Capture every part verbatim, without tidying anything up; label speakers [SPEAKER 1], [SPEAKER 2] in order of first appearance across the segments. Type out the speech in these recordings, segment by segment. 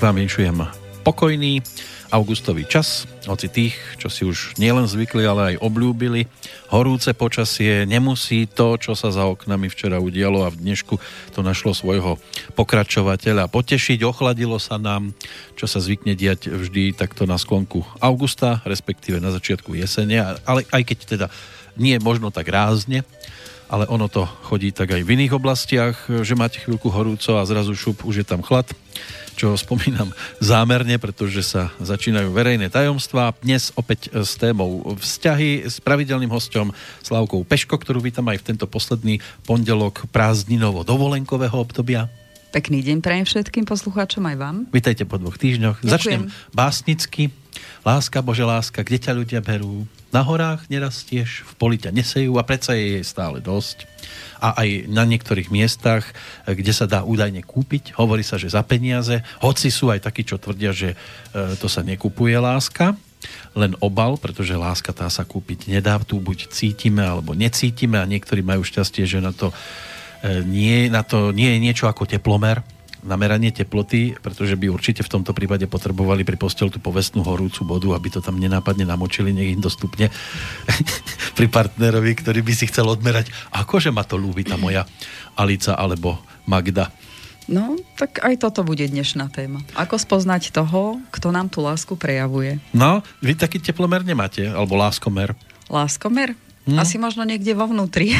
[SPEAKER 1] vám vinšujem pokojný augustový čas, hoci tých, čo si už nielen zvykli, ale aj obľúbili. Horúce počasie nemusí to, čo sa za oknami včera udialo a v dnešku to našlo svojho pokračovateľa potešiť. Ochladilo sa nám, čo sa zvykne diať vždy takto na sklonku augusta, respektíve na začiatku jesene, ale aj keď teda nie možno tak rázne, ale ono to chodí tak aj v iných oblastiach, že máte chvíľku horúco a zrazu šup, už je tam chlad, čo spomínam zámerne, pretože sa začínajú verejné tajomstvá. Dnes opäť s témou vzťahy s pravidelným hosťom Slávkou Peško, ktorú vítam aj v tento posledný pondelok prázdninovo-dovolenkového obdobia.
[SPEAKER 2] Pekný deň prajem všetkým poslucháčom aj vám.
[SPEAKER 1] Vítajte po dvoch týždňoch.
[SPEAKER 2] Ďakujem.
[SPEAKER 1] Začnem básnicky. Láska, Bože láska, kde ťa ľudia berú? Na horách nerastieš, v poli ťa nesejú a predsa je jej stále dosť. A aj na niektorých miestach, kde sa dá údajne kúpiť, hovorí sa, že za peniaze, hoci sú aj takí, čo tvrdia, že e, to sa nekupuje láska, len obal, pretože láska tá sa kúpiť nedá, tu buď cítime alebo necítime a niektorí majú šťastie, že na to, e, nie, na to nie je niečo ako teplomer, nameranie teploty, pretože by určite v tomto prípade potrebovali pri postel tú povestnú horúcu vodu, aby to tam nenápadne namočili, nech im dostupne pri partnerovi, ktorý by si chcel odmerať, akože ma to ľúbi tá moja Alica alebo Magda.
[SPEAKER 2] No, tak aj toto bude dnešná téma. Ako spoznať toho, kto nám tú lásku prejavuje?
[SPEAKER 1] No, vy taký teplomer nemáte, alebo láskomer.
[SPEAKER 2] Láskomer?
[SPEAKER 1] No.
[SPEAKER 2] Asi možno niekde vo vnútri.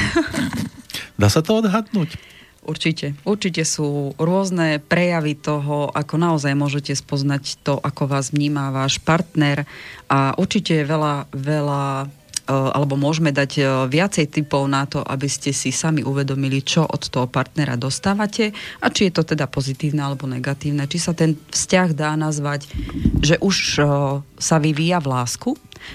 [SPEAKER 1] Dá sa to odhadnúť?
[SPEAKER 2] Určite. Určite sú rôzne prejavy toho, ako naozaj môžete spoznať to, ako vás vníma váš partner a určite je veľa, veľa alebo môžeme dať viacej tipov na to, aby ste si sami uvedomili, čo od toho partnera dostávate a či je to teda pozitívne alebo negatívne. Či sa ten vzťah dá nazvať, že už sa vyvíja v lásku,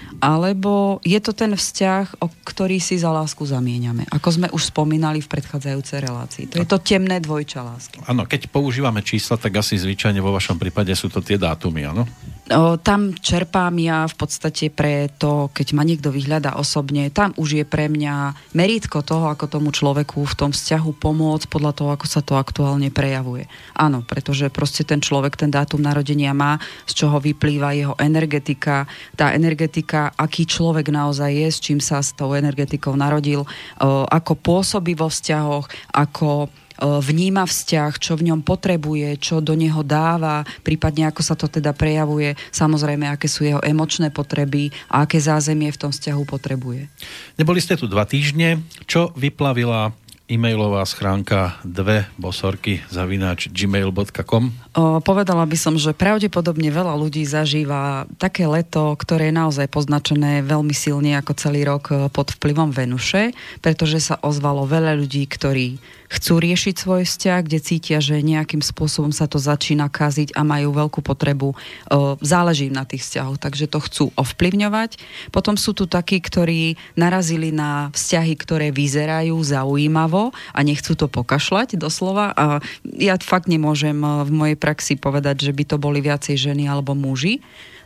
[SPEAKER 2] alebo je to ten vzťah, o ktorý si za lásku zamieňame. Ako sme už spomínali v predchádzajúcej relácii. To je to temné dvojča lásky.
[SPEAKER 1] Áno, keď používame čísla, tak asi zvyčajne vo vašom prípade sú to tie dátumy, áno?
[SPEAKER 2] O, tam čerpám ja v podstate pre to, keď ma niekto vyhľadá osobne, tam už je pre mňa merítko toho, ako tomu človeku v tom vzťahu pomôcť podľa toho, ako sa to aktuálne prejavuje. Áno, pretože proste ten človek ten dátum narodenia má, z čoho vyplýva jeho energetika, tá energetika, aký človek naozaj je, s čím sa s tou energetikou narodil, o, ako pôsobí vo vzťahoch, ako vníma vzťah, čo v ňom potrebuje, čo do neho dáva, prípadne ako sa to teda prejavuje, samozrejme, aké sú jeho emočné potreby a aké zázemie v tom vzťahu potrebuje.
[SPEAKER 1] Neboli ste tu dva týždne, čo vyplavila e-mailová schránka dve bosorky zavináč gmail bodka com?
[SPEAKER 2] O, povedala by som, že pravdepodobne veľa ľudí zažíva také leto, ktoré je naozaj poznačené veľmi silne ako celý rok pod vplyvom Venuše, pretože sa ozvalo veľa ľudí, ktorí chcú riešiť svoj vzťah, kde cítia, že nejakým spôsobom sa to začína kaziť a majú veľkú potrebu, záleží im na tých vzťahoch, takže to chcú ovplyvňovať. Potom sú tu takí, ktorí narazili na vzťahy, ktoré vyzerajú zaujímavo a nechcú to pokašľať doslova. A ja fakt nemôžem v mojej praxi povedať, že by to boli viacej ženy alebo muži.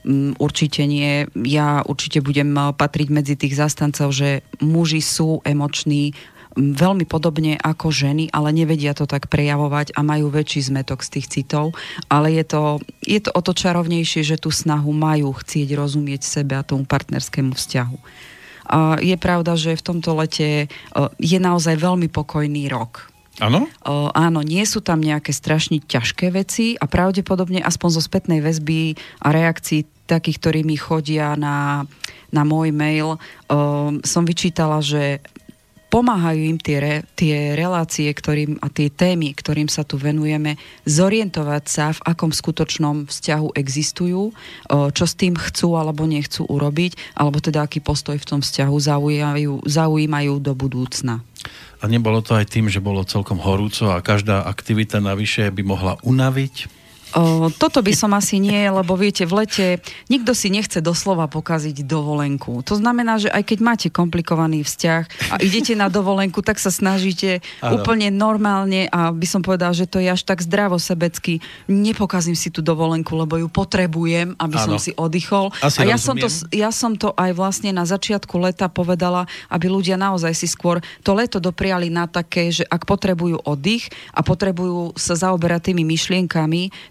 [SPEAKER 2] Určite nie. Ja určite budem patriť medzi tých zastancov, že muži sú emoční veľmi podobne ako ženy, ale nevedia to tak prejavovať a majú väčší zmätok z tých citov, ale je to, je to o to čarovnejšie, že tú snahu majú chcieť rozumieť sebe a tomu partnerskému vzťahu. A je pravda, že v tomto lete je naozaj veľmi pokojný rok.
[SPEAKER 1] Áno?
[SPEAKER 2] Áno, nie sú tam nejaké strašne ťažké veci a pravdepodobne aspoň zo spätnej väzby a reakcií takých, ktorí mi chodia na, na môj mail, som vyčítala, že pomáhajú im tie, re, tie relácie ktorým, a tie témy, ktorým sa tu venujeme, zorientovať sa, v akom skutočnom vzťahu existujú, čo s tým chcú alebo nechcú urobiť, alebo teda aký postoj v tom vzťahu zaujímajú, zaujímajú do budúcna.
[SPEAKER 1] A nebolo to aj tým, že bolo celkom horúco a každá aktivita navyše by mohla unaviť?
[SPEAKER 2] O, toto by som asi nie, lebo viete, v lete nikto si nechce doslova pokaziť dovolenku. To znamená, že aj keď máte komplikovaný vzťah a idete na dovolenku, tak sa snažíte ano. Úplne normálne a by som povedal, že to je až tak zdravosebecky. Nepokazím si tú dovolenku, lebo ju potrebujem, aby ano. Som si oddychol.
[SPEAKER 1] Asi
[SPEAKER 2] a ja som, to, ja som to aj vlastne na začiatku leta povedala, aby ľudia naozaj si skôr to leto dopriali na také, že ak potrebujú oddych a potrebujú sa zaoberať tými myšlienkami,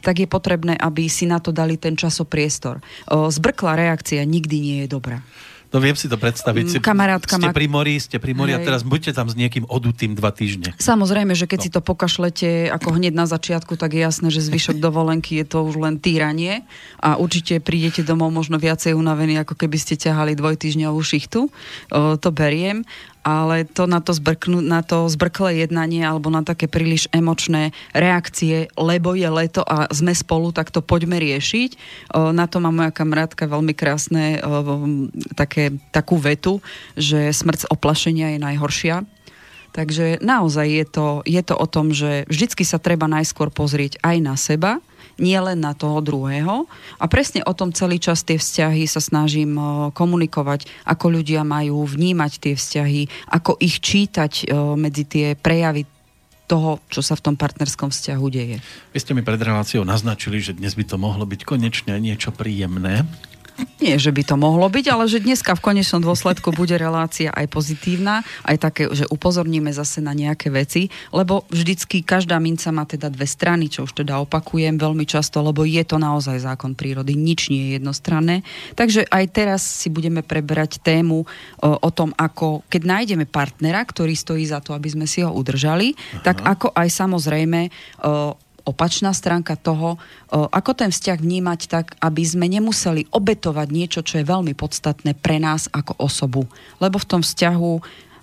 [SPEAKER 2] tak je potrebné, aby si na to dali ten časopriestor. Zbrklá reakcia nikdy nie je dobrá.
[SPEAKER 1] No viem si to predstaviť. Si,
[SPEAKER 2] Kamarátka
[SPEAKER 1] ste
[SPEAKER 2] ma...
[SPEAKER 1] pri mori, ste pri mori a teraz buďte tam s niekým odutým dva týždne.
[SPEAKER 2] Samozrejme, že keď
[SPEAKER 1] no.
[SPEAKER 2] si to pokašlete ako hneď na začiatku, tak je jasné, že zvyšok dovolenky je to už len týranie a určite prídete domov možno viacej unavení, ako keby ste ťahali dvojtýždňovú šichtu. O, to beriem. Ale to na to, zbrknú, na to zbrklé jednanie alebo na také príliš emočné reakcie, lebo je leto a sme spolu, tak to poďme riešiť. O, na to má moja kamarátka veľmi krásne o, také, takú vetu, že smrť z oplašenia je najhoršia. Takže naozaj je to, je to o tom, že vždycky sa treba najskôr pozrieť aj na seba, nie len na toho druhého. A presne o tom celý čas tie vzťahy sa snažím komunikovať, ako ľudia majú vnímať tie vzťahy, ako ich čítať medzi tie prejavy toho, čo sa v tom partnerskom vzťahu deje.
[SPEAKER 1] Vy ste mi pred reláciou naznačili, že dnes by to mohlo byť konečne niečo príjemné.
[SPEAKER 2] Nie, že by to mohlo byť, ale že dneska v konečnom dôsledku bude relácia aj pozitívna, aj také, že upozorníme zase na nejaké veci, lebo vždycky každá minca má teda dve strany, čo už teda opakujem veľmi často, lebo je to naozaj zákon prírody, nič nie je jednostranné. Takže aj teraz si budeme preberať tému o, o tom, ako keď nájdeme partnera, ktorý stojí za to, aby sme si ho udržali, Aha. tak ako aj samozrejme o, opačná stránka toho, ako ten vzťah vnímať tak, aby sme nemuseli obetovať niečo, čo je veľmi podstatné pre nás ako osobu. Lebo v tom vzťahu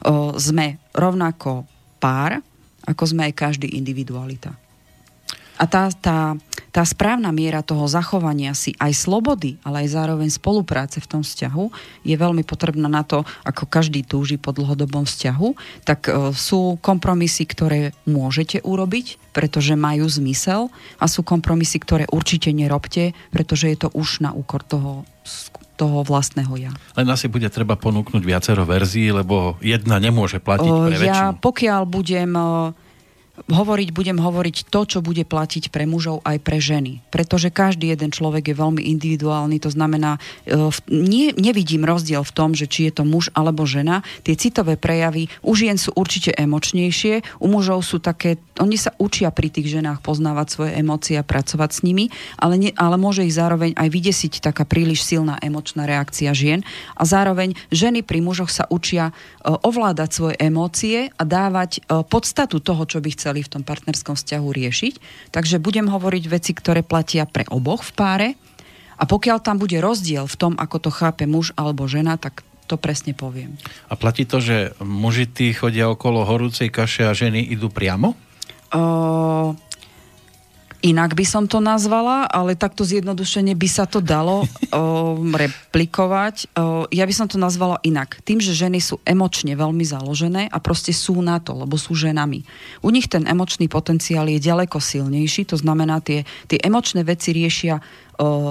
[SPEAKER 2] sme rovnako pár, ako sme aj každý individualita. A tá, tá, tá správna miera toho zachovania si aj slobody, ale aj zároveň spolupráce v tom vzťahu je veľmi potrebná na to, ako každý túži po dlhodobom vzťahu, tak e, sú kompromisy, ktoré môžete urobiť, pretože majú zmysel, a sú kompromisy, ktoré určite nerobte, pretože je to už na úkor toho toho vlastného ja.
[SPEAKER 1] Len asi bude treba ponúknuť viacero verzií, lebo jedna nemôže platiť pre väčšinu.
[SPEAKER 2] Ja pokiaľ budem hovoriť, budem hovoriť to, čo bude platiť pre mužov aj pre ženy. Pretože každý jeden človek je veľmi individuálny, to znamená, nie, nevidím rozdiel v tom, že či je to muž alebo žena. Tie citové prejavy u žien sú určite emočnejšie, u mužov sú také, oni sa učia pri tých ženách poznávať svoje emócie a pracovať s nimi, ale, ne, ale môže ich zároveň aj vydesiť taká príliš silná emočná reakcia žien a zároveň ženy pri mužoch sa učia ovládať svoje emócie a dávať podstatu toho, čo by chceli v tom partnerskom vzťahu riešiť. Takže budem hovoriť veci, ktoré platia pre oboch v páre a pokiaľ tam bude rozdiel v tom, ako to chápe muž alebo žena, tak to presne poviem. A
[SPEAKER 1] platí to, že muži tí chodia okolo horúcej kaše a ženy idú priamo?
[SPEAKER 2] Uh, inak by som to nazvala, ale takto zjednodušene by sa to dalo uh, replikovať. Uh, ja by som to nazvala inak. Tým, že ženy sú emočne veľmi založené a proste sú na to, lebo sú ženami. U nich ten emočný potenciál je ďaleko silnejší, to znamená, tie, tie emočné veci riešia uh,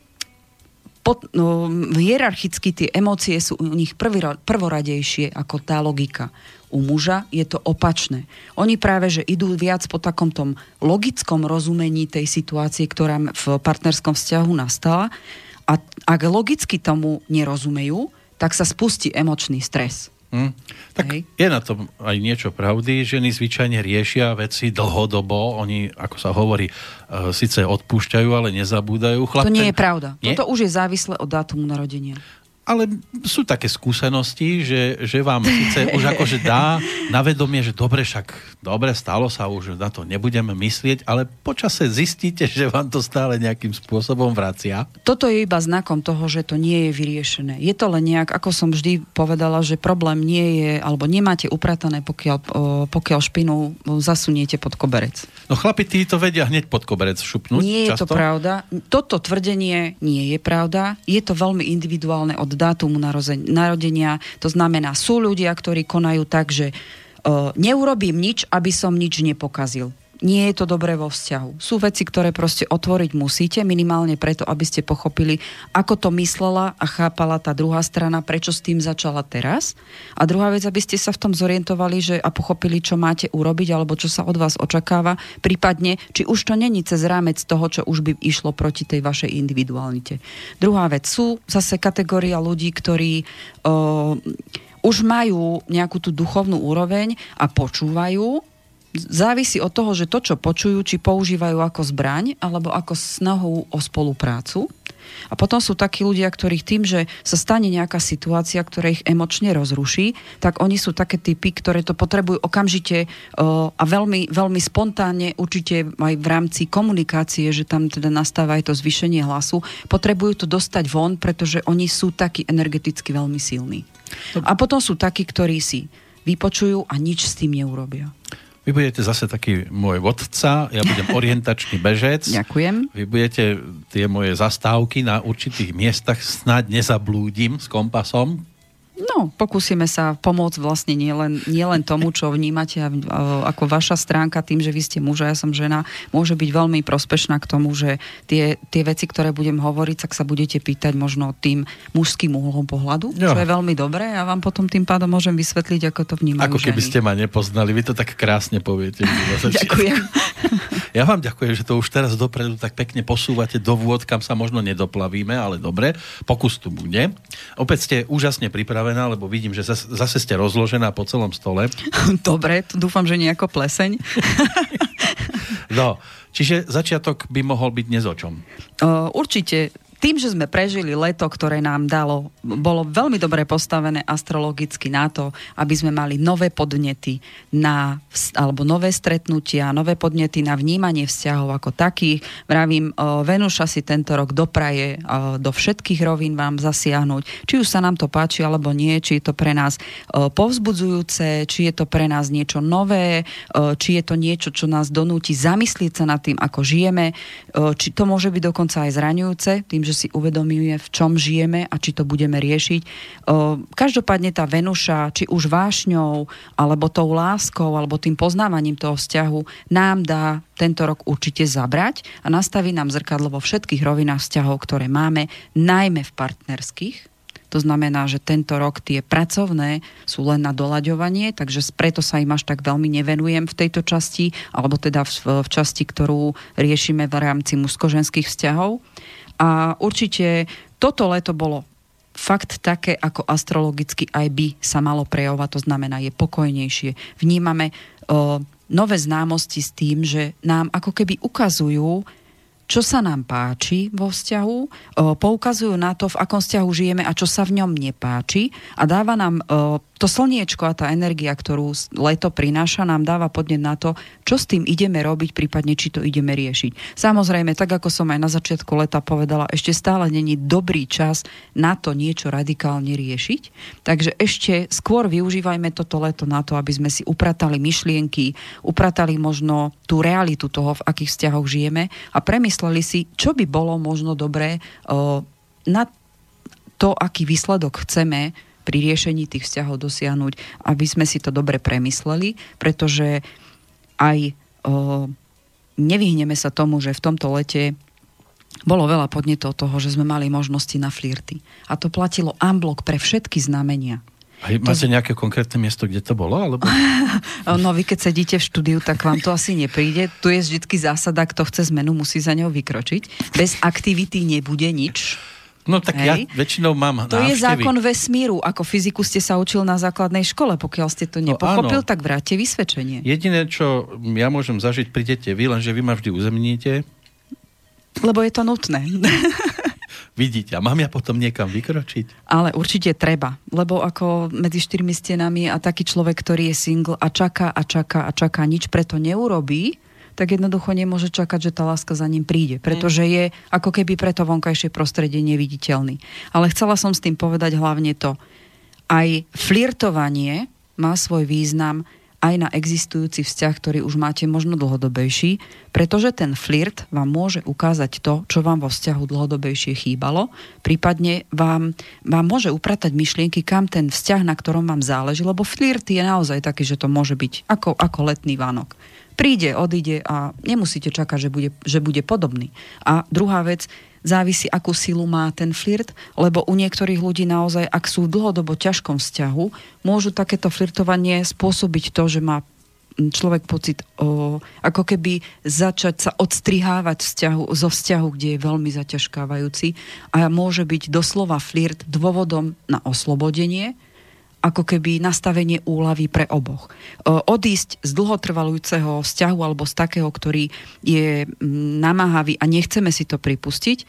[SPEAKER 2] pod, no, hierarchicky tie emócie sú u nich prvý, prvoradejšie ako tá logika. U muža je to opačné. Oni práve, že idú viac po takom tom logickom rozumení tej situácie, ktorá v partnerskom vzťahu nastala. A ak logicky tomu nerozumejú, tak sa spustí emočný stres.
[SPEAKER 1] Hmm. Tak Hej. je na tom aj niečo pravdy. Ženy zvyčajne riešia veci dlhodobo. Oni, ako sa hovorí, uh, síce odpúšťajú, ale nezabúdajú.
[SPEAKER 2] Chlap, to nie ten... je pravda. Nie? Toto už je závislé od dátumu narodenia.
[SPEAKER 1] Ale sú také skúsenosti, že, že vám síce už akože dá na vedomie, že dobre, však dobre, stalo sa už, na to nebudeme myslieť, ale počase zistíte, že vám to stále nejakým spôsobom vracia.
[SPEAKER 2] Toto je iba znakom toho, že to nie je vyriešené. Je to len nejak, ako som vždy povedala, že problém nie je, alebo nemáte upratané, pokiaľ, pokiaľ špinu zasuniete pod koberec.
[SPEAKER 1] No chlapi, tí to vedia hneď pod koberec šupnúť.
[SPEAKER 2] Nie
[SPEAKER 1] často.
[SPEAKER 2] Je to pravda. Toto tvrdenie nie je pravda. Je to veľmi individuálne od dátumu narodenia. To znamená, sú ľudia, ktorí konajú tak, že uh, neurobím nič, aby som nič nepokazil. Nie je to dobré vo vzťahu. Sú veci, ktoré proste otvoriť musíte, minimálne preto, aby ste pochopili, ako to myslela a chápala tá druhá strana, prečo s tým začala teraz. A druhá vec, aby ste sa v tom zorientovali, že a pochopili, čo máte urobiť, alebo čo sa od vás očakáva, prípadne, či už to není cez rámec toho, čo už by išlo proti tej vašej individualite. Druhá vec, sú zase kategória ľudí, ktorí uh, už majú nejakú tú duchovnú úroveň a počúvajú, Závisí od toho, že to, čo počujú, či používajú ako zbraň, alebo ako snahu o spoluprácu. A potom sú takí ľudia, ktorých tým, že sa stane nejaká situácia, ktorá ich emočne rozruší, tak oni sú také typy, ktoré to potrebujú okamžite uh, a veľmi, veľmi spontánne, určite aj v rámci komunikácie, že tam teda nastáva aj to zvýšenie hlasu, potrebujú to dostať von, pretože oni sú takí energeticky veľmi silní. A potom sú takí, ktorí si vypočujú a nič s tým neurobia.
[SPEAKER 1] Vy budete zase taký môj vodca, ja budem orientačný bežec.
[SPEAKER 2] Ďakujem.
[SPEAKER 1] Vy budete tie moje zastávky na určitých miestach, snáď nezablúdim s kompasom.
[SPEAKER 2] No, pokúsime sa pomôcť vlastne nielen nie len tomu, čo vnímate a, ako vaša stránka tým, že vy ste muž a ja som žena, môže byť veľmi prospešná k tomu, že tie, tie veci, ktoré budem hovoriť, tak sa budete pýtať možno tým mužským uhlom pohľadu, jo. Čo je veľmi dobré a vám potom tým pádom môžem vysvetliť, ako to vnímajú
[SPEAKER 1] Ako keby
[SPEAKER 2] ženy.
[SPEAKER 1] ste ma nepoznali, vy to tak krásne poviete.
[SPEAKER 2] Ďakujem.
[SPEAKER 1] Ja vám ďakujem, že to už teraz dopredu tak pekne posúvate do vôd, kam sa možno nedoplavíme, ale dobre, pokus tu bude. Opäť ste úžasne pripravená, lebo vidím, že zase, zase ste rozložená po celom stole.
[SPEAKER 2] Dobre, dúfam, že nejako pleseň.
[SPEAKER 1] No, čiže začiatok by mohol byť dnes o čom?
[SPEAKER 2] Uh, určite. Tým, že sme prežili leto, ktoré nám dalo, bolo veľmi dobre postavené astrologicky na to, aby sme mali nové podnety na, alebo nové stretnutia, nové podnety na vnímanie vzťahov ako takých. Vravím, Venuša si tento rok dopraje do všetkých rovín vám zasiahnuť. Či už sa nám to páči, alebo nie, či je to pre nás povzbudzujúce, či je to pre nás niečo nové, či je to niečo, čo nás donúti zamyslieť sa nad tým, ako žijeme, či to môže byť dokonca aj zraňujúce, tým, že si uvedomuje, v čom žijeme a či to budeme riešiť. Každopádne tá Venuša, či už vášňou, alebo tou láskou, alebo tým poznávaním toho vzťahu, nám dá tento rok určite zabrať a nastaví nám zrkadlo vo všetkých rovinách vzťahov, ktoré máme, najmä v partnerských. To znamená, že tento rok tie pracovné sú len na doľaďovanie, takže preto sa im až tak veľmi nevenujem v tejto časti, alebo teda v, v časti, ktorú riešime v rámci mužsko-ženských vzťahov. A určite toto leto bolo fakt také, ako astrologicky aj by sa malo prejavovať, to znamená, je pokojnejšie. Vnímame uh, nové známosti s tým, že nám ako keby ukazujú, čo sa nám páči vo vzťahu, poukazujú na to, v akom vzťahu žijeme a čo sa v ňom nepáči a dáva nám to slniečko a tá energia, ktorú leto prináša, nám dáva podnet na to, čo s tým ideme robiť, prípadne či to ideme riešiť. Samozrejme, tak ako som aj na začiatku leta povedala, ešte stále není dobrý čas na to niečo radikálne riešiť, takže ešte skôr využívajme toto leto na to, aby sme si upratali myšlienky, upratali možno tú realitu toho, v akých vzťahoch žijeme a premysleli si, čo by bolo možno dobré uh, na to, aký výsledok chceme pri riešení tých vzťahov dosiahnuť, aby sme si to dobre premysleli, pretože aj uh, nevyhneme sa tomu, že v tomto lete bolo veľa podnetov toho, že sme mali možnosti na flirty. A to platilo en bloc pre všetky znamenia.
[SPEAKER 1] A máte to... nejaké konkrétne miesto, kde to bolo? Alebo...
[SPEAKER 2] No vy keď sedíte v štúdiu, tak vám to asi nepríde. Tu je vždycky zásada, kto chce zmenu, musí za ňou vykročiť. Bez aktivity nebude nič.
[SPEAKER 1] No tak Hej. ja väčšinou mám
[SPEAKER 2] To návštevy. Je zákon vesmíru. Ako fyziku ste sa učil na základnej škole. Pokiaľ ste to nepochopil, no, tak vráťte vysvedčenie.
[SPEAKER 1] Jediné, čo ja môžem zažiť, prídete vy, lenže vy ma vždy uzemníte.
[SPEAKER 2] Lebo je to nutné.
[SPEAKER 1] Vidíte, a mám ja potom niekam vykročiť?
[SPEAKER 2] Ale určite treba, lebo ako medzi štyrmi stenami a taký človek, ktorý je single a čaká a čaká a čaká, nič preto neurobí, tak jednoducho nemôže čakať, že tá láska za ním príde, pretože je ako keby pre to vonkajšie prostredie neviditeľný. Ale chcela som s tým povedať hlavne to, aj flirtovanie má svoj význam aj na existujúci vzťah, ktorý už máte možno dlhodobejší, pretože ten flirt vám môže ukázať to, čo vám vo vzťahu dlhodobejšie chýbalo, prípadne vám, vám môže upratať myšlienky, kam ten vzťah, na ktorom vám záleží, lebo flirt je naozaj taký, že to môže byť ako, ako letný Vánok. Príde, odíde a nemusíte čakať, že bude, že bude podobný. A druhá vec, závisí, akú silu má ten flirt, lebo u niektorých ľudí naozaj, ak sú v dlhodobo ťažkom vzťahu, môžu takéto flirtovanie spôsobiť to, že má človek pocit, o, ako keby začať sa odstrihávať vzťahu, zo vzťahu, kde je veľmi zaťažkávajúci a môže byť doslova flirt dôvodom na oslobodenie ako keby nastavenie úľavy pre oboch. Odísť z dlhotrvalujúceho vzťahu alebo z takého, ktorý je namáhavý a nechceme si to pripustiť,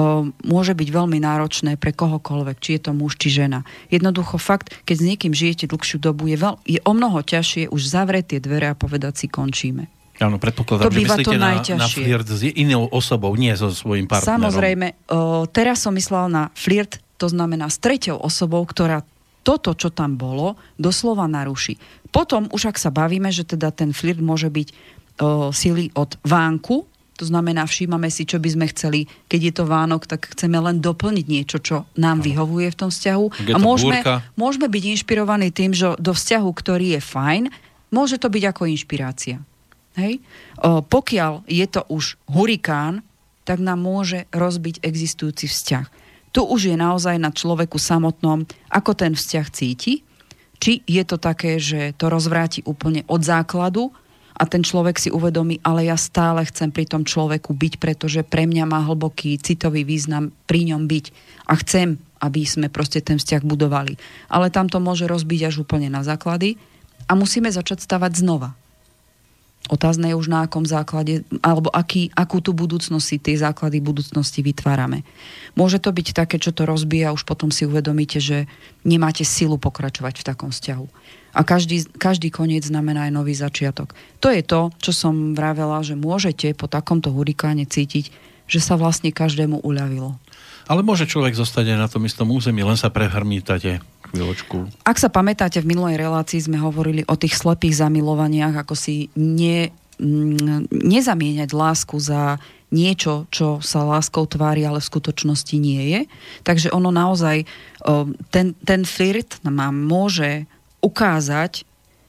[SPEAKER 2] môže byť veľmi náročné pre kohokoľvek, či je to muž, či žena. Jednoducho fakt, keď s niekým žijete dlhšiu dobu, je, veľ, je o mnoho ťažšie už zavrieť tie dvere a povedať si končíme.
[SPEAKER 1] Áno, predpokladám, že myslíte na, na flirt s inou osobou, nie so svojím partnerom.
[SPEAKER 2] Samozrejme, teraz som myslela na flirt, to znamená s treťou osobou, ktorá toto, čo tam bolo, doslova naruší. Potom už ak sa bavíme, že teda ten flirt môže byť o, sily od vánku, to znamená, všímame si, čo by sme chceli. Keď je to Vánok, tak chceme len doplniť niečo, čo nám vyhovuje v tom vzťahu. A môžeme, môžeme byť inšpirovaní tým, že do vzťahu, ktorý je fajn, môže to byť ako inšpirácia. Hej? O, pokiaľ je to už hurikán, tak nám môže rozbiť existujúci vzťah. Tu už je naozaj na človeku samotnom, ako ten vzťah cíti, či je to také, že to rozvráti úplne od základu a ten človek si uvedomí, ale ja stále chcem pri tom človeku byť, pretože pre mňa má hlboký citový význam pri ňom byť a chcem, aby sme proste ten vzťah budovali. Ale tam to môže rozbiť až úplne na základy a musíme začať stavať znova. Otázne je už na akom základe, alebo aký, akú tú budúcnosť si tie základy budúcnosti vytvárame. Môže to byť také, čo to rozbíja, už potom si uvedomíte, že nemáte silu pokračovať v takom vzťahu. A každý, každý koniec znamená aj nový začiatok. To je to, čo som vravela, že môžete po takomto hurikáne cítiť, že sa vlastne každému uľavilo.
[SPEAKER 1] Ale môže človek zostať aj na tom istom území, len sa prehrmítate chvíľočku.
[SPEAKER 2] Ak sa pamätáte, v minulej relácii sme hovorili o tých slepých zamilovaniach, ako si ne, mm, nezamieňať lásku za niečo, čo sa láskou tvári, ale v skutočnosti nie je. Takže ono naozaj, ten, ten flirt nám môže ukázať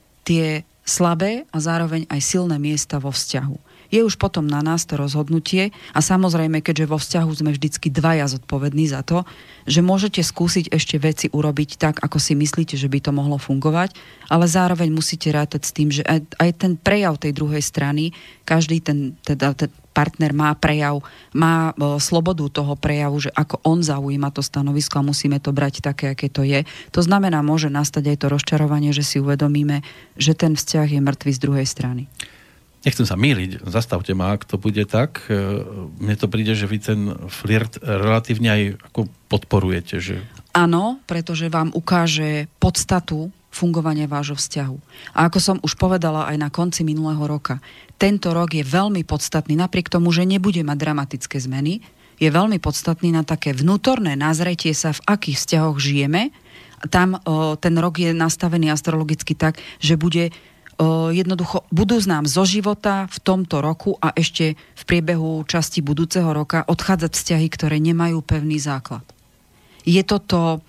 [SPEAKER 2] tie slabé a zároveň aj silné miesta vo vzťahu. Je už potom na nás to rozhodnutie a samozrejme, keďže vo vzťahu sme vždycky dvaja zodpovední za to, že môžete skúsiť ešte veci urobiť tak, ako si myslíte, že by to mohlo fungovať, ale zároveň musíte rátať s tým, že aj, aj ten prejav tej druhej strany, každý ten, teda, ten partner má prejav, má o, slobodu toho prejavu, že ako on zaujíma to stanovisko a musíme to brať také, aké to je. To znamená, môže nastať aj to rozčarovanie, že si uvedomíme, že ten vzťah je mŕtvý z druhej strany.
[SPEAKER 1] Nechcem sa mýliť, zastavte ma, ak to bude tak. Mne to príde, že vy ten flirt relatívne aj ako podporujete. Že...
[SPEAKER 2] Áno, pretože vám ukáže podstatu fungovania vášho vzťahu. A ako som už povedala aj na konci minulého roka, tento rok je veľmi podstatný, napriek tomu, že nebude mať dramatické zmeny, je veľmi podstatný na také vnútorné nazretie sa, v akých vzťahoch žijeme. Tam o, ten rok je nastavený astrologicky tak, že bude jednoducho budú znám zo života v tomto roku a ešte v priebehu časti budúceho roka odchádzať vzťahy, ktoré nemajú pevný základ. Je toto,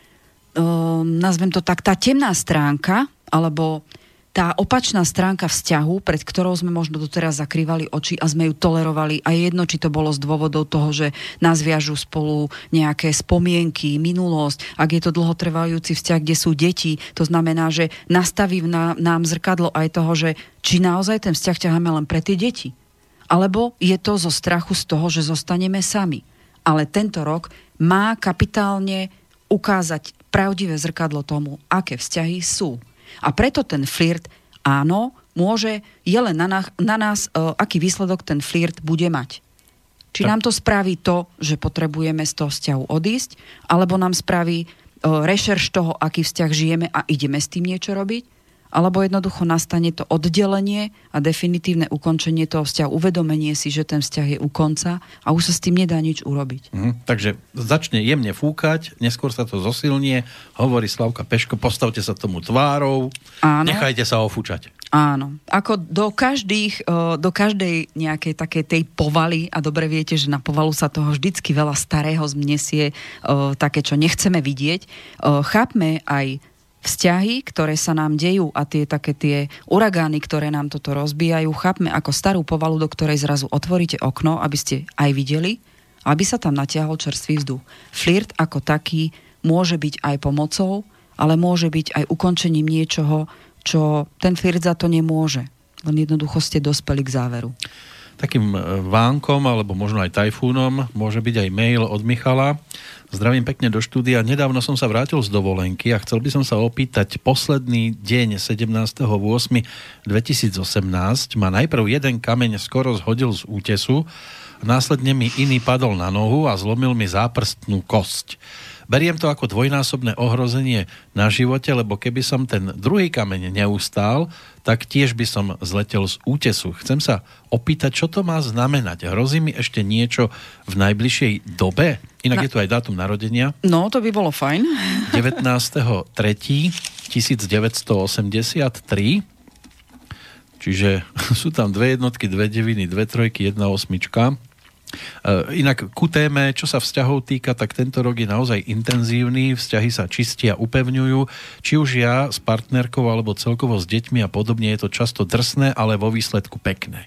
[SPEAKER 2] nazvem to tak, tá temná stránka, alebo tá opačná stránka vzťahu, pred ktorou sme možno doteraz zakrývali oči a sme ju tolerovali. A jedno, či to bolo z dôvodov toho, že nás viažú spolu nejaké spomienky, minulosť. Ak je to dlhotrvajúci vzťah, kde sú deti, to znamená, že nastaví na, nám zrkadlo aj toho, že či naozaj ten vzťah ťaháme len pre tie deti. Alebo je to zo strachu z toho, že zostaneme sami. Ale tento rok má kapitálne ukázať pravdivé zrkadlo tomu, aké vzťahy sú. A preto ten flirt, áno, môže, je len na nás, na nás uh, aký výsledok ten flirt bude mať. Či tak nám to spraví to, že potrebujeme z toho vzťahu odísť, alebo nám spraví uh, rešerš toho, aký vzťah žijeme a ideme s tým niečo robiť, alebo jednoducho nastane to oddelenie a definitívne ukončenie toho vzťahu, uvedomenie si, že ten vzťah je u konca a už sa s tým nedá nič urobiť.
[SPEAKER 1] Mhm, takže začne jemne fúkať, neskôr sa to zosilnie, hovorí Slavka Peško, postavte sa tomu tvárou, áno, nechajte sa ofúčať.
[SPEAKER 2] Áno. Ako do každých, do každej nejakej takej tej povaly, a dobre viete, že na povalu sa toho vždycky veľa starého zmnesie, také, čo nechceme vidieť, chápme aj vzťahy, ktoré sa nám dejú a tie také tie uragány, ktoré nám toto rozbijajú, chápme ako starú povalu, do ktorej zrazu otvoríte okno, aby ste aj videli, aby sa tam natiahol čerstvý vzduch. Flirt ako taký môže byť aj pomocou, ale môže byť aj ukončením niečoho, čo ten flirt za to nemôže. Len jednoducho ste dospeli k záveru.
[SPEAKER 1] Takým vánkom, alebo možno aj tajfúnom, môže byť aj mail od Michala. Zdravím pekne do štúdia. Nedávno som sa vrátil z dovolenky a chcel by som sa opýtať, posledný deň sedemnásteho ôsmeho dvetisícosemnásť ma najprv jeden kameň skoro zhodil z útesu, následne mi iný padol na nohu a zlomil mi záprstnú kosť. Beriem to ako dvojnásobné ohrozenie na živote, lebo keby som ten druhý kameň neustál, tak tiež by som zletel z útesu. Chcem sa opýtať, čo to má znamenať. Hrozí mi ešte niečo v najbližšej dobe? Inak na... je tu aj dátum narodenia.
[SPEAKER 2] No, to by bolo fajn.
[SPEAKER 1] devätnásteho tretieho tisícdeväťstoosemdesiattri. Čiže sú tam dve jednotky, dve deviny, dve trojky, jedna osmička. Inak ku téme, čo sa vzťahov týka, tak tento rok je naozaj intenzívny, vzťahy sa čistia, upevňujú. Či už ja s partnerkou alebo celkovo s deťmi a podobne, je to často drsné, ale vo výsledku pekné.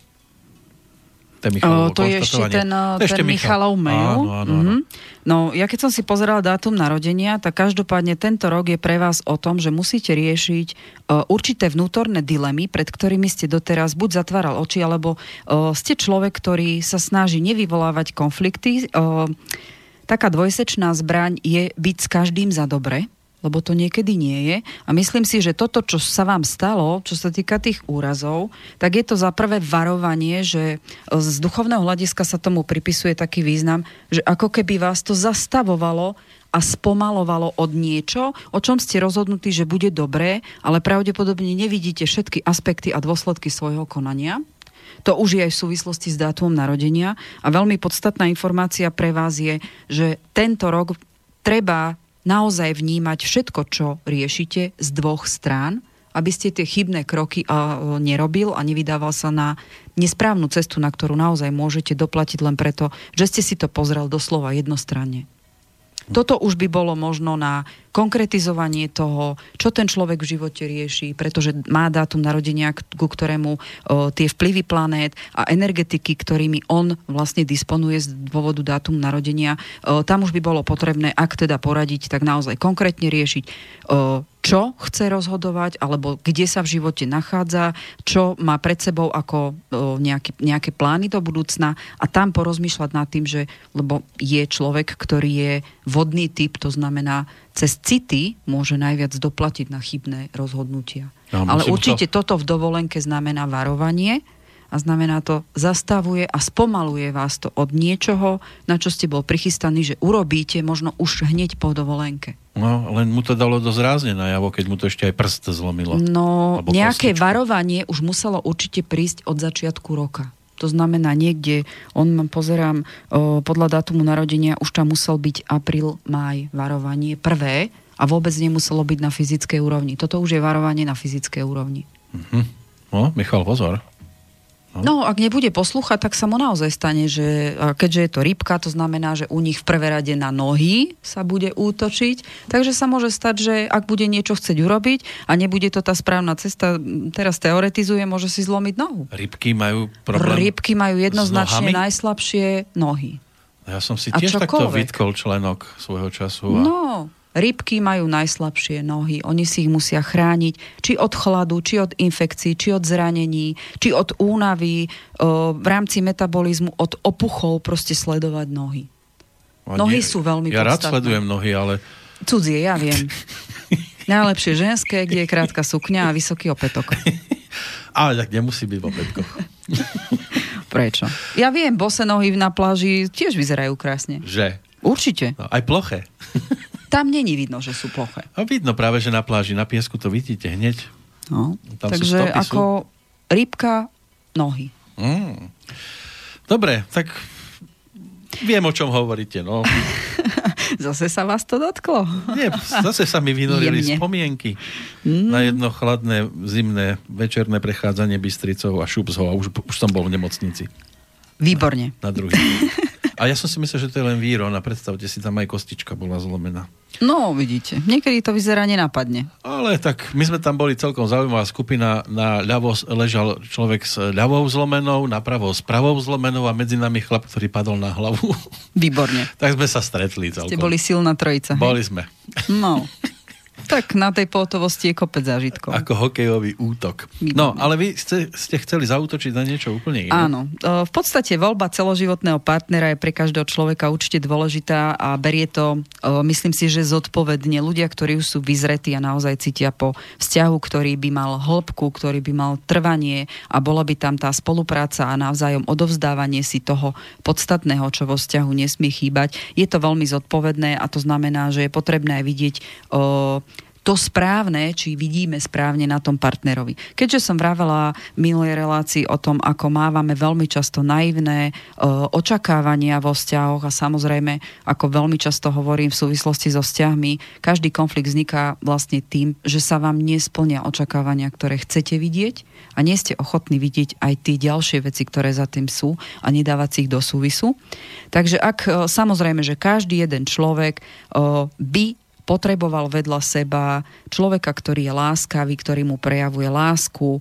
[SPEAKER 2] O, to je ešte ten, ten Michalov mail.
[SPEAKER 1] Áno, áno, áno.
[SPEAKER 2] Mm-hmm. No, ja keď som si pozerala dátum narodenia, tak každopádne tento rok je pre vás o tom, že musíte riešiť uh, určité vnútorné dilemy, pred ktorými ste doteraz buď zatváral oči, alebo uh, ste človek, ktorý sa snaží nevyvolávať konflikty. Uh, taká dvojsečná zbraň je byť s každým za dobre, lebo to niekedy nie je. A myslím si, že toto, čo sa vám stalo, čo sa týka tých úrazov, tak je to za prvé varovanie, že z duchovného hľadiska sa tomu pripisuje taký význam, že ako keby vás to zastavovalo a spomalovalo od niečo, o čom ste rozhodnutí, že bude dobré, ale pravdepodobne nevidíte všetky aspekty a dôsledky svojho konania. To už je aj v súvislosti s dátumom narodenia. A veľmi podstatná informácia pre vás je, že tento rok treba naozaj vnímať všetko, čo riešite z dvoch strán, aby ste tie chybné kroky a, nerobil a nevydával sa na nesprávnu cestu, na ktorú naozaj môžete doplatiť len preto, že ste si to pozrel doslova jednostranne. Toto už by bolo možno na konkretizovanie toho, čo ten človek v živote rieši, pretože má dátum narodenia, ku ktorému o, tie vplyvy planét a energetiky, ktorými on vlastne disponuje z dôvodu dátum narodenia, o, tam už by bolo potrebné, ak teda poradiť, tak naozaj konkrétne riešiť, o, čo chce rozhodovať, alebo kde sa v živote nachádza, čo má pred sebou ako o, nejaký, nejaké plány do budúcna a tam porozmýšľať nad tým, že lebo je človek, ktorý je vodný typ, to znamená cez city môže najviac doplatiť na chybné rozhodnutia. Ja, ale určite to... toto v dovolenke znamená varovanie a znamená to, zastavuje a spomaluje vás to od niečoho, na čo ste bol prichystaný, že urobíte možno už hneď po dovolenke.
[SPEAKER 1] No, len mu to dalo dosť rázne najavo, keď mu to ešte aj prst zlomilo.
[SPEAKER 2] No, nejaké kostičku. Varovanie už muselo určite prísť od začiatku roka. To znamená niekde, on pozerám, o, podľa dátumu narodenia, už tam musel byť apríl, máj, varovanie prvé a vôbec nemuselo byť na fyzickej úrovni. Toto už je varovanie na fyzickej úrovni.
[SPEAKER 1] Mhm. No, Michal, pozor.
[SPEAKER 2] No, ak nebude poslúchať, tak sa mu naozaj stane, že keďže je to rybka, to znamená, že u nich v prvé rade na nohy sa bude útočiť, takže sa môže stať, že ak bude niečo chcieť urobiť a nebude to tá správna cesta, teraz teoretizuje, môže si zlomiť nohu.
[SPEAKER 1] Rybky majú problém
[SPEAKER 2] Rybky majú jednoznačne najslabšie nohy.
[SPEAKER 1] Ja som si tiež takto vytkol členok svojho času. A...
[SPEAKER 2] No... Rybky majú najslabšie nohy, oni si ich musia chrániť, či od chladu, či od infekcií, či od zranení, či od únavy, o, v rámci metabolizmu, od opuchov proste sledovať nohy.
[SPEAKER 1] A
[SPEAKER 2] nohy
[SPEAKER 1] nie,
[SPEAKER 2] sú veľmi
[SPEAKER 1] ja
[SPEAKER 2] podstatné.
[SPEAKER 1] Ja rád sledujem nohy, ale...
[SPEAKER 2] Cudzie, ja viem. Najlepšie ženské, kde je krátka sukňa a vysoký opätok.
[SPEAKER 1] Ale tak nemusí byť v opätkoch.
[SPEAKER 2] Prečo? Ja viem, bose nohy na pláži tiež vyzerajú krásne.
[SPEAKER 1] Že?
[SPEAKER 2] Určite.
[SPEAKER 1] No, aj ploché.
[SPEAKER 2] Tam není vidno, že sú ploché.
[SPEAKER 1] A vidno práve, že na pláži, na piesku to vidíte hneď.
[SPEAKER 2] No,
[SPEAKER 1] tam
[SPEAKER 2] takže ako sú... rybka, nohy.
[SPEAKER 1] Mm. Dobre, tak viem, o čom hovoríte, no.
[SPEAKER 2] Zase sa vás to dotklo.
[SPEAKER 1] Nie, zase sa mi vynorili Jemne. spomienky mm. na jedno chladné, zimné, večerné prechádzanie Bystricou a Šupzhou a už, už som bol v nemocnici.
[SPEAKER 2] Výborne.
[SPEAKER 1] Na, na druhý. A ja som si myslel, že to je len víron a predstavte si, tam aj kostička bola zlomená.
[SPEAKER 2] No, vidíte. Niekedy to vyzerá nenápadne.
[SPEAKER 1] Ale tak my sme tam boli celkom zaujímavá skupina. Na ľavo ležal človek s ľavou zlomenou, napravo s pravou zlomenou a medzi nami chlap, ktorý padol na hlavu.
[SPEAKER 2] Výborne.
[SPEAKER 1] Tak sme sa stretli celkom.
[SPEAKER 2] Ste boli silná trojica.
[SPEAKER 1] Boli sme.
[SPEAKER 2] No. Tak na tej pohotovosti je kopec zážitkov.
[SPEAKER 1] Ako hokejový útok. No, ale vy ste, ste chceli zaútočiť na niečo úplne iné.
[SPEAKER 2] Áno. V podstate voľba celoživotného partnera je pre každého človeka určite dôležitá a berie to, myslím si, že zodpovedne ľudia, ktorí už sú vyzretí a naozaj cítia po vzťahu, ktorý by mal hĺbku, ktorý by mal trvanie a bola by tam tá spolupráca a navzájom odovzdávanie si toho podstatného, čo vo vzťahu nesmie chýbať. Je to veľmi zodpovedné a to znamená, že je potrebné aj vidieť o, to správne, či vidíme správne na tom partnerovi. Keďže som vravela v minulej relácii o tom, ako mávame veľmi často naivné o, očakávania vo vzťahoch a samozrejme, ako veľmi často hovorím v súvislosti so vzťahmi, každý konflikt vzniká vlastne tým, že sa vám nesplnia očakávania, ktoré chcete vidieť a nie ste ochotní vidieť aj tie ďalšie veci, ktoré za tým sú a nedávať si ich do súvisu. Takže ak samozrejme, že každý jeden človek o, by potreboval vedľa seba človeka, ktorý je láskavý, ktorý mu prejavuje lásku.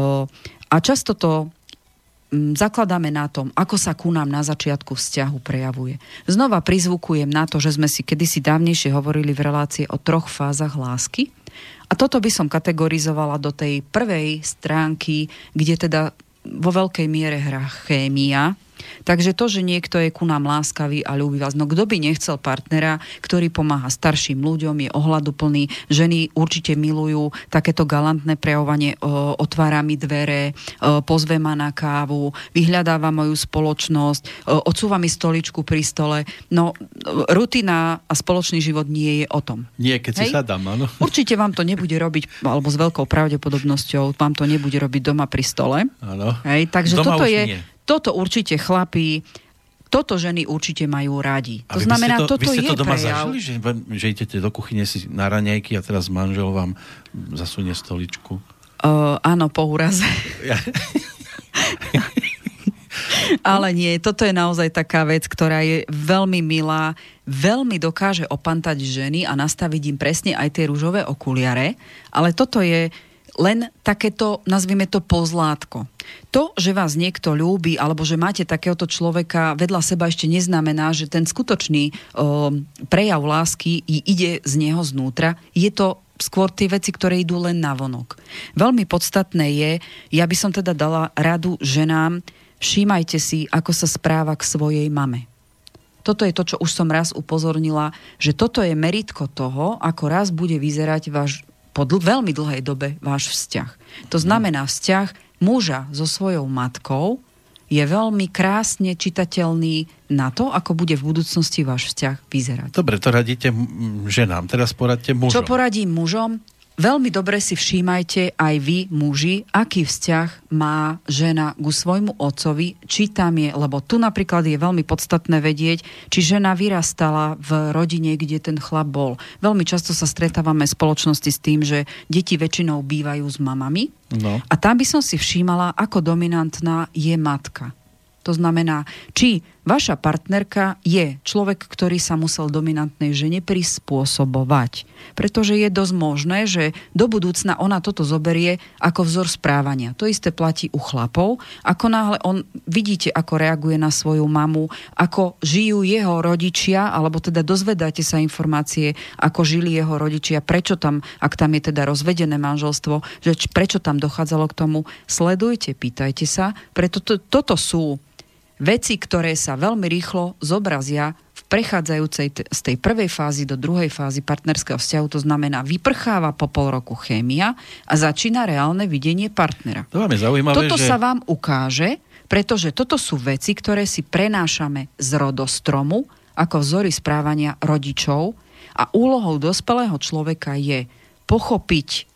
[SPEAKER 2] A často to zakladáme na tom, ako sa ku nám na začiatku vzťahu prejavuje. Znova prizvukujem na to, že sme si kedysi dávnejšie hovorili v relácii o troch fázach lásky. A toto by som kategorizovala do tej prvej stránky, kde teda vo veľkej miere hrá chémia. Takže to, že niekto je ku nám láskavý a ľúbi vás, no kto by nechcel partnera, ktorý pomáha starším ľuďom, je ohľaduplný, ženy určite milujú takéto galantné prejavovanie, otvára mi dvere, pozve ma na kávu, vyhľadáva moju spoločnosť, odsúva mi stoličku pri stole. No, rutina a spoločný život nie je o tom.
[SPEAKER 1] Nie, keď si sadám, áno.
[SPEAKER 2] Určite vám to nebude robiť, alebo s veľkou pravdepodobnosťou vám to nebude robiť doma pri stole.
[SPEAKER 1] Áno.
[SPEAKER 2] Hej, takže
[SPEAKER 1] doma
[SPEAKER 2] toto
[SPEAKER 1] už
[SPEAKER 2] je...
[SPEAKER 1] nie.
[SPEAKER 2] Toto určite chlapí, toto ženy určite majú radi. To
[SPEAKER 1] ale
[SPEAKER 2] znamená,
[SPEAKER 1] to,
[SPEAKER 2] toto
[SPEAKER 1] je prejav. Vy ste to doma
[SPEAKER 2] prejav.
[SPEAKER 1] zažili, že, že idete do kuchyne si na raňajky a teraz manžel vám zasunie stoličku?
[SPEAKER 2] Uh, áno, po úraze.
[SPEAKER 1] Ja.
[SPEAKER 2] Ale nie, toto je naozaj taká vec, ktorá je veľmi milá, veľmi dokáže opantať ženy a nastaviť im presne aj tie ružové okuliare, ale toto je len takéto, nazvime to pozlátko. To, že vás niekto ľúbi, alebo že máte takéhoto človeka vedľa seba, ešte neznamená, že ten skutočný o, prejav lásky ide z neho znútra. Je to skôr tie veci, ktoré idú len navonok. Veľmi podstatné je, ja by som teda dala radu ženám, všímajte si, ako sa správa k svojej mame. Toto je to, čo už som raz upozornila, že toto je meritko toho, ako raz bude vyzerať váš po dl- veľmi dlhej dobe váš vzťah. To znamená, vzťah muža so svojou matkou je veľmi krásne čitateľný na to, ako bude v budúcnosti váš vzťah vyzerať.
[SPEAKER 1] Dobre, to radíte m- ženám, teraz poradte mužom.
[SPEAKER 2] Čo poradím mužom? Veľmi dobre si všímajte aj vy, muži, aký vzťah má žena ku svojmu otcovi, či tam je, lebo tu napríklad je veľmi podstatné vedieť, či žena vyrastala v rodine, kde ten chlap bol. Veľmi často sa stretávame v spoločnosti s tým, že deti väčšinou bývajú s mamami.
[SPEAKER 1] No.
[SPEAKER 2] A tam by som si všímala, ako dominantná je matka. To znamená, či vaša partnerka je človek, ktorý sa musel dominantnej žene prispôsobovať. Pretože je dosť možné, že do budúcna ona toto zoberie ako vzor správania. To isté platí u chlapov. Ako náhle on, vidíte, ako reaguje na svoju mamu, ako žijú jeho rodičia, alebo teda dozvedáte sa informácie, ako žili jeho rodičia, prečo tam, ak tam je teda rozvedené manželstvo, že prečo tam dochádzalo k tomu. Sledujte, pýtajte sa, preto to, toto sú veci, ktoré sa veľmi rýchlo zobrazia v prechádzajúcej t- z tej prvej fázy do druhej fázy partnerského vzťahu, to znamená, vyprcháva po pol roku chémia a začína reálne videnie partnera.
[SPEAKER 1] To vám je zaujímavé,
[SPEAKER 2] Toto
[SPEAKER 1] že...
[SPEAKER 2] sa vám ukáže, pretože toto sú veci, ktoré si prenášame z rodostromu ako vzory správania rodičov a úlohou dospelého človeka je pochopiť,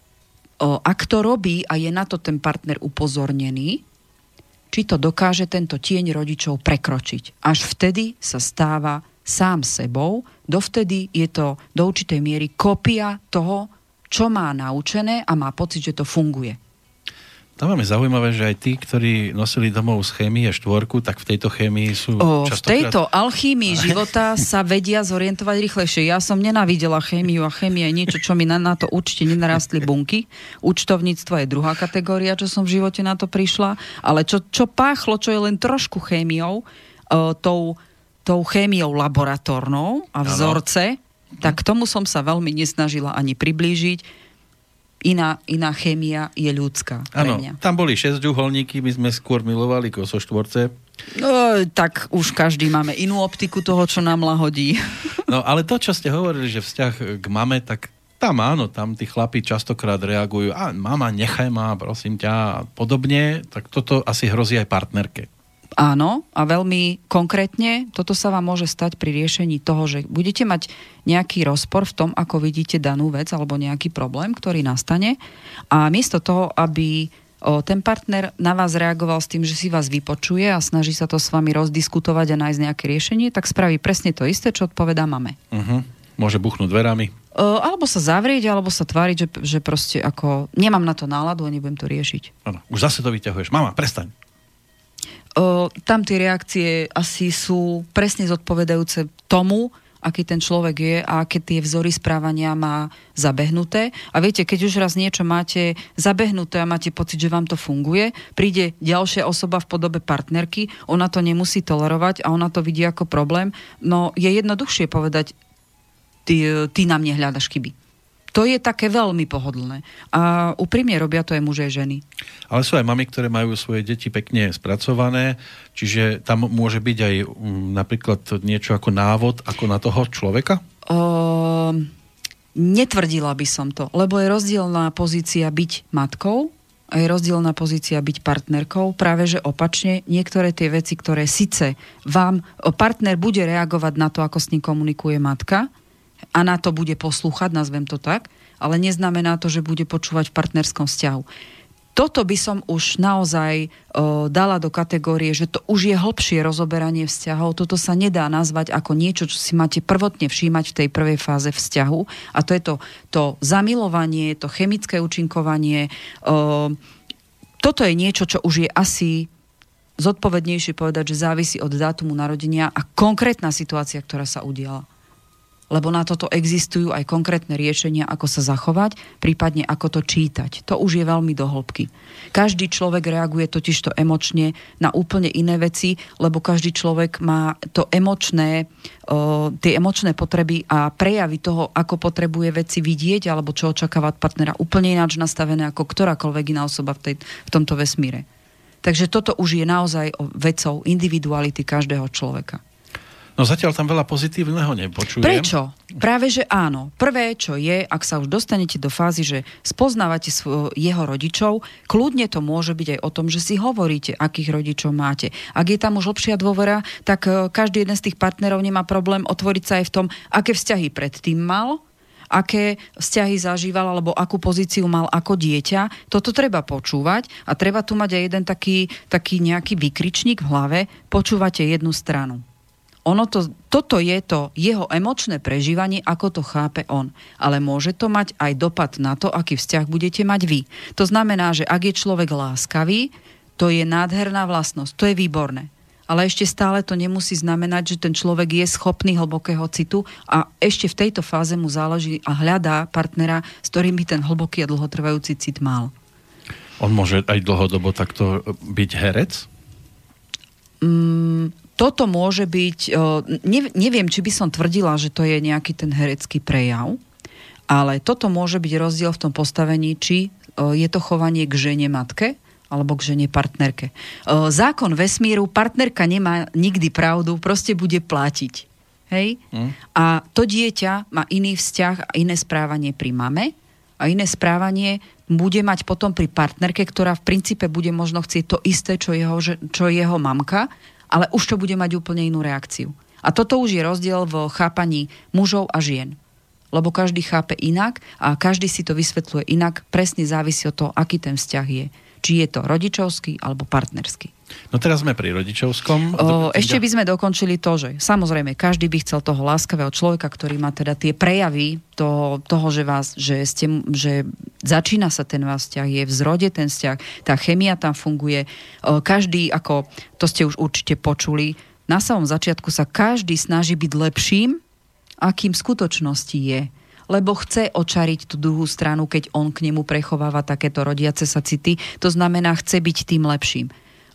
[SPEAKER 2] o, ak to robí a je na to ten partner upozornený, či to dokáže tento tieň rodičov prekročiť. Až vtedy sa stáva sám sebou, dovtedy je to do určitej miery kopia toho, čo má naučené a má pocit, že to funguje.
[SPEAKER 1] To máme zaujímavé, že aj tí, ktorí nosili domov z chémie štvorku, tak v tejto chémii sú
[SPEAKER 2] o,
[SPEAKER 1] častokrát...
[SPEAKER 2] V tejto alchýmii života sa vedia zorientovať rýchlejšie. Ja som nenávidela chémiu a chémia je niečo, čo mi na, na to určite nenarastli bunky. Účtovníctvo je druhá kategória, čo som v živote na to prišla. Ale čo, čo páchlo, čo je len trošku chémiou, o, tou, tou chémiou laboratórnou a vzorce, Tak k tomu som sa veľmi nesnažila ani priblížiť. Iná, iná chémia je ľudská.
[SPEAKER 1] Áno, tam boli šesťuholníky, my sme skôr milovali kosoštvorce.
[SPEAKER 2] No, tak už každý máme inú optiku toho, čo nám lahodí.
[SPEAKER 1] No, ale to, čo ste hovorili, že vzťah k mame, tak tam áno, tam tí chlapi častokrát reagujú, a mama, nechaj ma, prosím ťa, a podobne, tak toto asi hrozí aj partnerke.
[SPEAKER 2] Áno, a veľmi konkrétne toto sa vám môže stať pri riešení toho, že budete mať nejaký rozpor v tom, ako vidíte danú vec alebo nejaký problém, ktorý nastane, a miesto toho, aby o, ten partner na vás reagoval s tým, že si vás vypočuje a snaží sa to s vami rozdiskutovať a nájsť nejaké riešenie, tak spraví presne to isté, čo odpovedá mame.
[SPEAKER 1] Uh-huh. Môže buchnúť dverami.
[SPEAKER 2] O, alebo sa zavrieť, alebo sa tváriť, že, že proste ako nemám na to náladu a nebudem to riešiť.
[SPEAKER 1] Áno, už zase to vyťahuješ. Mama, prestaň.
[SPEAKER 2] O, tam tie reakcie asi sú presne zodpovedajúce tomu, aký ten človek je a aké tie vzory správania má zabehnuté. A viete, keď už raz niečo máte zabehnuté a máte pocit, že vám to funguje, príde ďalšia osoba v podobe partnerky, ona to nemusí tolerovať a ona to vidí ako problém, no je jednoduchšie povedať, ty, ty na mne hľadaš chyby. To je také veľmi pohodlné. A úprimne robia to aj muže a ženy.
[SPEAKER 1] Ale sú aj mami, ktoré majú svoje deti pekne spracované, čiže tam môže byť aj um, napríklad niečo ako návod, ako na toho človeka?
[SPEAKER 2] Uh, netvrdila by som to, lebo je rozdielná pozícia byť matkou a je rozdielná pozícia byť partnerkou. Práve že opačne, niektoré tie veci, ktoré síce vám partner bude reagovať na to, ako s ním komunikuje matka, a na to bude poslúchať, nazvem to tak, ale neznamená to, že bude počúvať v partnerskom vzťahu. Toto by som už naozaj o, dala do kategórie, že to už je hlbšie rozoberanie vzťahov. Toto sa nedá nazvať ako niečo, čo si máte prvotne všímať v tej prvej fáze vzťahu. A to je to, to zamilovanie, to chemické účinkovanie. O, toto je niečo, čo už je asi zodpovednejšie povedať, že závisí od dátumu narodenia a konkrétna situácia, ktorá sa udiala. Lebo na toto existujú aj konkrétne riešenia, ako sa zachovať, prípadne ako to čítať. To už je veľmi do hĺbky. Každý človek reaguje totižto emočne na úplne iné veci, lebo každý človek má to emočné, o, tie emočné potreby a prejavy toho, ako potrebuje veci vidieť, alebo čo očakáva od partnera, úplne ináč nastavené ako ktorákoľvek iná osoba v, tej, v tomto vesmíre. Takže toto už je naozaj vecou individuality každého človeka.
[SPEAKER 1] No zatiaľ tam veľa pozitívneho nepočujem.
[SPEAKER 2] Prečo? Práve, že áno. Prvé, čo je, ak sa už dostanete do fázy, že spoznávate svoj, jeho rodičov, kľudne to môže byť aj o tom, že si hovoríte, akých rodičov máte. Ak je tam už hlbšia dôvera, tak každý jeden z tých partnerov nemá problém otvoriť sa aj v tom, aké vzťahy predtým mal, aké vzťahy zažíval, alebo akú pozíciu mal ako dieťa. Toto treba počúvať a treba tu mať aj jeden taký, taký nejaký vykričník v hlave. Počúvate jednu stranu. Ono to, toto je to jeho emočné prežívanie, ako to chápe on. Ale môže to mať aj dopad na to, aký vzťah budete mať vy. To znamená, že ak je človek láskavý, to je nádherná vlastnosť, to je výborné. Ale ešte stále to nemusí znamenať, že ten človek je schopný hlbokého citu a ešte v tejto fáze mu záleží a hľadá partnera, s ktorým by ten hlboký a dlhotrvajúci cit mal.
[SPEAKER 1] On môže aj dlhodobo takto byť herec?
[SPEAKER 2] Mm, toto môže byť, neviem, či by som tvrdila, že to je nejaký ten herecký prejav, ale toto môže byť rozdiel v tom postavení, či je to chovanie k žene matke, alebo k žene partnerke. Zákon vesmíru, partnerka nemá nikdy pravdu, proste bude platiť. Hej? Mm. A to dieťa má iný vzťah a iné správanie pri mame a iné správanie bude mať potom pri partnerke, ktorá v princípe bude možno chcieť to isté, čo jeho, čo jeho mamka, ale už to bude mať úplne inú reakciu. A toto už je rozdiel v chápaní mužov a žien. Lebo každý chápe inak a každý si to vysvetľuje inak, presne závisí od toho, aký ten vzťah je. Či je to rodičovský alebo partnerský.
[SPEAKER 1] No teraz sme pri rodičovskom.
[SPEAKER 2] O, ešte by sme dokončili to, že samozrejme každý by chcel toho láskavého človeka, ktorý má teda tie prejavy toho, toho že vás, že, ste, že začína sa ten vás vzťah, je v zrode ten vzťah, tá chémia tam funguje. O, každý, ako to ste už určite počuli, na samom začiatku sa každý snaží byť lepším, akým v skutočnosti je. Lebo chce očariť tú druhú stranu, keď on k nemu prechováva takéto rodiace sa city. To znamená, chce byť tým lepším.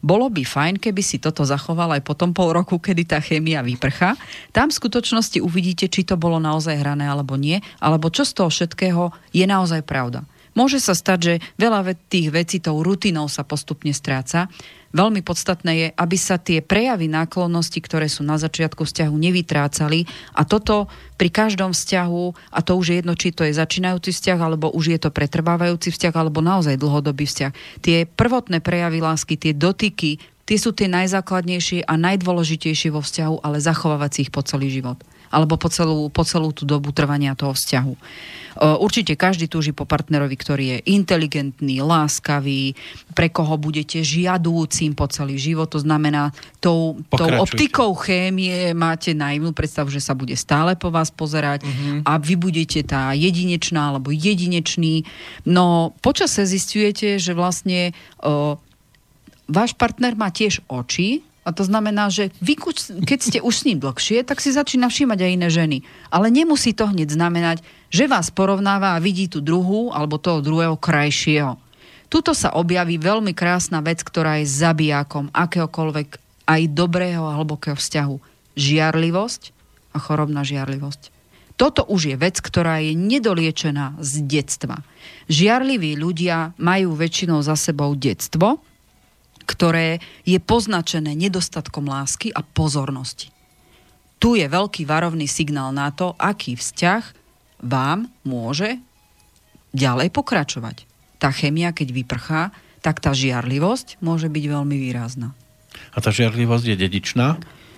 [SPEAKER 2] Bolo by fajn, keby si toto zachoval aj po tom pol roku, kedy tá chémia vyprchá. Tam v skutočnosti uvidíte, či to bolo naozaj hrané alebo nie, alebo čo z toho všetkého je naozaj pravda. Môže sa stať, že veľa tých vecí tou rutinou sa postupne stráca. Veľmi podstatné je, aby sa tie prejavy náklonnosti, ktoré sú na začiatku vzťahu, nevytrácali. A toto pri každom vzťahu, a to už je jedno, či to je začínajúci vzťah, alebo už je to pretrvávajúci vzťah, alebo naozaj dlhodobý vzťah. Tie prvotné prejavy lásky, tie dotyky, tie sú tie najzákladnejšie a najdôležitejšie vo vzťahu, ale zachovávať si ich po celý život. Alebo po celú, po celú tú dobu trvania toho vzťahu. Určite každý túži po partnerovi, ktorý je inteligentný, láskavý, pre koho budete žiadúcim po celý život. To znamená, tou, tou optikou chémie máte naivnú predstavu, že sa bude stále po vás pozerať mm-hmm. a vy budete tá jedinečná alebo jedinečný. No počase zisťujete, že vlastne o, váš partner má tiež oči. A to znamená, že vy, keď ste už s ním dlhšie, tak si začína všímať aj iné ženy. Ale nemusí to hneď znamenať, že vás porovnáva a vidí tú druhú alebo toho druhého krajšieho. Tuto sa objaví veľmi krásna vec, ktorá je zabijákom akéhokoľvek aj dobrého a hlbokého vzťahu. Žiarlivosť a chorobná žiarlivosť. Toto už je vec, ktorá je nedoliečená z detstva. Žiarliví ľudia majú väčšinou za sebou detstvo, ktoré je poznačené nedostatkom lásky a pozornosti. Tu je veľký varovný signál na to, aký vzťah vám môže ďalej pokračovať. Tá chémia, keď vyprchá, tak tá žiarlivosť môže byť veľmi výrazná.
[SPEAKER 1] A tá žiarlivosť je dedičná?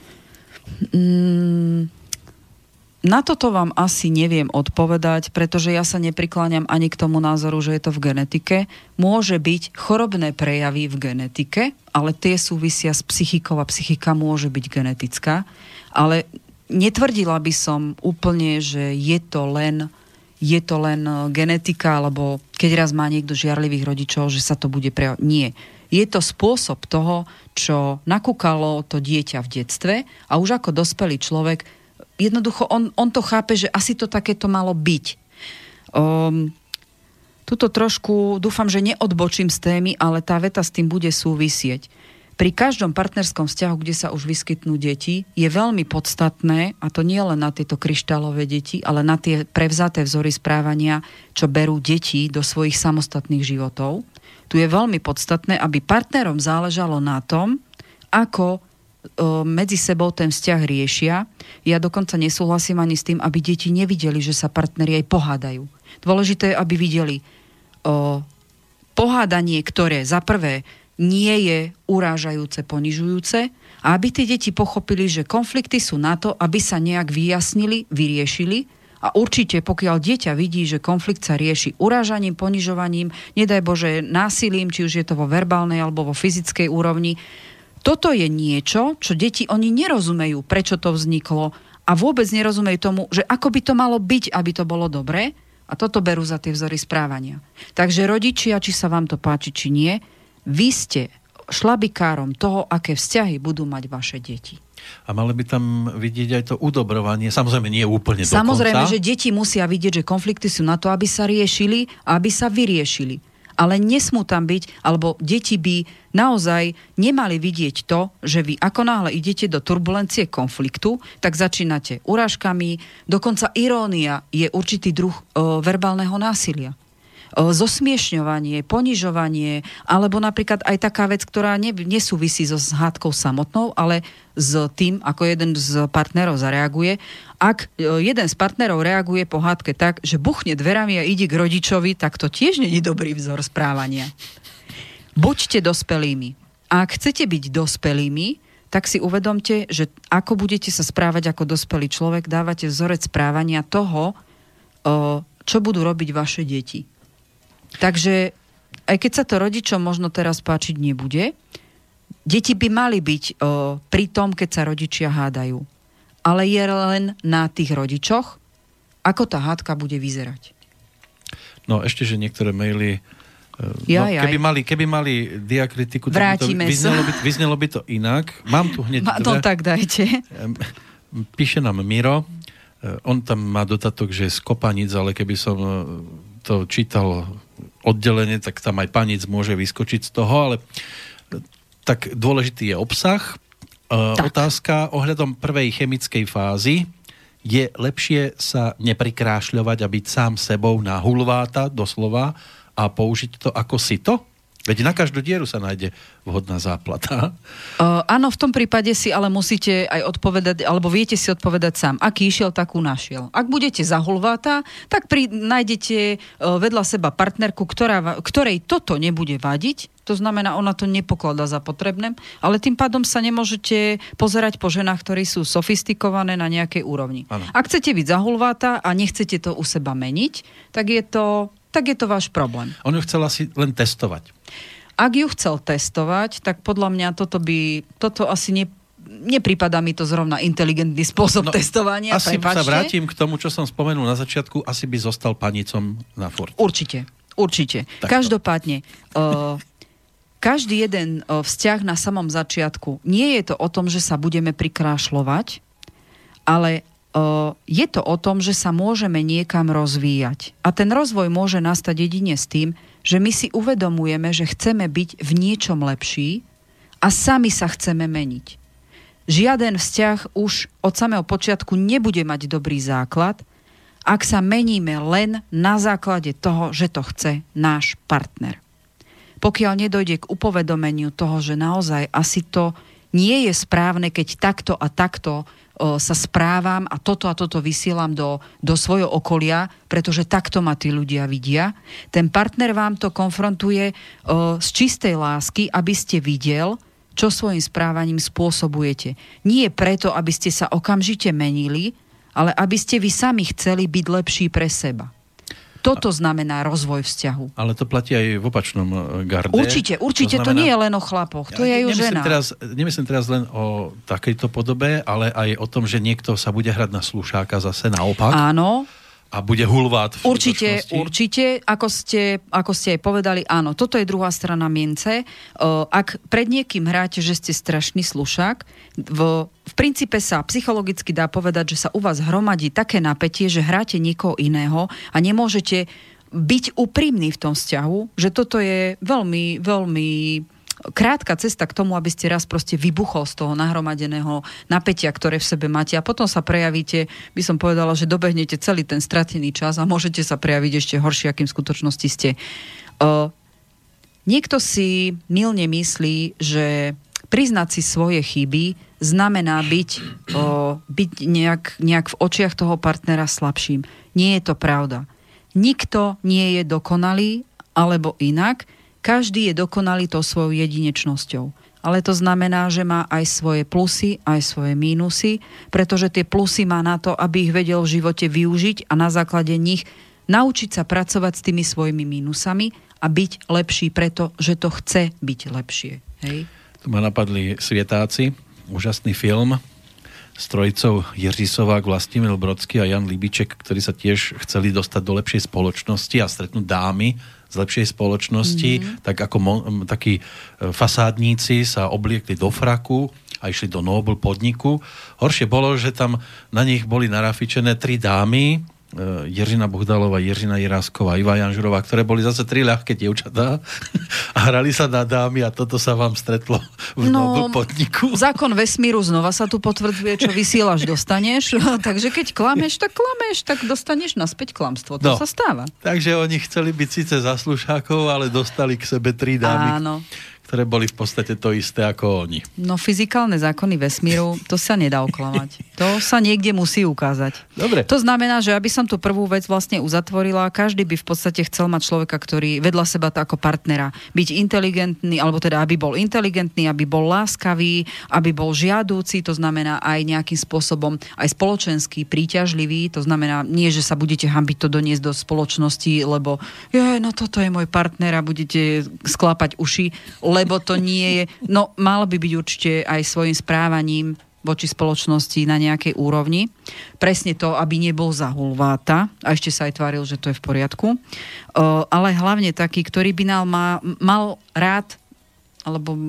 [SPEAKER 2] Mm, na toto vám asi neviem odpovedať, pretože ja sa neprikláňam ani k tomu názoru, že je to v genetike. Môže byť chorobné prejavy v genetike, ale tie súvisia s psychikou a psychika môže byť genetická. Ale netvrdila by som úplne, že je to len, je to len genetika, alebo keď raz má niekto žiarlivých rodičov, že sa to bude prejavovať. Nie. Je to spôsob toho, čo nakúkalo to dieťa v detstve a už ako dospelý človek jednoducho on, on to chápe, že asi to takéto malo byť. Um, tuto trošku dúfam, že neodbočím z témy, ale tá veta s tým bude súvisieť. Pri každom partnerskom vzťahu, kde sa už vyskytnú deti, je veľmi podstatné, a to nie len na tieto kryštálové deti, ale na tie prevzaté vzory správania, čo berú deti do svojich samostatných životov. Tu je veľmi podstatné, aby partnerom záležalo na tom, ako medzi sebou ten vzťah riešia. Ja dokonca nesúhlasím ani s tým, aby deti nevideli, že sa partneri aj pohádajú. Dôležité je, aby videli o, pohádanie, ktoré za prvé nie je urážajúce, ponižujúce, a aby tie deti pochopili, že konflikty sú na to, aby sa nejak vyjasnili, vyriešili. A určite, pokiaľ dieťa vidí, že konflikt sa rieši urážaním, ponižovaním, nedaj Bože násilím, či už je to vo verbálnej alebo vo fyzickej úrovni, toto je niečo, čo deti oni nerozumejú, prečo to vzniklo a vôbec nerozumejú tomu, že ako by to malo byť, aby to bolo dobré, a toto berú za tie vzory správania. Takže rodičia, či sa vám to páči, či nie, vy ste šlabikárom toho, aké vzťahy budú mať vaše deti.
[SPEAKER 1] A mali by tam vidieť aj to udobrovanie, samozrejme nie úplne dokonca.
[SPEAKER 2] Samozrejme, že deti musia vidieť, že konflikty sú na to, aby sa riešili a aby sa vyriešili. Ale nesmú tam byť, alebo deti by naozaj nemali vidieť to, že vy ako náhle idete do turbulencie konfliktu, tak začínate urážkami, dokonca irónia je určitý druh e, verbálneho násilia. E, zosmiešňovanie, ponižovanie, alebo napríklad aj taká vec, ktorá ne, nesúvisí so hádkou samotnou, ale s tým, ako jeden z partnerov zareaguje. Ak jeden z partnerov reaguje po hádke tak, že buchne dverami a ide k rodičovi, tak to tiež nie je dobrý vzor správania. Buďte dospelými. A ak chcete byť dospelými, tak si uvedomte, že ako budete sa správať ako dospelý človek, dávate vzorec správania toho, čo budú robiť vaše deti. Takže aj keď sa to rodičom možno teraz páčiť nebude, deti by mali byť o, pri tom, keď sa rodičia hádajú. Ale je len na tých rodičoch, ako tá hádka bude vyzerať.
[SPEAKER 1] No ešte, že niektoré maily...
[SPEAKER 2] Ja,
[SPEAKER 1] no, keby, mali, keby mali diakritiku, tak by to, vyznelo, by, vyznelo by to inak. Mám tu hneď
[SPEAKER 2] Ma, dve. No tak dajte.
[SPEAKER 1] Píše nám Miro. On tam má dodatok, že z Kopanic, ale keby som to čítal oddelenie, tak tam aj Panic môže vyskočiť z toho, ale tak dôležitý je obsah. Tak. Otázka ohľadom prvej chemickej fázy. Je lepšie sa neprikrášľovať a byť sám sebou na hulváta, doslova, a použiť to ako sito? Veď na každú dieru sa nájde vhodná záplata.
[SPEAKER 2] Uh, áno, v tom prípade si ale musíte aj odpovedať, alebo viete si odpovedať sám. Aký išiel, takú našiel. Ak budete za hulváta, tak pri, nájdete uh, vedľa seba partnerku, ktorá, ktorej toto nebude vadiť. To znamená, ona to nepokladá za potrebné, ale tým pádom sa nemôžete pozerať po ženách, ktorí sú sofistikované na nejakej úrovni. Ano. Ak chcete byť za hulváta a nechcete to u seba meniť, tak je to, tak je to váš problém.
[SPEAKER 1] On ju chcel asi len testovať.
[SPEAKER 2] Ak ju chcel testovať, tak podľa mňa toto by, toto asi ne, nepripadá mi to zrovna inteligentný spôsob no, testovania.
[SPEAKER 1] Asi
[SPEAKER 2] prepáčte.
[SPEAKER 1] Sa vrátim k tomu, čo som spomenul na začiatku, asi by zostal panicom na furt.
[SPEAKER 2] Určite, určite. Takto. Každopádne, uh, každý jeden uh, vzťah na samom začiatku, nie je to o tom, že sa budeme prikrášľovať, ale uh, je to o tom, že sa môžeme niekam rozvíjať. A ten rozvoj môže nastať jedine s tým, že my si uvedomujeme, že chceme byť v niečom lepší a sami sa chceme meniť. Žiaden vzťah už od samého počiatku nebude mať dobrý základ, ak sa meníme len na základe toho, že to chce náš partner. Pokiaľ nedojde k upovedomeniu toho, že naozaj asi to nie je správne, keď takto a takto sa správam a toto a toto vysielam do, do svojho okolia, pretože takto ma tí ľudia vidia. Ten partner vám to konfrontuje o, z čistej lásky, aby ste videl, čo svojim správaním spôsobujete. Nie preto, aby ste sa okamžite menili, ale aby ste vy sami chceli byť lepší pre seba. Toto znamená rozvoj vzťahu.
[SPEAKER 1] Ale to platí aj v opačnom garde.
[SPEAKER 2] Určite, určite to, znamená, to nie je len o chlapoch, to ja, je aj o ženách.
[SPEAKER 1] Teraz, nemyslím teraz len o takejto podobe, ale aj o tom, že niekto sa bude hrať na slušáka zase naopak.
[SPEAKER 2] Áno.
[SPEAKER 1] A bude hulvát v
[SPEAKER 2] Určite, určite, ako ste, ako ste aj povedali, áno, toto je druhá strana mince. Ak pred niekým hráte, že ste strašný slušák, v, v princípe sa psychologicky dá povedať, že sa u vás hromadí také napätie, že hráte niekoho iného a nemôžete byť úprimný v tom vzťahu, že toto je veľmi, veľmi krátka cesta k tomu, aby ste raz proste vybuchol z toho nahromadeného napätia, ktoré v sebe máte a potom sa prejavíte, by som povedala, že dobehnete celý ten stratený čas a môžete sa prejaviť ešte horšie, akým v skutočnosti ste. Uh, niekto si mylne myslí, že priznať si svoje chyby znamená byť, uh, byť nejak, nejak v očiach toho partnera slabším. Nie je to pravda. Nikto nie je dokonalý, alebo inak, každý je dokonalý tou svojou jedinečnosťou. Ale to znamená, že má aj svoje plusy, aj svoje mínusy, pretože tie plusy má na to, aby ich vedel v živote využiť a na základe nich naučiť sa pracovať s tými svojimi mínusami a byť lepší preto, že to chce byť lepšie. Hej?
[SPEAKER 1] Tu ma napadli Svietáci, úžasný film s trojicou Jiří Sovák, Vlastimil Brodský a Jan Libiček, ktorí sa tiež chceli dostať do lepšej spoločnosti a stretnúť dámy z lepšej spoločnosti, mm-hmm. tak ako mo- takí fasádníci sa obliekli do fraku a išli do Nobel podniku. Horšie bolo, že tam na nich boli narafičené tri dámy, Jiřina Bohdalová, Jiřina Jirásková, Iva Janžurová, ktoré boli zase tri ľahké dievčatá a hrali sa na dámy a toto sa vám stretlo v
[SPEAKER 2] no,
[SPEAKER 1] Nobel podniku.
[SPEAKER 2] Zákon vesmíru znova sa tu potvrdzuje, čo vysielaš, dostaneš. Takže keď klameš, tak klameš, tak dostaneš naspäť klamstvo. To no, sa stáva.
[SPEAKER 1] Takže oni chceli byť síce zaslušákov, ale dostali k sebe tri dámy.
[SPEAKER 2] Áno.
[SPEAKER 1] Ktoré boli v podstate to isté ako oni.
[SPEAKER 2] No fyzikálne zákony vesmíru, to sa nedá oklamať. To sa niekde musí ukázať.
[SPEAKER 1] Dobre.
[SPEAKER 2] To znamená, že aby som tú prvú vec vlastne uzatvorila, každý by v podstate chcel mať človeka, ktorý vedľa seba to ako partnera. Byť inteligentný, alebo teda aby bol inteligentný, aby bol láskavý, aby bol žiadúci, to znamená aj nejakým spôsobom aj spoločenský, príťažlivý, to znamená nie, že sa budete hanbiť to doniesť do spoločnosti, lebo je, no toto je môj partner a budete sklápať uši, lebo to nie je, no mal by byť určite aj svojim správaním voči spoločnosti na nejakej úrovni. Presne to, aby nebol za hulváta a ešte sa aj tváril, že to je v poriadku. Uh, ale hlavne taký, ktorý by nám mal, mal rád, alebo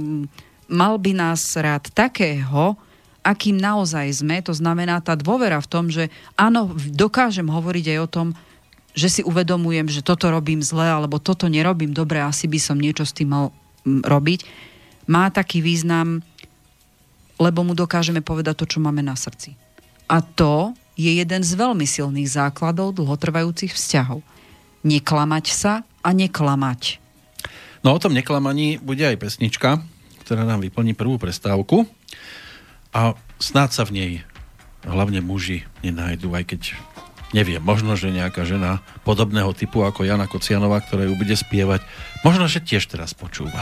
[SPEAKER 2] mal by nás rád takého, akým naozaj sme. To znamená tá dôvera v tom, že áno, dokážem hovoriť aj o tom, že si uvedomujem, že toto robím zle, alebo toto nerobím dobre, asi by som niečo s tým mal robiť. má taký význam, lebo mu dokážeme povedať to, čo máme na srdci. A to je jeden z veľmi silných základov dlhotrvajúcich vzťahov. Neklamať sa a neklamať.
[SPEAKER 1] No o tom neklamaní bude aj pesnička, ktorá nám vyplní prvú prestávku a snáď sa v nej hlavne muži nenájdu, aj keď neviem, možno, že nejaká žena podobného typu ako Jana Kocianová, ktorá ju bude spievať, možno, že tiež teraz počúva.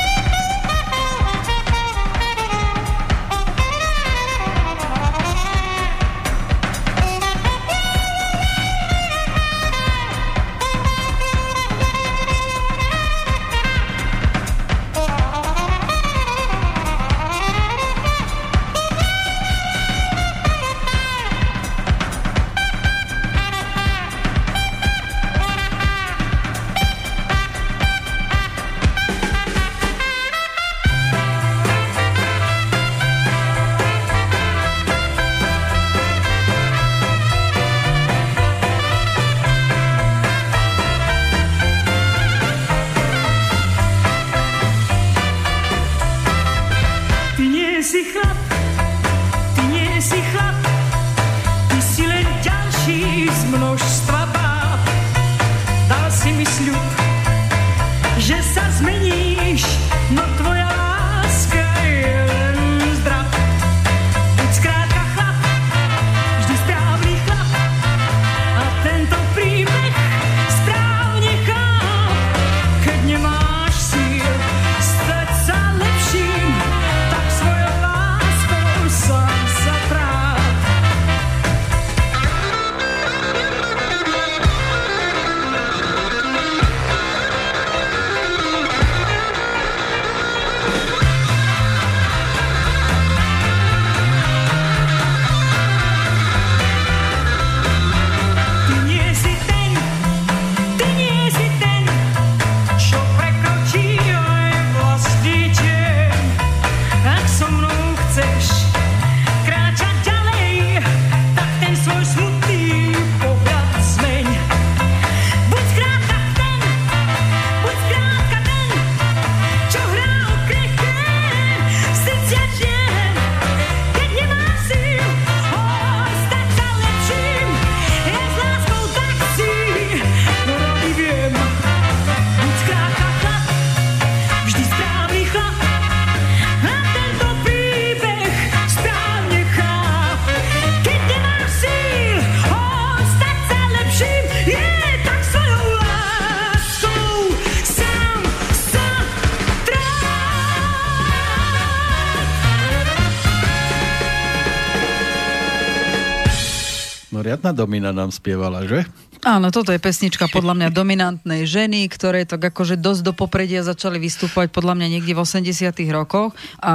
[SPEAKER 1] Riadna Domina nám spievala, že?
[SPEAKER 2] Áno, toto je pesnička podľa mňa dominantnej ženy, ktoré tak akože dosť do popredia začali vystúpať podľa mňa niekde v osemdesiatych rokoch. A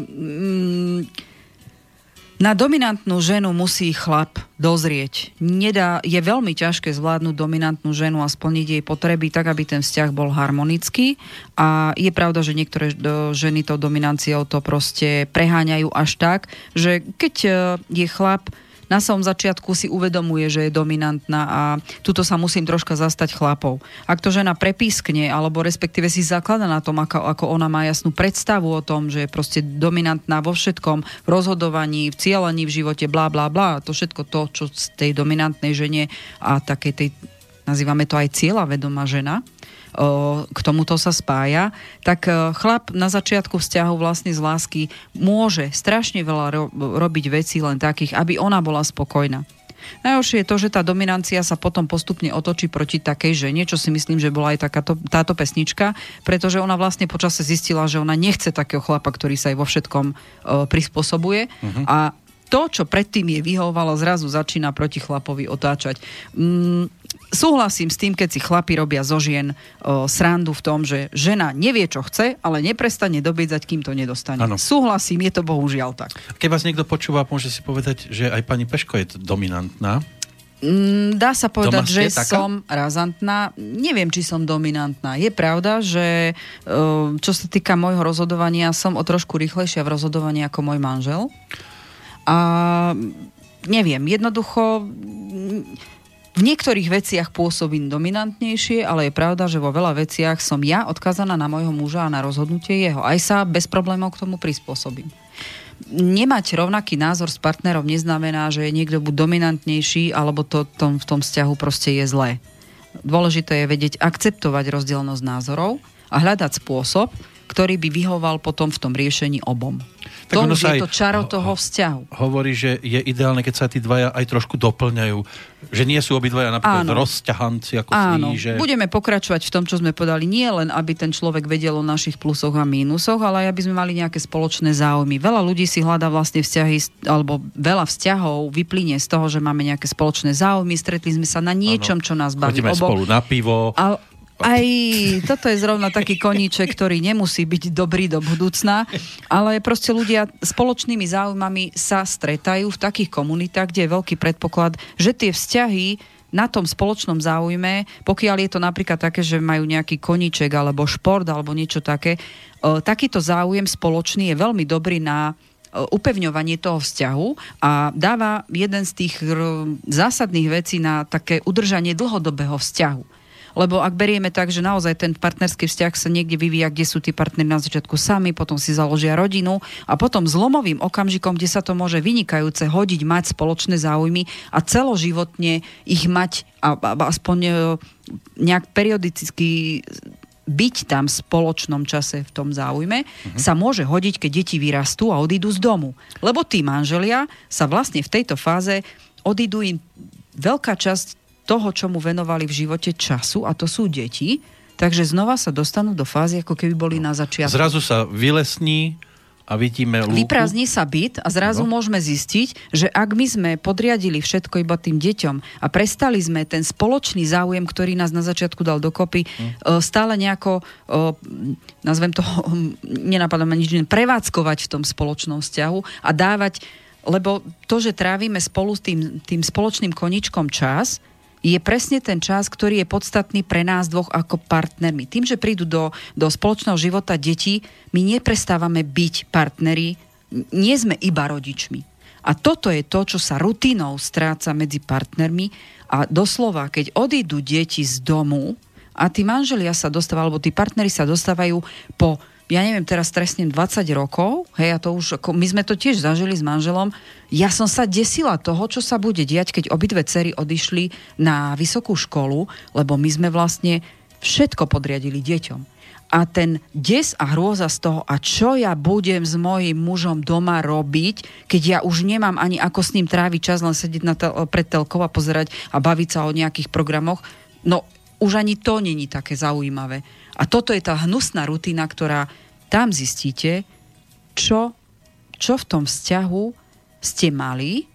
[SPEAKER 2] mm, na dominantnú ženu musí chlap dozrieť. Nedá, je veľmi ťažké zvládnuť dominantnú ženu a splniť jej potreby tak, aby ten vzťah bol harmonický. A je pravda, že niektoré ženy tou dominanciou to proste preháňajú až tak, že keď je chlap na samom začiatku si uvedomuje, že je dominantná a tuto sa musím troška zastať chlapov. Ak to žena prepískne, alebo respektíve si zaklada na tom, ako, ako ona má jasnú predstavu o tom, že je proste dominantná vo všetkom, v rozhodovaní, v cielení v živote, blá, blá, blá, to všetko to, čo z tej dominantnej žene a takej tej, nazývame to aj cieľavedomá žena, k tomuto sa spája, tak chlap na začiatku vzťahu vlastne z lásky môže strašne veľa ro- robiť veci len takých, aby ona bola spokojná. Najhoršie je to, že tá dominancia sa potom postupne otočí proti takej žene, čo si myslím, že bola aj takáto, táto pesnička, pretože ona vlastne počase zistila, že ona nechce takého chlapa, ktorý sa jej vo všetkom uh, prispôsobuje uh-huh. a to, čo predtým jej vyhovovalo, zrazu začína proti chlapovi otáčať. Mm, súhlasím s tým, keď si chlapi robia zo žien o, srandu v tom, že žena nevie, čo chce, ale neprestane dobiedzať, kým to nedostane. Ano. Súhlasím, je to bohužiaľ tak.
[SPEAKER 1] Keď vás niekto počúva, môže si povedať, že aj pani Peško je dominantná.
[SPEAKER 2] Mm, dá sa povedať,
[SPEAKER 1] Doma
[SPEAKER 2] že
[SPEAKER 1] taká?
[SPEAKER 2] som razantná. Neviem, či som dominantná. Je pravda, že o, čo sa týka môjho rozhodovania, som o trošku rýchlejšia v rozhodovaní ako môj manžel. A neviem, jednoducho v niektorých veciach pôsobím dominantnejšie, ale je pravda, že vo veľa veciach som ja odkazaná na môjho muža a na rozhodnutie jeho. Aj sa bez problémov k tomu prispôsobím. Nemať rovnaký názor s partnerom neznamená, že je niekto buď dominantnejší, alebo to tom, v tom vzťahu proste je zlé. Dôležité je vedieť akceptovať rozdielnosť názorov a hľadať spôsob, ktorý by vyhoval potom v tom riešení obom. Tak to už je to čaro toho vzťahu.
[SPEAKER 1] Hovorí, že je ideálne, keď sa tí dvaja aj trošku doplňajú. Že nie sú obidvaja napríklad áno. rozťahanci ako
[SPEAKER 2] áno.
[SPEAKER 1] sní. Že...
[SPEAKER 2] Budeme pokračovať v tom, čo sme podali. Nie len, aby ten človek vedel o našich plusoch a mínusoch, ale aj aby sme mali nejaké spoločné záujmy. Veľa ľudí si hľadá vlastne vzťahy, alebo veľa vzťahov vyplynie z toho, že máme nejaké spoločné záujmy, stretli sme sa na niečom, áno. čo nás baví.
[SPEAKER 1] Chodíme spolu na pivo.
[SPEAKER 2] A aj toto je zrovna taký koníček, ktorý nemusí byť dobrý do budúcna, ale proste ľudia spoločnými záujmami sa stretajú v takých komunitách, kde je veľký predpoklad, že tie vzťahy na tom spoločnom záujme, pokiaľ je to napríklad také, že majú nejaký koníček alebo šport alebo niečo také, takýto záujem spoločný je veľmi dobrý na upevňovanie toho vzťahu a dáva jeden z tých zásadných vecí na také udržanie dlhodobého vzťahu. Lebo ak berieme tak, že naozaj ten partnerský vzťah sa niekde vyvíja, kde sú tí partneri na začiatku sami, potom si založia rodinu a potom zlomovým okamžikom, kde sa to môže vynikajúce hodiť, mať spoločné záujmy a celoživotne ich mať a, a aspoň nejak periodicky byť tam v spoločnom čase v tom záujme, uh-huh. sa môže hodiť, keď deti vyrastú a odídu z domu. Lebo tí manželia sa vlastne v tejto fáze odídu im veľká časť toho, čo mu venovali v živote času, a to sú deti, takže znova sa dostanú do fázy, ako keby boli na začiatku.
[SPEAKER 1] Zrazu sa vylesní a vidíme lúku.
[SPEAKER 2] Vyprázdni sa byt a zrazu no. môžeme zistiť, že ak my sme podriadili všetko iba tým deťom a prestali sme ten spoločný záujem, ktorý nás na začiatku dal dokopy, hmm. stále nejako, nazvem to, nenapadá ma nič, prevádzkovať v tom spoločnom vzťahu a dávať, lebo to, že trávime spolu s tým, tým spoločným koničkom čas, je presne ten čas, ktorý je podstatný pre nás dvoch ako partnermi. Tým, že prídu do, do spoločného života detí, my neprestávame byť partneri, nie sme iba rodičmi. A toto je to, čo sa rutinou stráca medzi partnermi a doslova, keď odídu deti z domu a tí manželia sa dostávajú, alebo tí partneri sa dostávajú po, ja neviem, teraz trestnem dvadsať rokov, hej, a to už, ako, my sme to tiež zažili s manželom, ja som sa desila toho, čo sa bude diať, keď obidve dcery odišli na vysokú školu, lebo my sme vlastne všetko podriadili deťom. A ten des a hrôza z toho, a čo ja budem s mojím mužom doma robiť, keď ja už nemám ani ako s ním tráviť čas, len sedieť na tel- pred telkou a pozerať a baviť sa o nejakých programoch, no už ani to není také zaujímavé. A toto je tá hnusná rutina, ktorá tam zistíte, čo, čo v tom vzťahu ste mali,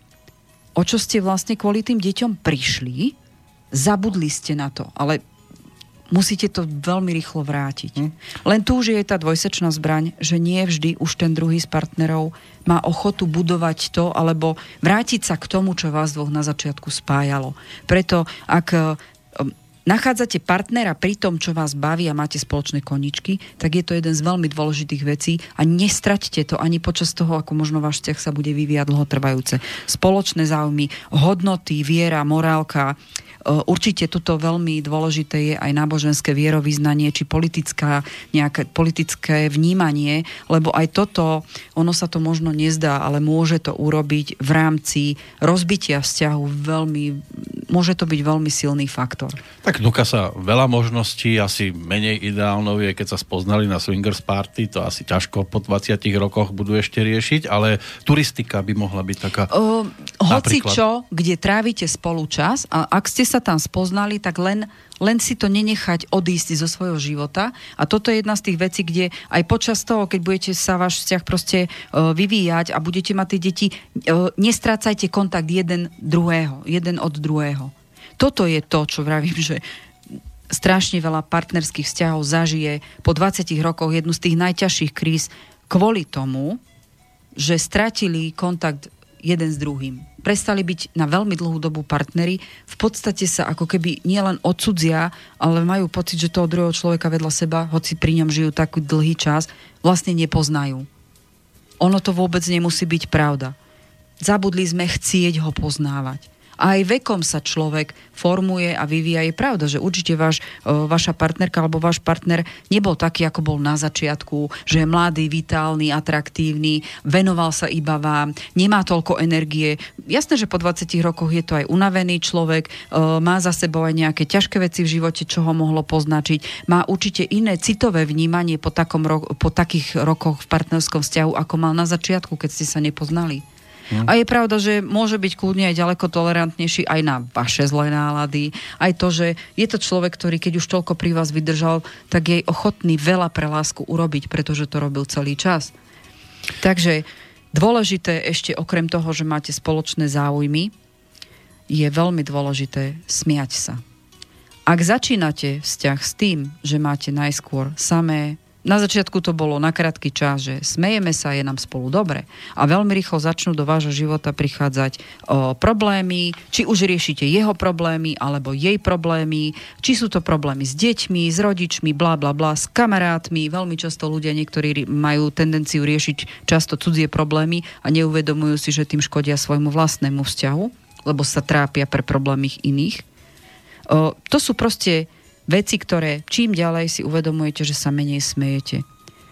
[SPEAKER 2] o čo ste vlastne kvôli tým deťom prišli, zabudli ste na to, ale musíte to veľmi rýchlo vrátiť. Hm. Len tu už je tá dvojsečná zbraň, že nie vždy už ten druhý z partnerov má ochotu budovať to, alebo vrátiť sa k tomu, čo vás dvoch na začiatku spájalo. Preto, ak nachádzate partnera pri tom, čo vás baví a máte spoločné koničky, tak je to jeden z veľmi dôležitých vecí a nestraťte to ani počas toho, ako možno váš vzťah sa bude vyvíjať dlhotrvajúce. Spoločné záujmy, hodnoty, viera, morálka. Určite toto veľmi dôležité je aj náboženské vierovyznanie, či politická, nejaké politické vnímanie, lebo aj toto, ono sa to možno nezdá, ale môže to urobiť v rámci rozbitia vzťahu veľmi, môže to byť veľmi silný faktor.
[SPEAKER 1] Tak núka sa veľa možností, asi menej ideálnou je, keď sa spoznali na swingers party, to asi ťažko po dvadsiatich rokoch budú ešte riešiť, ale turistika by mohla byť taká... Uh,
[SPEAKER 2] hoci čo, kde trávite spolu čas a ak ste sa tam spoznali, tak len, len si to nenechať odísť zo svojho života. A toto je jedna z tých vecí, kde aj počas toho, keď budete sa váš vzťah proste uh, vyvíjať a budete mať tie deti, uh, nestrácajte kontakt jeden druhého, jeden od druhého. Toto je to, čo vravím, že strašne veľa partnerských vzťahov zažije po dvadsiatich rokoch jednu z tých najťažších kríz kvôli tomu, že stratili kontakt jeden s druhým. Prestali byť na veľmi dlhú dobu partneri, v podstate sa ako keby nielen odsudzia, ale majú pocit, že toho druhého človeka vedľa seba, hoci pri ňom žijú taký dlhý čas, vlastne nepoznajú. Ono to vôbec nemusí byť pravda. Zabudli sme chcieť ho poznávať. A aj vekom sa človek formuje a vyvíja. Je pravda, že určite váš, vaša partnerka alebo váš partner nebol taký, ako bol na začiatku, že je mladý, vitálny, atraktívny, venoval sa iba vám, nemá toľko energie. Jasné, že po dvadsiatich rokoch je to aj unavený človek, má za sebou aj nejaké ťažké veci v živote, čo ho mohlo poznačiť. Má určite iné citové vnímanie po, takom ro- po takých rokoch v partnerskom vzťahu, ako mal na začiatku, keď ste sa nepoznali. Hmm. A je pravda, že môže byť kľudne aj ďaleko tolerantnejší aj na vaše zlé nálady. Aj to, že je to človek, ktorý keď už toľko pri vás vydržal, tak je ochotný veľa pre lásku urobiť, pretože to robil celý čas. Takže dôležité ešte okrem toho, že máte spoločné záujmy, je veľmi dôležité smiať sa. Ak začínate vzťah s tým, že máte najskôr samé, na začiatku to bolo na krátky čas, že smejeme sa, je nám spolu dobre a veľmi rýchlo začnú do vášho života prichádzať o, problémy, či už riešite jeho problémy alebo jej problémy, či sú to problémy s deťmi, s rodičmi, bla bla bla, s kamarátmi. Veľmi často ľudia niektorí majú tendenciu riešiť často cudzie problémy a neuvedomujú si, že tým škodia svojmu vlastnému vzťahu, lebo sa trápia pre problémy iných. O, to sú proste veci, ktoré čím ďalej si uvedomujete, že sa menej smejete.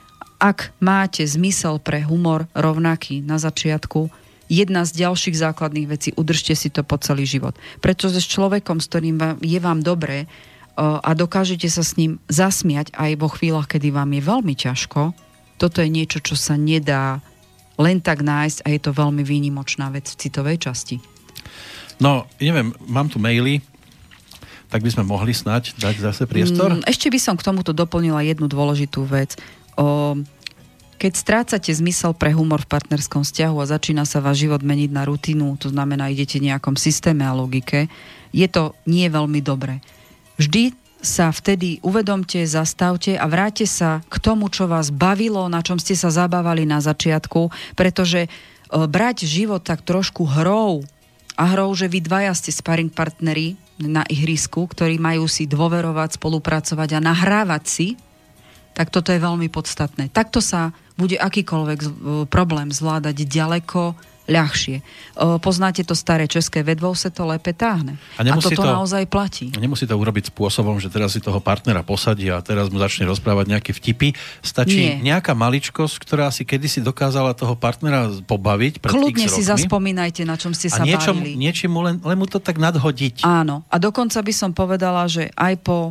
[SPEAKER 2] Ak máte zmysel pre humor rovnaký na začiatku, jedna z ďalších základných vecí, udržte si to po celý život. Pretože s človekom, s ktorým vám, je vám dobre a dokážete sa s ním zasmiať aj vo chvíľach, kedy vám je veľmi ťažko, toto je niečo, čo sa nedá len tak nájsť a je to veľmi výnimočná vec v citovej časti.
[SPEAKER 1] No, neviem, mám tu maily, tak by sme mohli snáď dať zase priestor?
[SPEAKER 2] Mm, ešte by som k tomuto doplnila jednu dôležitú vec. O, keď strácate zmysel pre humor v partnerskom vzťahu a začína sa váš život meniť na rutinu, to znamená, idete v nejakom systéme a logike, je to nie veľmi dobré. Vždy sa vtedy uvedomte, zastavte a vráte sa k tomu, čo vás bavilo, na čom ste sa zabávali na začiatku, pretože o, brať život tak trošku hrou a hrou, že vy dvaja ste sparring partneri na ihrisku, ktorí majú si dôverovať, spolupracovať a nahrávať si, tak toto je veľmi podstatné. Takto sa bude akýkoľvek problém zvládať ďaleko ľahšie. Poznáte to staré české vedvou se to lépe táhne. A, a toto to, naozaj platí.
[SPEAKER 1] Nemusí to urobiť spôsobom, že teraz si toho partnera posadí a teraz mu začne rozprávať nejaké vtipy. Stačí Nie. nejaká maličkosť, ktorá si kedysi dokázala toho partnera pobaviť pred
[SPEAKER 2] Kľudne
[SPEAKER 1] x
[SPEAKER 2] si
[SPEAKER 1] rokmi.
[SPEAKER 2] zaspomínajte, na čom ste
[SPEAKER 1] a
[SPEAKER 2] sa
[SPEAKER 1] niečom,
[SPEAKER 2] bavili.
[SPEAKER 1] niečím mu len, len mu to tak nadhodiť.
[SPEAKER 2] Áno. A dokonca by som povedala, že aj po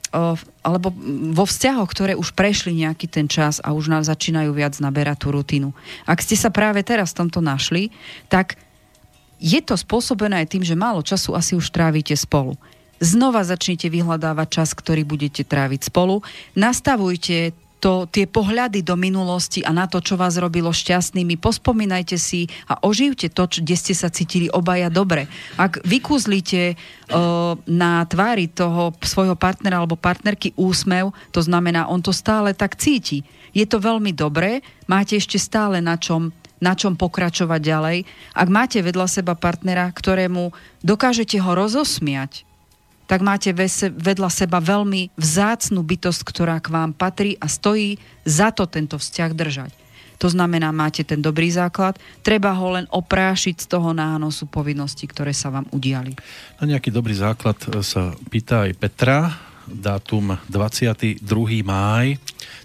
[SPEAKER 2] alebo vo vzťahoch, ktoré už prešli nejaký ten čas a už nám začínajú viac naberať tú rutinu. Ak ste sa práve teraz v tomto našli, tak je to spôsobené aj tým, že málo času asi už trávite spolu. Znova začnite vyhľadávať čas, ktorý budete tráviť spolu. Nastavujte to, tie pohľady do minulosti a na to, čo vás robilo šťastnými. Pospomínajte si a oživte to, kde ste sa cítili obaja dobre. Ak vykúzlite uh, na tvári toho svojho partnera alebo partnerky úsmev, to znamená, on to stále tak cíti. Je to veľmi dobré, máte ešte stále na čom na čom pokračovať ďalej. Ak máte vedľa seba partnera, ktorému dokážete ho rozosmiať, tak máte vedľa seba veľmi vzácnu bytosť, ktorá k vám patrí a stojí za to tento vzťah držať. To znamená, máte ten dobrý základ, treba ho len oprášiť z toho nánosu povinností, ktoré sa vám udiali.
[SPEAKER 1] Na nejaký dobrý základ sa pýta aj Petra, dátum dvadsiateho druhého mája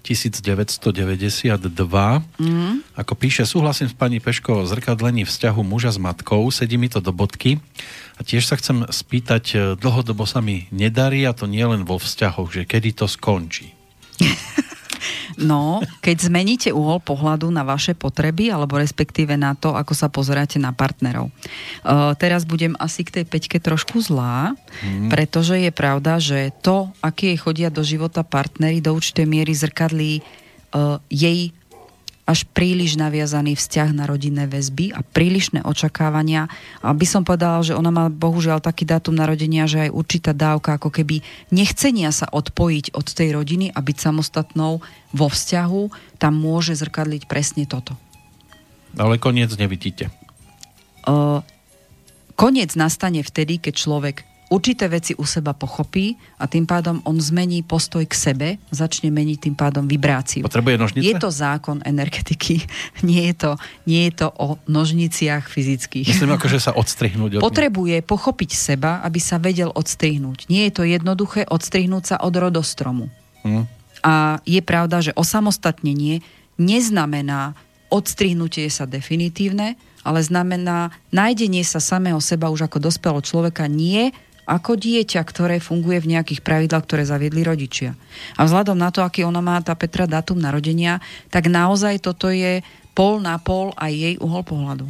[SPEAKER 1] devätnásťstodeväťdesiatdva. Mm. Ako píše, súhlasím s pani Peško o zrkadlení vzťahu muža s matkou, sedí mi to do bodky. A tiež sa chcem spýtať, dlhodobo sa mi nedarí, a to nie len vo vzťahoch, že kedy to skončí?
[SPEAKER 2] No, keď zmeníte uhol pohľadu na vaše potreby, alebo respektíve na to, ako sa pozeráte na partnerov. Uh, teraz budem asi k tej peťke trošku zlá, hmm. pretože je pravda, že to, aké chodia do života partneri, do určitej miery zrkadlí uh, jej až príliš naviazaný vzťah na rodinné väzby a prílišné očakávania. A by som povedala, že ona má bohužiaľ taký dátum narodenia, že aj určitá dávka ako keby nechcenia sa odpojiť od tej rodiny a byť samostatnou vo vzťahu, tam môže zrkadliť presne toto.
[SPEAKER 1] Ale koniec nevidíte.
[SPEAKER 2] Uh, koniec nastane vtedy, keď človek určité veci u seba pochopí a tým pádom on zmení postoj k sebe, začne meniť tým pádom vibráciu.
[SPEAKER 1] Potrebuje nožnice?
[SPEAKER 2] Je to zákon energetiky, nie je to, nie je to o nožniciach fyzických.
[SPEAKER 1] Myslím ako, že sa odstrihnúť. Od
[SPEAKER 2] Potrebuje pochopiť seba, aby sa vedel odstrihnúť. Nie je to jednoduché odstrihnúť sa od rodostromu. Hmm. A je pravda, že osamostatnenie neznamená odstrihnutie sa definitívne, ale znamená nájdenie sa samého seba už ako dospelého človeka, nie ako dieťa, ktoré funguje v nejakých pravidlách, ktoré zaviedli rodičia. A vzhľadom na to, aký ona má tá Petra dátum narodenia, tak naozaj toto je pol na pol aj jej uhol pohľadu.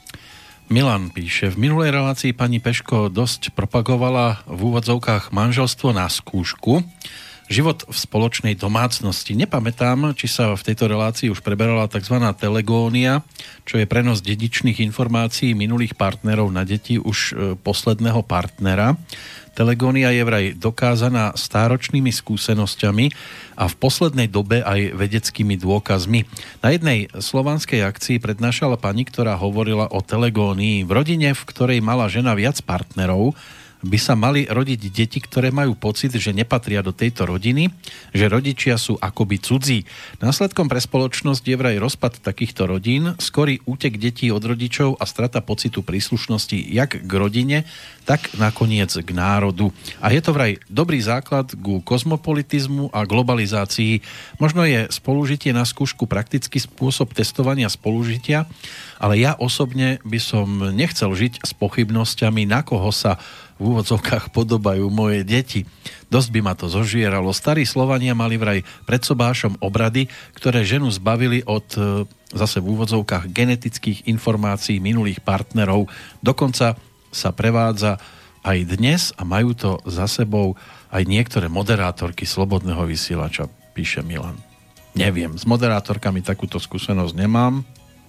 [SPEAKER 1] Milan píše, v minulej relácii pani Peško dosť propagovala v úvodzovkách manželstvo na skúšku. Život v spoločnej domácnosti. Nepamätám, či sa v tejto relácii už preberala tzv. Telegónia, čo je prenos dedičných informácií minulých partnerov na deti už posledného partnera. Telegónia je vraj dokázaná stáročnými skúsenosťami a v poslednej dobe aj vedeckými dôkazmi. Na jednej slovanskej akcii prednášala pani, ktorá hovorila o telegónii. V rodine, v ktorej mala žena viac partnerov, by sa mali rodiť deti, ktoré majú pocit, že nepatria do tejto rodiny, že rodičia sú akoby cudzí. Následkom pre spoločnosť je vraj rozpad takýchto rodín, skorý útek detí od rodičov a strata pocitu príslušnosti jak k rodine, tak nakoniec k národu. A je to vraj dobrý základ ku kozmopolitizmu a globalizácii. Možno je spolužitie na skúšku praktický spôsob testovania spolužitia, ale ja osobne by som nechcel žiť s pochybnosťami, na koho sa v úvodzovkách podobajú moje deti. Dosť by ma to zožieralo. Starí Slovania mali vraj pred sobášom obrady, ktoré ženu zbavili od zase v úvodzovkách genetických informácií minulých partnerov. Dokonca sa prevádza aj dnes a majú to za sebou aj niektoré moderátorky Slobodného vysielača, píše Milan. Neviem, s moderátorkami takúto skúsenosť nemám.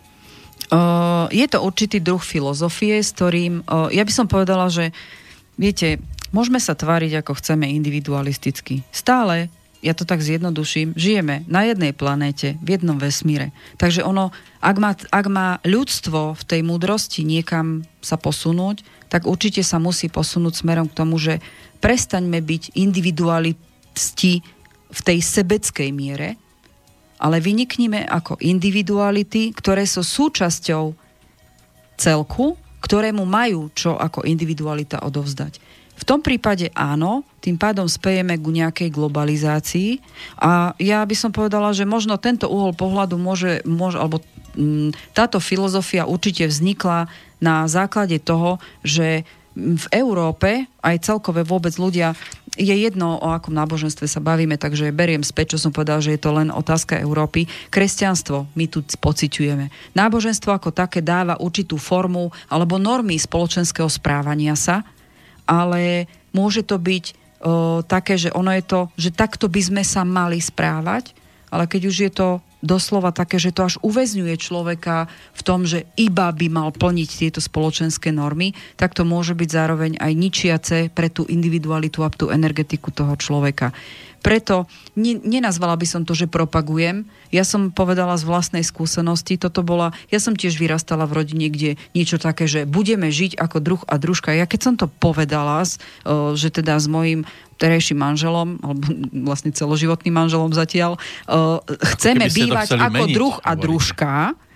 [SPEAKER 2] Uh, je to určitý druh filozofie, s ktorým, uh, ja by som povedala, že viete, môžeme sa tváriť, ako chceme individualisticky. Stále, ja to tak zjednoduším, žijeme na jednej planéte, v jednom vesmíre. Takže ono, ak má, ak má ľudstvo v tej múdrosti niekam sa posunúť, tak určite sa musí posunúť smerom k tomu, že prestaňme byť individualisti v tej sebeckej miere, ale vyniknime ako individuality, ktoré sú súčasťou celku, ktorému majú čo ako individualita odovzdať. V tom prípade áno, tým pádom spejeme ku nejakej globalizácii a ja by som povedala, že možno tento uhol pohľadu môže, môže alebo m, táto filozofia určite vznikla na základe toho, že v Európe aj celkové vôbec ľudia, je jedno, o akom náboženstve sa bavíme, takže beriem späť, čo som povedal, že je to len otázka Európy. Kresťanstvo my tu pociťujeme. Náboženstvo ako také dáva určitú formu alebo normy spoločenského správania sa, ale môže to byť o, také, že ono je to, že takto by sme sa mali správať, ale keď už je to doslova také, že to až uväzňuje človeka v tom, že iba by mal plniť tieto spoločenské normy, tak to môže byť zároveň aj ničiace pre tú individualitu a tú energetiku toho človeka. Preto ne, nenazvala by som to, že propagujem. Ja som povedala z vlastnej skúsenosti, toto bola, ja som tiež vyrastala v rodine, kde niečo také, že budeme žiť ako druh a družka. Ja keď som to povedala, že teda s mojím terejším manželom, alebo vlastne celoživotným manželom zatiaľ, chceme bývať ako meniť, druh a družka,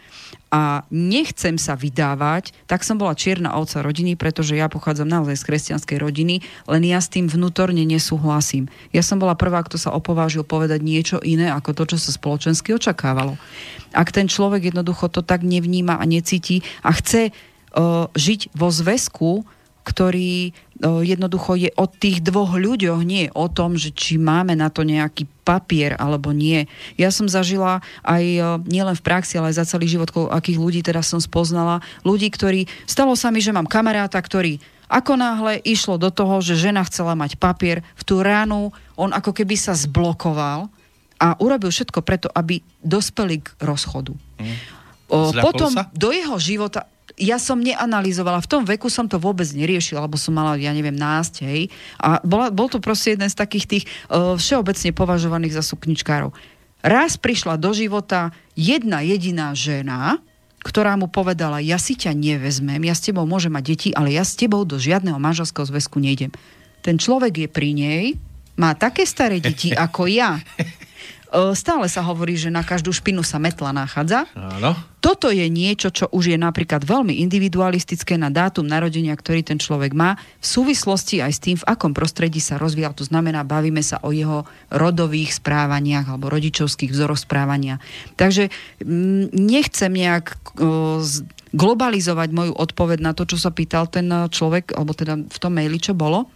[SPEAKER 2] a nechcem sa vydávať, tak som bola čierna ovca rodiny, pretože ja pochádzam naozaj z kresťanskej rodiny, len ja s tým vnútorne nesúhlasím. Ja som bola prvá, kto sa opovážil povedať niečo iné ako to, čo sa spoločensky očakávalo. Ak ten človek jednoducho to tak nevníma a necíti a chce uh, žiť vo zväzku, ktorý uh, jednoducho je o tých dvoch ľuďoch, nie o tom, že či máme na to nejaký papier alebo nie. Ja som zažila aj uh, nielen v praxi, ale aj za celý život, akých ľudí teraz som spoznala. Ľudí, ktorí, stalo sa mi, že mám kamaráta, ktorý ako náhle išlo do toho, že žena chcela mať papier, v tú ránu on ako keby sa zblokoval a urobil všetko preto, aby dospeli k rozchodu. Mm. O, potom sa? Do jeho života ja som neanalizovala, v tom veku som to vôbec neriešila, alebo som mala, ja neviem, násť, hej. A bola, bol to proste jeden z takých tých uh, všeobecne považovaných za sukničkárov. Raz prišla do života jedna jediná žena, ktorá mu povedala, ja si ťa nevezmem, ja s tebou môžem mať deti, ale ja s tebou do žiadneho manželského zväzku nejdem. Ten človek je pri nej, má také staré deti ako ja. Stále sa hovorí, že na každú špinu sa metla nachádza.
[SPEAKER 1] Áno.
[SPEAKER 2] Toto je niečo, čo už je napríklad veľmi individualistické na dátum narodenia, ktorý ten človek má, v súvislosti aj s tým, v akom prostredí sa rozvíjal. To znamená, bavíme sa o jeho rodových správaniach alebo rodičovských vzoroch správania. Takže nechcem nejak globalizovať moju odpoveď na to, čo sa pýtal ten človek, alebo teda v tom maili, čo bolo.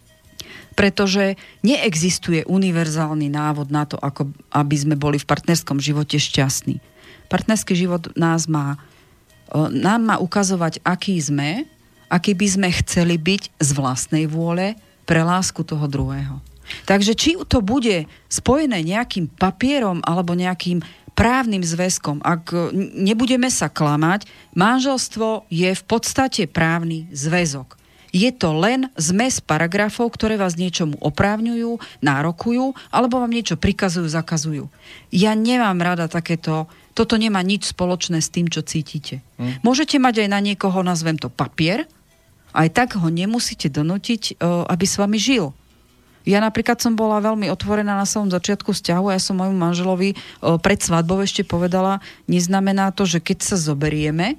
[SPEAKER 2] Pretože neexistuje univerzálny návod na to, ako, aby sme boli v partnerskom živote šťastní. Partnerský život nás má, nám má ukazovať, aký sme, aký by sme chceli byť z vlastnej vôle pre lásku toho druhého. Takže či to bude spojené nejakým papierom alebo nejakým právnym zväzkom, ak nebudeme sa klamať, manželstvo je v podstate právny zväzok. Je to len zmes paragrafov, ktoré vás niečomu oprávňujú, nárokujú, alebo vám niečo prikazujú, zakazujú. Ja nemám rada takéto, toto nemá nič spoločné s tým, čo cítite. Hm. Môžete mať aj na niekoho, nazvem to papier, aj tak ho nemusíte donútiť, aby s vami žil. Ja napríklad som bola veľmi otvorená na samom začiatku vzťahu a ja som môjmu manželovi pred svadbou ešte povedala, neznamená to, že keď sa zoberieme,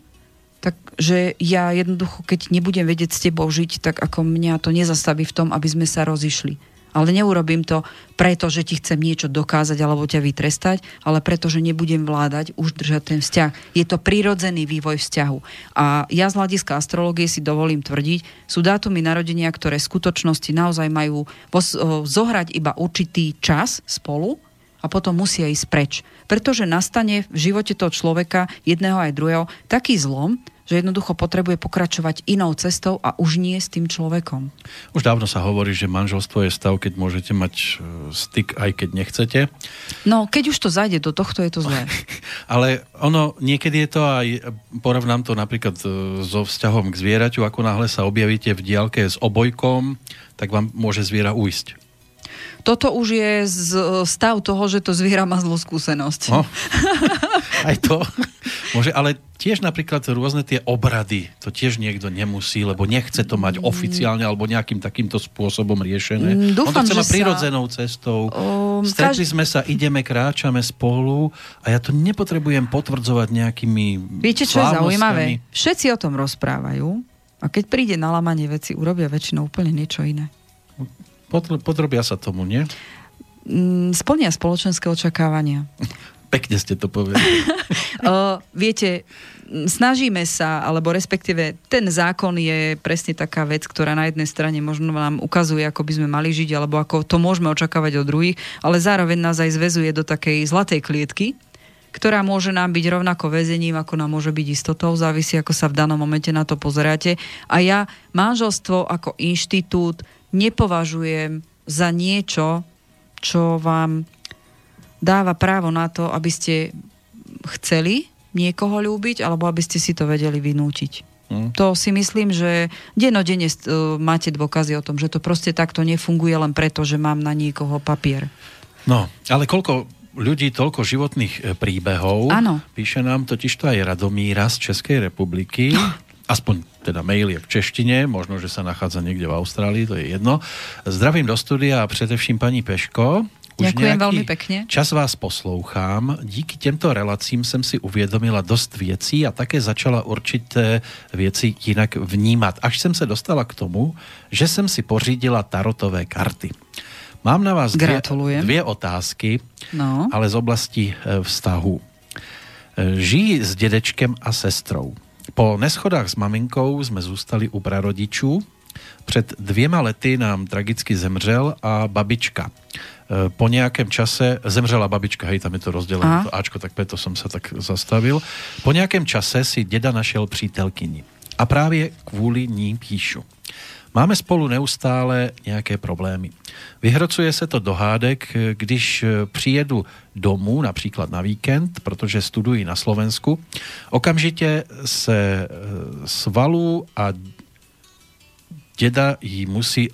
[SPEAKER 2] takže ja jednoducho, keď nebudem vedieť s tebou žiť, tak ako mňa to nezastaví v tom, aby sme sa rozišli. Ale neurobím to preto, že ti chcem niečo dokázať alebo ťa vytrestať, ale preto, že nebudem vládať, už držať ten vzťah. Je to prirodzený vývoj vzťahu. A ja z hľadiska astrológie si dovolím tvrdiť, sú dátumy narodenia, ktoré v skutočnosti naozaj majú zohrať iba určitý čas spolu, a potom musia ísť preč. Pretože nastane v živote toho človeka, jedného aj druhého, taký zlom, že jednoducho potrebuje pokračovať inou cestou a už nie s tým človekom.
[SPEAKER 1] Už dávno sa hovorí, že manželstvo je stav, keď môžete mať styk, aj keď nechcete.
[SPEAKER 2] No, keď už to zajde do tohto, je to zlé.
[SPEAKER 1] Ale ono, niekedy je to aj, porovnám to napríklad so vzťahom k zvieraťu, ako náhle sa objavíte v diaľke s obojkom, tak vám môže zviera ujsť.
[SPEAKER 2] Toto už je stav toho, že to zviera má zlú skúsenosť.
[SPEAKER 1] No, aj to. Môže, ale tiež napríklad rôzne tie obrady, to tiež niekto nemusí, lebo nechce to mať oficiálne alebo nejakým takýmto spôsobom riešené.
[SPEAKER 2] Dúfam,
[SPEAKER 1] On to chce mať
[SPEAKER 2] sa...
[SPEAKER 1] prirodzenou cestou.
[SPEAKER 2] Um,
[SPEAKER 1] Stretli
[SPEAKER 2] kaž...
[SPEAKER 1] sme sa, ideme, kráčame spolu a ja to nepotrebujem potvrdzovať nejakými
[SPEAKER 2] Viete, čo je zaujímavé?
[SPEAKER 1] slávnostkami.
[SPEAKER 2] Všetci o tom rozprávajú a keď príde na lamanie veci, urobia väčšinou úplne niečo iné.
[SPEAKER 1] Podrobia sa tomu, nie?
[SPEAKER 2] Splnia spoločenské očakávania.
[SPEAKER 1] Pekne ste to povedali.
[SPEAKER 2] uh, viete, snažíme sa, alebo respektíve ten zákon je presne taká vec, ktorá na jednej strane možno nám ukazuje, ako by sme mali žiť, alebo ako to môžeme očakávať od druhých, ale zároveň nás aj zväzuje do takej zlatej klietky, ktorá môže nám byť rovnako väzením, ako nám môže byť istotou, závisí, ako sa v danom momente na to pozeráte. A ja manželstvo ako inštitút nepovažujem za niečo, čo vám dáva právo na to, aby ste chceli niekoho ľúbiť, alebo aby ste si to vedeli vynútiť. Hmm. To si myslím, že dennodenne máte dôkazy o tom, že to proste takto nefunguje len preto, že mám na niekoho papier.
[SPEAKER 1] No, ale koľko ľudí, toľko životných príbehov.
[SPEAKER 2] Áno.
[SPEAKER 1] Píše nám totižto aj Radomíra z Českej republiky. Aspoň teda mail je v češtine, možno, že sa nachádza niekde v Austrálii, to je jedno. Zdravím do studia a především paní Peško. Už
[SPEAKER 2] Ďakujem veľmi pekne.
[SPEAKER 1] Čas vás poslouchám. Díky těmto relacím jsem si uvědomila dost věcí a také začala určité věci jinak vnímat. Až jsem se dostala k tomu, že jsem si pořídila tarotové karty. Mám na vás dvě, dvě otázky, no. ale z oblasti vztahu. Žijí s dědečkem a sestrou. Po neschodách s maminkou jsme zůstali u prarodičů. Před dvěma lety nám tragicky zemřel a babička. Po nějakém čase zemřela babička, hej, tam je to rozdelené, to Ačko, tak preto som sa tak zastavil. Po nějakém čase si děda našel přítelkyni. A právě kvůli ní píšu. Máme spolu neustále nějaké problémy. Vyhrocuje se to do hádek, když přijedu domů, například na víkend, protože studuji na Slovensku. Okamžitě se svalu a děda jí musí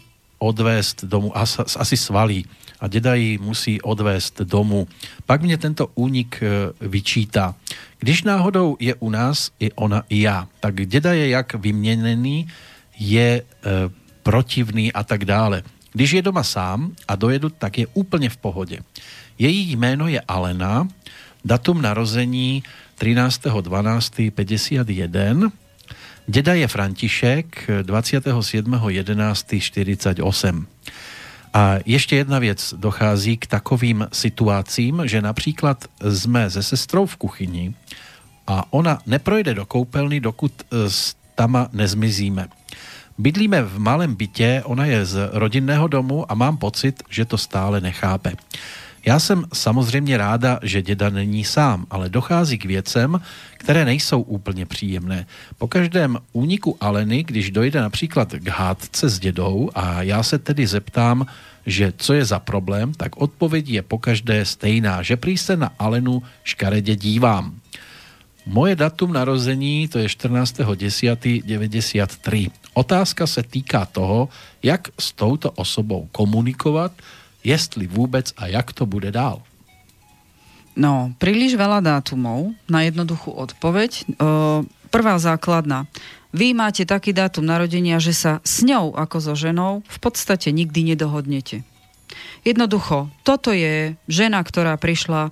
[SPEAKER 1] odvést domů, asi svalí a deda ji musí odvést domů. Pak mě tento únik vyčítá. Když náhodou je u nás i ona i já, tak deda je jak vyměněný, je e, protivný a tak dále. Když je doma sám a dojedu, tak je úplně v pohodě. Její jméno je Alena, datum narození třináctého dvanáctého päťdesiat jeden. Deda je František, dvadsiateho siedmeho jedenásteho štyridsaťosem. A ještě jedna věc, dochází k takovým situacím, že například jsme se sestrou v kuchyni a ona neprojde do koupelny, dokud s tama nezmizíme. Bydlíme v malém bytě, ona je z rodinného domu a mám pocit, že to stále nechápe. Já jsem samozřejmě ráda, že děda není sám, ale dochází k věcem, které nejsou úplně příjemné. Po každém úniku Aleny, když dojde například k hádce s dědou a já se tedy zeptám, že co je za problém, tak odpověď je pokaždé stejná, že prý se na Alenu škaredě dívám. Moje datum narození, to je čtrnáctého desátého deväťdesiattri. Otázka se týká toho, jak s touto osobou komunikovat, jestli vůbec a jak to bude dál.
[SPEAKER 2] No, príliš veľa dátumov na jednoduchú odpoveď. Prvá základná. Vy máte taký dátum narodenia, že sa s ňou ako so ženou v podstate nikdy nedohodnete. Jednoducho, toto je žena, ktorá prišla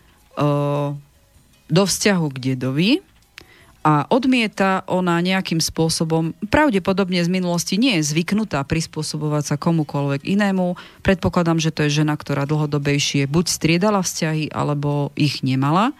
[SPEAKER 2] do vzťahu k dedovi a odmieta ona nejakým spôsobom, pravdepodobne z minulosti nie je zvyknutá prispôsobovať sa komukoľvek inému. Predpokladám, že to je žena, ktorá dlhodobejšie buď striedala vzťahy, alebo ich nemala.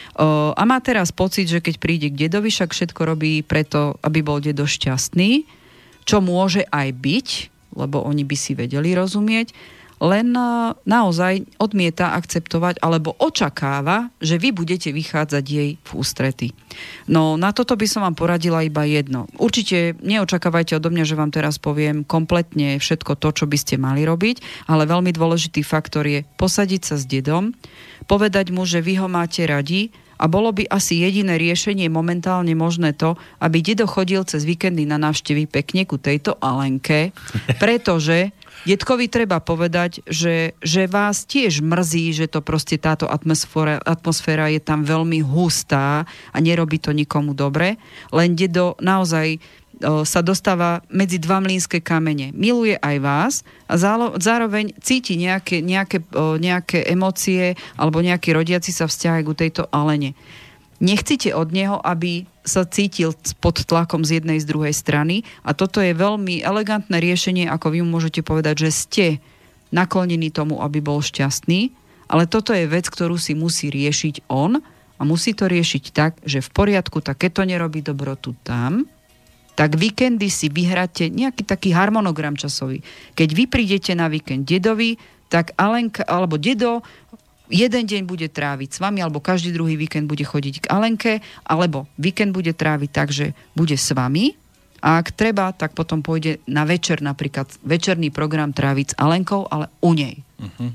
[SPEAKER 2] A má teraz pocit, že keď príde k dedovi, však všetko robí preto, aby bol dedo šťastný, čo môže aj byť, lebo oni by si vedeli rozumieť, len naozaj odmieta akceptovať alebo očakáva, že vy budete vychádzať jej v ústrety. No na toto by som vám poradila iba jedno. Určite neočakávajte odo mňa, že vám teraz poviem kompletne všetko to, čo by ste mali robiť, ale veľmi dôležitý faktor je posadiť sa s dedom, povedať mu, že vy ho máte radi a bolo by asi jediné riešenie momentálne možné to, aby dedo chodil cez víkendy na návštevy pekne ku tejto Alenke, pretože detkovi treba povedať, že, že vás tiež mrzí, že to proste táto atmosféra, atmosféra je tam veľmi hustá a nerobí to nikomu dobre. Len dedo naozaj o, sa dostáva medzi dva mlynské kamene. Miluje aj vás a zálo, zároveň cíti nejaké, nejaké, o, nejaké emócie alebo nejaký rodiaci sa vzťah ku tejto Alene. Nechcite od neho, aby sa cítil pod tlakom z jednej z druhej strany a toto je veľmi elegantné riešenie, ako vy mu môžete povedať, že ste naklonení tomu, aby bol šťastný, ale toto je vec, ktorú si musí riešiť on a musí to riešiť tak, že v poriadku, tak keď to nerobí dobrotu tam, tak víkendy si vyhráte nejaký taký harmonogram časový. Keď vy prídete na víkend dedovi, tak Alenka alebo dedo jeden deň bude tráviť s vami, alebo každý druhý víkend bude chodiť k Alenke, alebo víkend bude tráviť tak, že bude s vami a ak treba, tak potom pôjde na večer, napríklad večerný program tráviť s Alenkou, ale u nej. Uh-huh.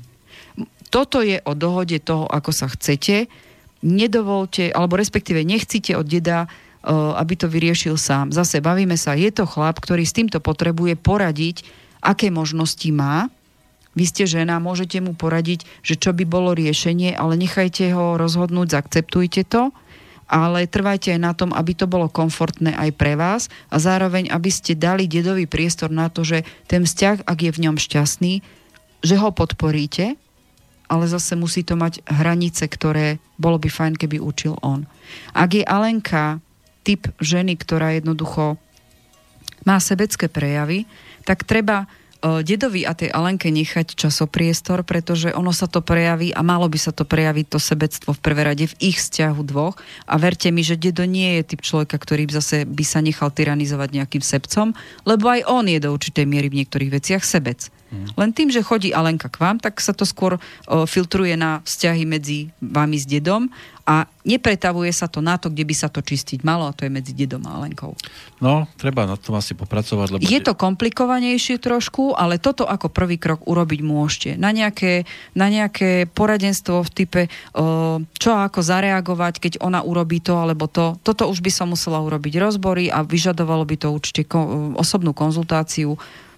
[SPEAKER 2] Toto je o dohode toho, ako sa chcete. Nedovolte, alebo respektíve nechcite od deda, aby to vyriešil sám. Zase bavíme sa, je to chlap, ktorý s týmto potrebuje poradiť, aké možnosti má. Vy ste žena, môžete mu poradiť, že čo by bolo riešenie, ale nechajte ho rozhodnúť, zaakceptujte to, ale trvajte aj na tom, aby to bolo komfortné aj pre vás a zároveň, aby ste dali dedovi priestor na to, že ten vzťah, ak je v ňom šťastný, že ho podporíte, ale zase musí to mať hranice, ktoré bolo by fajn, keby učil on. Ak je Alenka typ ženy, ktorá jednoducho má sebecké prejavy, tak treba dedovi a tej Alenke nechať časopriestor, pretože ono sa to prejaví a malo by sa to prejaviť to sebectvo v prvé rade v ich vzťahu dvoch a verte mi, že dedo nie je typ človeka, ktorý zase by sa nechal tyranizovať nejakým sebcom, lebo aj on je do určitej miery v niektorých veciach sebec. Hmm. Len tým, že chodí Alenka k vám, tak sa to skôr o, filtruje na vzťahy medzi vami s dedom a nepretavuje sa to na to, kde by sa to čistiť malo, a to je medzi dedom a Alenkou.
[SPEAKER 1] No, treba na tom asi popracovať. Lebo
[SPEAKER 2] je to komplikovanejšie trošku, ale toto ako prvý krok urobiť môžete. Na nejaké, na nejaké poradenstvo v type, o, čo ako zareagovať, keď ona urobí to alebo to. Toto už by som musela urobiť rozbory a vyžadovalo by to určite ko, osobnú konzultáciu.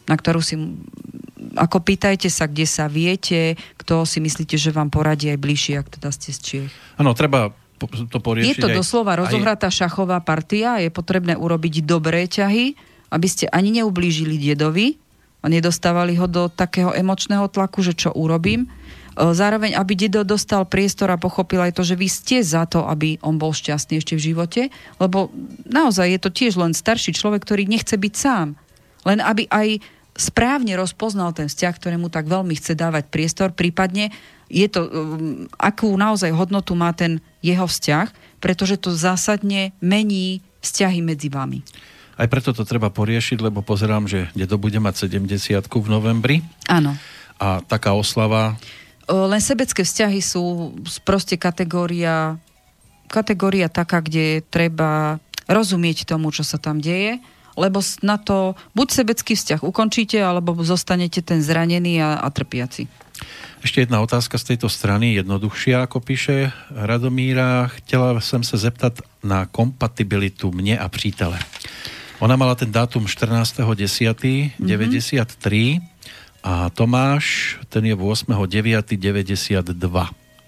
[SPEAKER 2] na ktorú si... Ako pýtajte sa, kde sa viete, kto si myslíte, že vám poradí aj bližšie, ak teda ste z Čiech.
[SPEAKER 1] Áno, treba to poriešiť.
[SPEAKER 2] Je to doslova rozohratá aj... šachová partia, je potrebné urobiť dobré ťahy, aby ste ani neublížili dedovi a nedostávali ho do takého emočného tlaku, že čo urobím. Zároveň, aby dedo dostal priestor a pochopil aj to, že vy ste za to, aby on bol šťastný ešte v živote, lebo naozaj je to tiež len starší človek, ktorý nechce byť sám. Len aby aj správne rozpoznal ten vzťah, ktorému tak veľmi chce dávať priestor, prípadne je to, um, akú naozaj hodnotu má ten jeho vzťah, pretože to zásadne mení vzťahy medzi vami.
[SPEAKER 1] Aj preto to treba poriešiť, lebo pozerám, že dedo bude mať sedemdesiatku v novembri.
[SPEAKER 2] Áno.
[SPEAKER 1] A taká oslava...
[SPEAKER 2] Len sebecké vzťahy sú proste kategória, kategória taká, kde treba rozumieť tomu, čo sa tam deje, lebo na to buď sebecký vzťah ukončíte, alebo zostanete ten zranený a, a trpiaci.
[SPEAKER 1] Ešte jedna otázka z tejto strany, jednoduchšia, ako píše Radomíra. Chtěla jsem se zeptat na kompatibilitu mne a přítele. Ona mala ten dátum štrnásteho desátého deväťdesiattri a Tomáš, ten je ôsmeho deviateho deväťdesiatdva.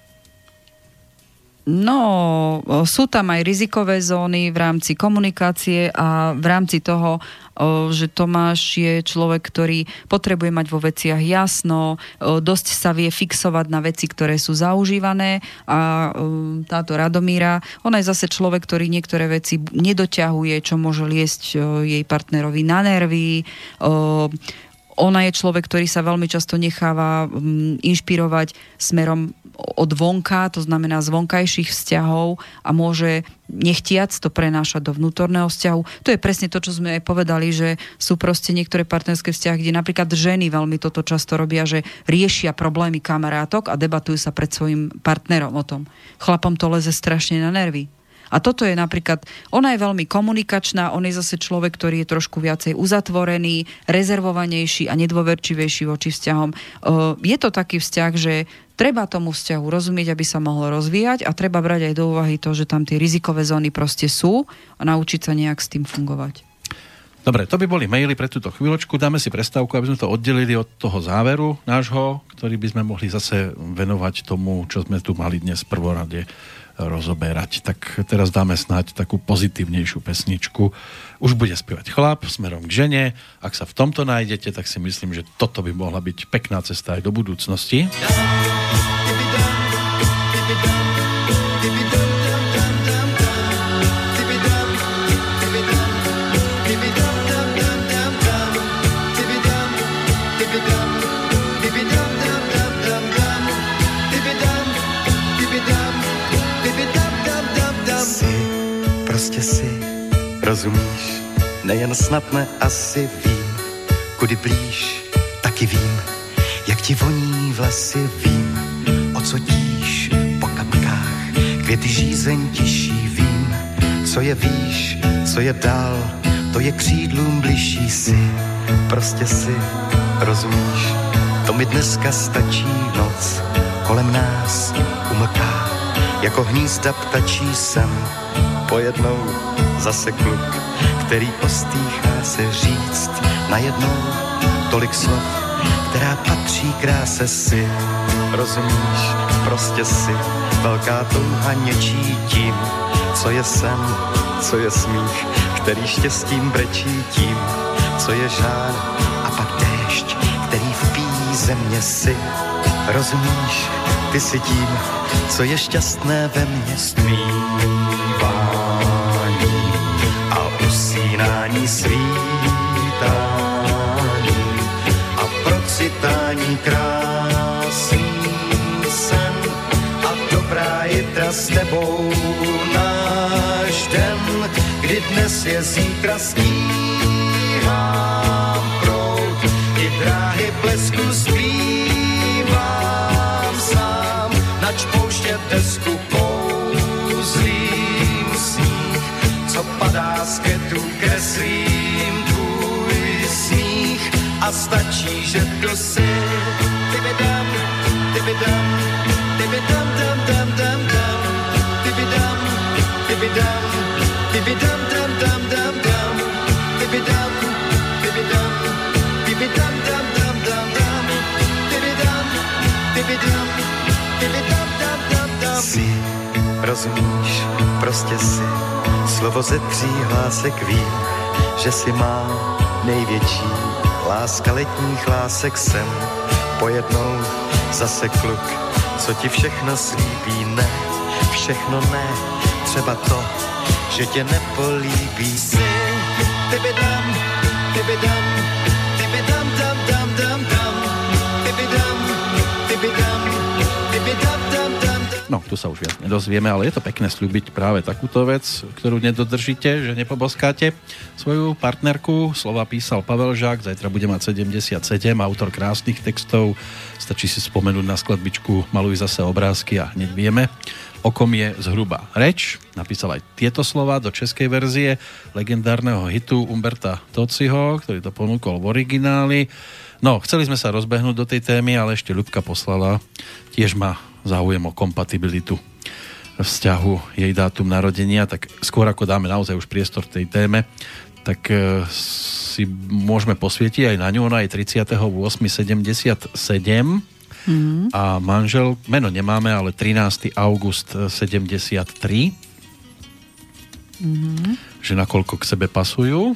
[SPEAKER 2] No, sú tam aj rizikové zóny v rámci komunikácie a v rámci toho, že Tomáš je človek, ktorý potrebuje mať vo veciach jasno, dosť sa vie fixovať na veci, ktoré sú zaužívané a táto Radomíra, ona je zase človek, ktorý niektoré veci nedoťahuje, čo môže liesť jej partnerovi na nervy. Ona je človek, ktorý sa veľmi často necháva inšpirovať smerom od vonka, to znamená z vonkajších vzťahov a môže nechtiac to prenášať do vnútorného vzťahu. To je presne to, čo sme aj povedali, že sú proste niektoré partnerské vzťahy, kde napríklad ženy veľmi toto často robia, že riešia problémy kamarátok a debatujú sa pred svojim partnerom o tom. Chlapom to leze strašne na nervy. A toto je napríklad, ona je veľmi komunikačná, on je zase človek, ktorý je trošku viacej uzatvorený, rezervovanejší a nedôverčivejší voči vzťahom. Je to taký vzťah, že treba tomu vzťahu rozumieť, aby sa mohol rozvíjať a treba brať aj do úvahy to, že tam tie rizikové zóny proste sú a naučiť sa nejak s tým fungovať.
[SPEAKER 1] Dobre, to by boli maily pre túto chvíľočku. Dáme si prestávku, aby sme to oddelili od toho záveru nášho, ktorý by sme mohli zase venovať tomu, čo sme tu mali dnes v prvorade rozoberať. Tak teraz dáme snáď takú pozitívnejšiu pesničku. Už bude spievať chlap smerom k žene. Ak sa v tomto nájdete, tak si myslím, že toto by mohla byť pekná cesta aj do budúcnosti.
[SPEAKER 3] Prostě si rozumíš, nejen snadne asi vím, kudy blíž, taky vím, jak ti voní vlasy, vím, o co tíš po kapkách, květy žízeň tiší, vím, co je výš, co je dál, to je křídlům bližší si, prostě si rozumíš, to mi dneska stačí noc, kolem nás umlká, jako hnízda ptačí sem, pojednou zase kluk, který ostýchá se říct najednou tolik slov, která patří kráse si. Rozumíš, prostě si velká touha něčí tím, co je sen, co je smích, který štěstím brečí tím, co je žár a pak déšť, který vpíjí země si. Rozumíš, ty si tím, co je šťastné ve mně stmívá a usínání svítání a procitání krásný sen a dobrá jitra s tebou náš den, kdy dnes je zítra stíhám proud i dráhy blesku zpívám sám, nač pouště desku kouzlím sníh, co padá z květů, kreslím tvůj smích a stačí, že to si tybidam, tybidam, tybidam, dam, dam, dam, dam, tybidam, tybidam, tybidam, dam, dam, dam, dam, tybidam, tybidam, tybidam, rozumíš, prostě si slovo ze tří hlásek vím, že si má největší láska letních lásek jsem. Pojednou zase kluk, co ti všechno slíbí, ne, všechno ne, třeba to, že tě nepolíbí. Si, ty by dam, ty by dam, ty by dam, dam, dam, dam, dam, ty by dam, ty by dam, ty by dam, dam, dam, dam.
[SPEAKER 1] No, tu sa už viac nedozvieme, ale je to pekné sľúbiť práve takúto vec, ktorú nedodržíte, že nepoboskáte svoju partnerku. Slova písal Pavel Žák, zajtra bude mať sedemdesiatsedem, autor krásnych textov. Stačí si spomenúť na skladbičku Maluj zase obrázky a hneď vieme, o kom je zhruba reč. Napísal aj tieto slova do českej verzie legendárneho hitu Umberta Tociho, ktorý to ponúkol v origináli. No, chceli sme sa rozbehnúť do tej témy, ale ešte Ľubka poslala, tiež má záujem o kompatibilitu vzťahu, jej dátum narodenia, tak skôr ako dáme naozaj už priestor tej téme, tak si môžeme posvietiť aj na ňu. Ona je tridsiateho ôsmeho sedemdesiatsedem mm-hmm. a manžel, meno nemáme, ale trinásteho augusta sedemdesiattri. Mm-hmm. Že nakoľko k sebe pasujú?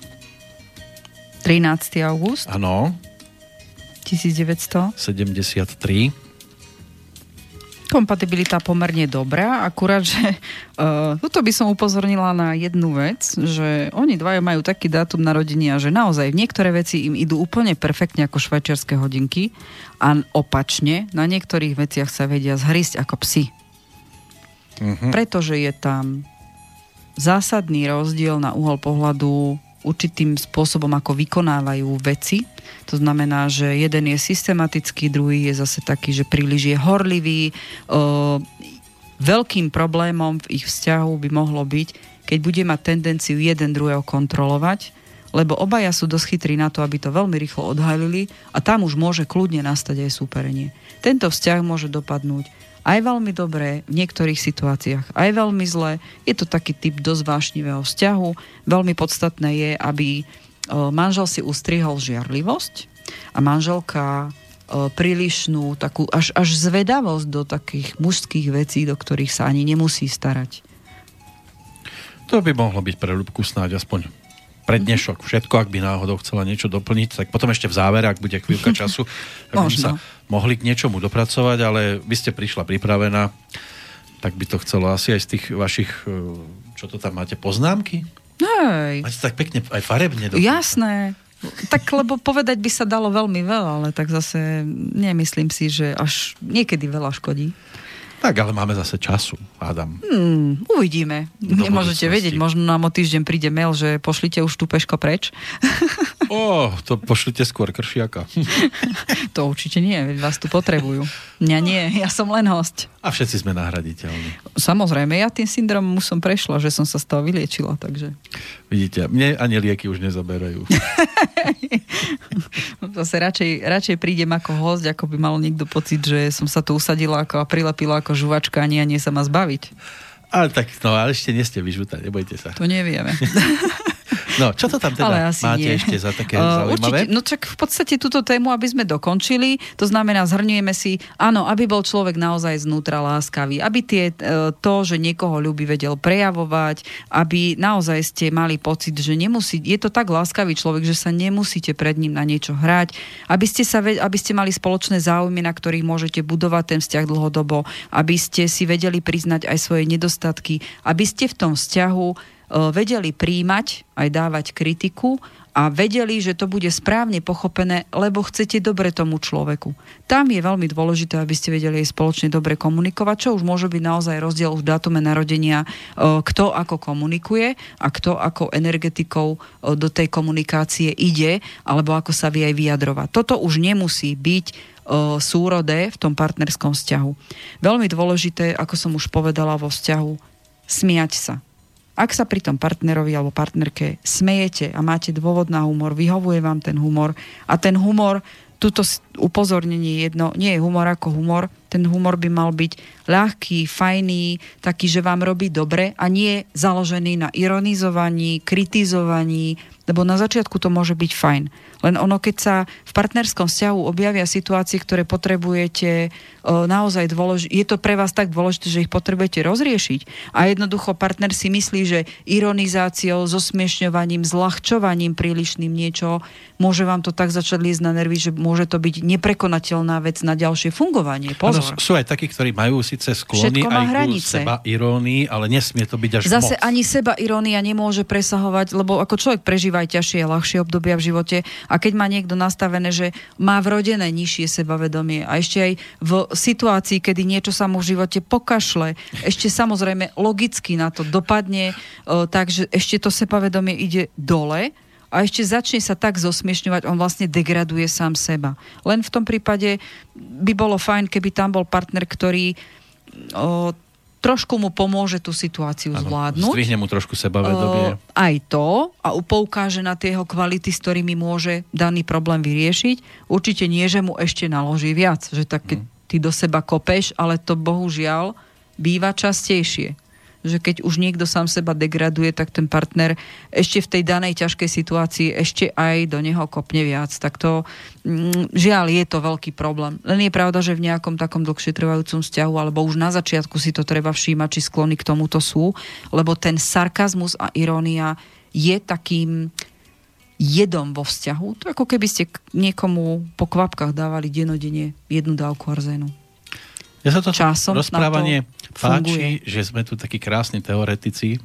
[SPEAKER 2] trinásteho august?
[SPEAKER 1] Áno.
[SPEAKER 2] tisícdeväťsto
[SPEAKER 1] sedemdesiattri.
[SPEAKER 2] Kompatibilita pomerne dobrá, akurát, že uh, tuto by som upozornila na jednu vec, že oni dvaja majú taký dátum narodenia, že naozaj v niektoré veci im idú úplne perfektne ako švajčiarske hodinky a opačne na niektorých veciach sa vedia zhrísť ako psi. Uh-huh. Pretože je tam zásadný rozdiel na uhol pohľadu určitým spôsobom, ako vykonávajú veci. To znamená, že jeden je systematický, druhý je zase taký, že príliš je horlivý. O, veľkým problémom v ich vzťahu by mohlo byť, keď bude mať tendenciu jeden druhého kontrolovať, lebo obaja sú dosť chytrí na to, aby to veľmi rýchlo odhalili a tam už môže kľudne nastať aj súperenie. Tento vzťah môže dopadnúť aj veľmi dobré, v niektorých situáciách aj veľmi zle. Je to taký typ dosť vášnivého vzťahu. Veľmi podstatné je, aby manžel si ustrihol žiarlivosť a manželka prílišnú takú až, až zvedavosť do takých mužských vecí, do ktorých sa ani nemusí starať.
[SPEAKER 1] To by mohlo byť pre Ľubku snáď aspoň pre dnešok všetko, ak by náhodou chcela niečo doplniť, tak potom ešte v závere, ak bude chvíľka času, tak by sa mohli k niečomu dopracovať, ale vy ste prišla pripravená, tak by to chcelo asi aj z tých vašich, čo to tam máte, poznámky?
[SPEAKER 2] Hej.
[SPEAKER 1] Máte tak pekne aj farebne dokonca.
[SPEAKER 2] Jasné. Tak, lebo povedať by sa dalo veľmi veľa, ale tak zase nemyslím si, že až niekedy veľa škodí.
[SPEAKER 1] Tak, ale máme zase času, Adam.
[SPEAKER 2] Hmm, uvidíme. Do Nemôžete vedieť, možno nám o týždeň príde mail, že pošlite už tú Peško preč.
[SPEAKER 1] Ó, oh, to pošlite skôr Kršiaka.
[SPEAKER 2] To určite nie, veď vás tu potrebujú. Mňa nie, ja som len hosť.
[SPEAKER 1] A všetci sme nahraditeľní.
[SPEAKER 2] Samozrejme, ja tým syndromom už som prešla, že som sa z toho vyliečila, takže...
[SPEAKER 1] Vidíte, mne ani lieky už nezaberajú.
[SPEAKER 2] Zase radšej, radšej prídem ako hosť, ako by mal niekto pocit, že som sa tu usadila ako a prilepila ako žuvačka a nie, nie sa ma zbaviť.
[SPEAKER 1] Ale tak, no, ale ešte nie ste vyžutá, nebojte sa.
[SPEAKER 2] To nevieme.
[SPEAKER 1] No, čo to tam teda máte nie. ešte za také uh, zaujímavé?
[SPEAKER 2] Určite, no čak v podstate túto tému, aby sme dokončili, to znamená, zhrňujeme si, áno, aby bol človek naozaj znútra láskavý, aby tie, to, že niekoho ľúbi, vedel prejavovať, aby naozaj ste mali pocit, že nemusí, je to tak láskavý človek, že sa nemusíte pred ním na niečo hrať, aby ste, sa, aby ste mali spoločné záujmy, na ktorých môžete budovať ten vzťah dlhodobo, aby ste si vedeli priznať aj svoje nedostatky, aby ste v tom vzťahu vedeli príjmať, aj dávať kritiku a vedeli, že to bude správne pochopené, lebo chcete dobre tomu človeku. Tam je veľmi dôležité, aby ste vedeli aj spoločne dobre komunikovať, čo už môže byť naozaj rozdiel v dátume narodenia, kto ako komunikuje a kto ako energetikou do tej komunikácie ide, alebo ako sa vie aj vyjadrovať. Toto už nemusí byť súrodé v tom partnerskom vzťahu. Veľmi dôležité, ako som už povedala vo vzťahu, smiať sa. Ak sa pri tom partnerovi alebo partnerke smejete a máte dôvod na humor, vyhovuje vám ten humor a ten humor, túto upozornenie jedno, nie je humor ako humor, ten humor by mal byť ľahký, fajný, taký, že vám robí dobre a nie založený na ironizovaní, kritizovaní, Lebo na začiatku to môže byť fajn. Len ono, keď sa v partnerskom vzťahu objavia situácie, ktoré potrebujete o, naozaj dôležité, je to pre vás tak dôležité, že ich potrebujete rozriešiť a jednoducho partner si myslí, že ironizáciou, zosmiešňovaním, zľahčovaním prílišným niečo, môže vám to tak začať liesť na nervy, že môže to byť neprekonateľná vec na ďalšie fungovanie. Pozor.
[SPEAKER 1] Ano, sú aj takí, ktorí majú síce sklony aj ku seba irónii, ale nesmie to byť až
[SPEAKER 2] Zase
[SPEAKER 1] moc.
[SPEAKER 2] ani seba irónia nemôže presahovať, lebo ako človek prežíva aj ťažšie a ľahšie obdobia v živote a keď má niekto nastavené, že má vrodené nižšie sebavedomie a ešte aj v situácii, kedy niečo sa mu v živote pokašle, ešte samozrejme logicky na to dopadne, takže ešte to sebavedomie ide dole a ešte začne sa tak zosmiešňovať, on vlastne degraduje sám seba. Len v tom prípade by bolo fajn, keby tam bol partner, ktorý o, trošku mu pomôže tú situáciu ano, zvládnuť.
[SPEAKER 1] Zdvihne mu trošku sebavedomie.
[SPEAKER 2] Uh, aj to a upoukáže na tie jeho kvality, s ktorými môže daný problém vyriešiť. Určite nie, že mu ešte naloží viac. Že tak, keď hmm. ty do seba kopeš, ale to bohužiaľ býva častejšie. Že keď už niekto sám seba degraduje, tak ten partner ešte v tej danej ťažkej situácii ešte aj do neho kopne viac. Tak to, mm, žiaľ, je to veľký problém. Len je pravda, že v nejakom takom dlhšie trvajúcom vzťahu, alebo už na začiatku si to treba všímať, či sklony k tomuto sú, lebo ten sarkazmus a irónia je takým jedom vo vzťahu. To ako keby ste niekomu po kvapkách dávali denodenne jednu dávku arzénu.
[SPEAKER 1] Ja sa to
[SPEAKER 2] Časom
[SPEAKER 1] rozprávanie páči,
[SPEAKER 2] funguje.
[SPEAKER 1] že sme tu takí krásni teoretici.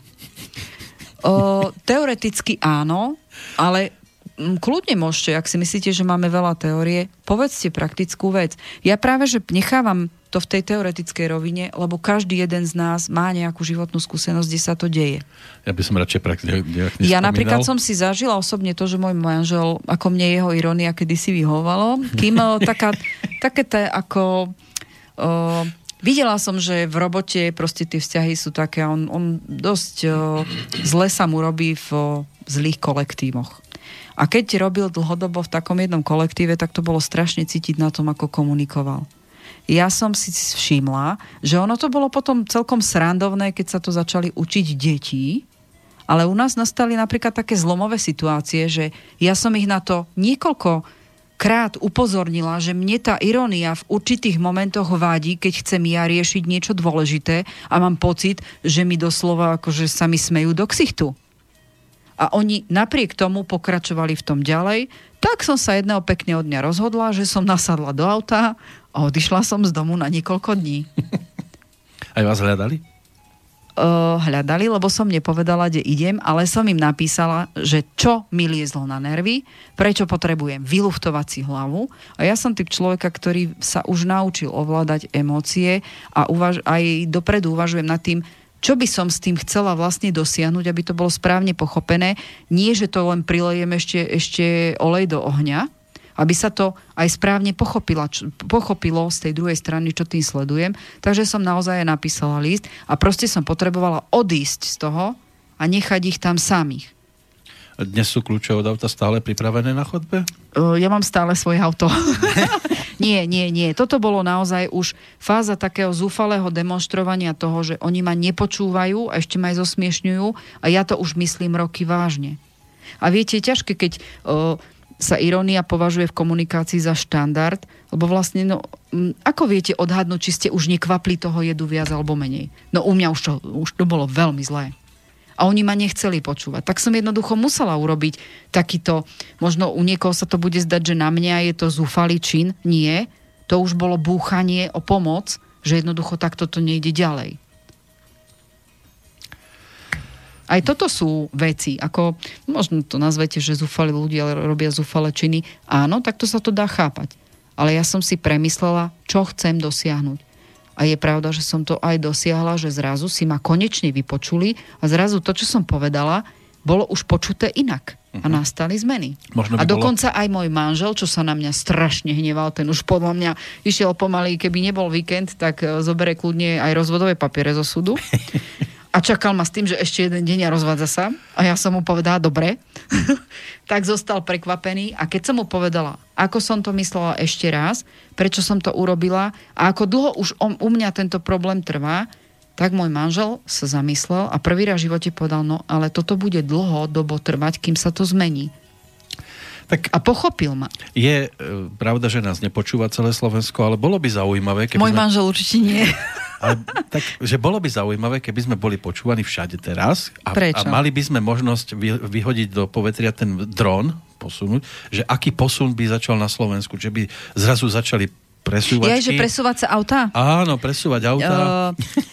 [SPEAKER 2] O, teoreticky áno, ale m, kľudne môžete, ak si myslíte, že máme veľa teórie, povedzte praktickú vec. Ja práve, že nechávam to v tej teoretickej rovine, lebo každý jeden z nás má nejakú životnú skúsenosť, kde sa to deje.
[SPEAKER 1] Ja by som radšej prakticky nespomínal.
[SPEAKER 2] Ja napríklad som si zažila osobne to, že môj manžel, ako mne jeho irónia kedysi vyhovalo, kým taká, také té, ako... O, videla som, že v robote proste tie vzťahy sú také, on, on dosť o, zle sa mu robí v o, zlých kolektívoch. A keď robil dlhodobo v takom jednom kolektíve, tak to bolo strašne cítiť na tom, ako komunikoval. Ja som si všimla, že ono to bolo potom celkom srandovné, keď sa to začali učiť deti, ale u nás nastali napríklad také zlomové situácie, že ja som ich na to niekoľko krát upozornila, že mne tá irónia v určitých momentoch vadí, keď chcem ja riešiť niečo dôležité a mám pocit, že mi doslova akože sa mi smejú do ksichtu. A oni napriek tomu pokračovali v tom ďalej, tak som sa jedného pekne od dňa rozhodla, že som nasadla do auta a odišla som z domu na niekoľko dní.
[SPEAKER 1] Aj vás hľadali?
[SPEAKER 2] Uh, hľadali, lebo som nepovedala, kde idem, ale som im napísala, že čo mi liezlo na nervy, prečo potrebujem vyluftovať si hlavu. A ja som typ človeka, ktorý sa už naučil ovládať emócie a uvaž- aj dopredu uvažujem nad tým, čo by som s tým chcela vlastne dosiahnuť, aby to bolo správne pochopené. Nie, že to len prilejem ešte, ešte olej do ohňa, aby sa to aj správne pochopila, čo, pochopilo z tej druhej strany, čo tým sledujem. Takže som naozaj napísala list a proste som potrebovala odísť z toho a nechať ich tam samých.
[SPEAKER 1] Dnes sú kľúče od auta stále pripravené na chodbe?
[SPEAKER 2] Uh, ja mám stále svoje auto. nie, nie, nie. Toto bolo naozaj už fáza takého zúfalého demonštrovania toho, že oni ma nepočúvajú a ešte ma aj zosmiešňujú a ja to už myslím roky vážne. A viete, je ťažké, keď uh, sa irónia považuje v komunikácii za štandard, lebo vlastne, no, ako viete odhadnúť, či ste už nekvapli toho jedu viac alebo menej? No u mňa už to, už to bolo veľmi zlé. A oni ma nechceli počúvať. Tak som jednoducho musela urobiť takýto, možno u niekoho sa to bude zdať, že na mňa je to zúfalý čin. Nie. To už bolo búchanie o pomoc, že jednoducho takto to nejde ďalej. Aj toto sú veci, ako možno to nazvete, že zúfali ľudia robia zúfale činy. Áno, takto sa to dá chápať. Ale ja som si premyslela, čo chcem dosiahnuť. A je pravda, že som to aj dosiahla, že zrazu si ma konečne vypočuli a zrazu to, čo som povedala, bolo už počuté inak. A nastali zmeny.
[SPEAKER 1] Možno by
[SPEAKER 2] a dokonca
[SPEAKER 1] bolo...
[SPEAKER 2] aj môj manžel, čo sa na mňa strašne hneval, ten už podľa mňa išiel pomaly, keby nebol víkend, tak zobere kľudne aj rozvodové papiere zo súdu. A čakal ma s tým, že ešte jeden deň a rozvádza sa. A ja som mu povedala, dobre. Tak zostal prekvapený. A keď som mu povedala, ako som to myslela ešte raz, prečo som to urobila a ako dlho už u mňa tento problém trvá, tak môj manžel sa zamyslel a prvý raz v živote povedal, no ale toto bude dlhodobo trvať, kým sa to zmení. Tak a pochopil ma.
[SPEAKER 1] Je e, pravda, že nás nepočúva celé Slovensko, ale bolo by zaujímavé, keby
[SPEAKER 2] Môj sme... manžel určite nie.
[SPEAKER 1] Ale tak, že bolo by zaujímavé, keby sme boli počúvaní všade teraz a, a
[SPEAKER 2] Prečo?
[SPEAKER 1] mali by sme možnosť vy, vyhodiť do povetria ten dron, posunúť, že aký posun by začal na Slovensku, že by zrazu začali presúvačky.
[SPEAKER 2] Je, že presúvať sa autá?
[SPEAKER 1] Áno, presúvať autá. Uh,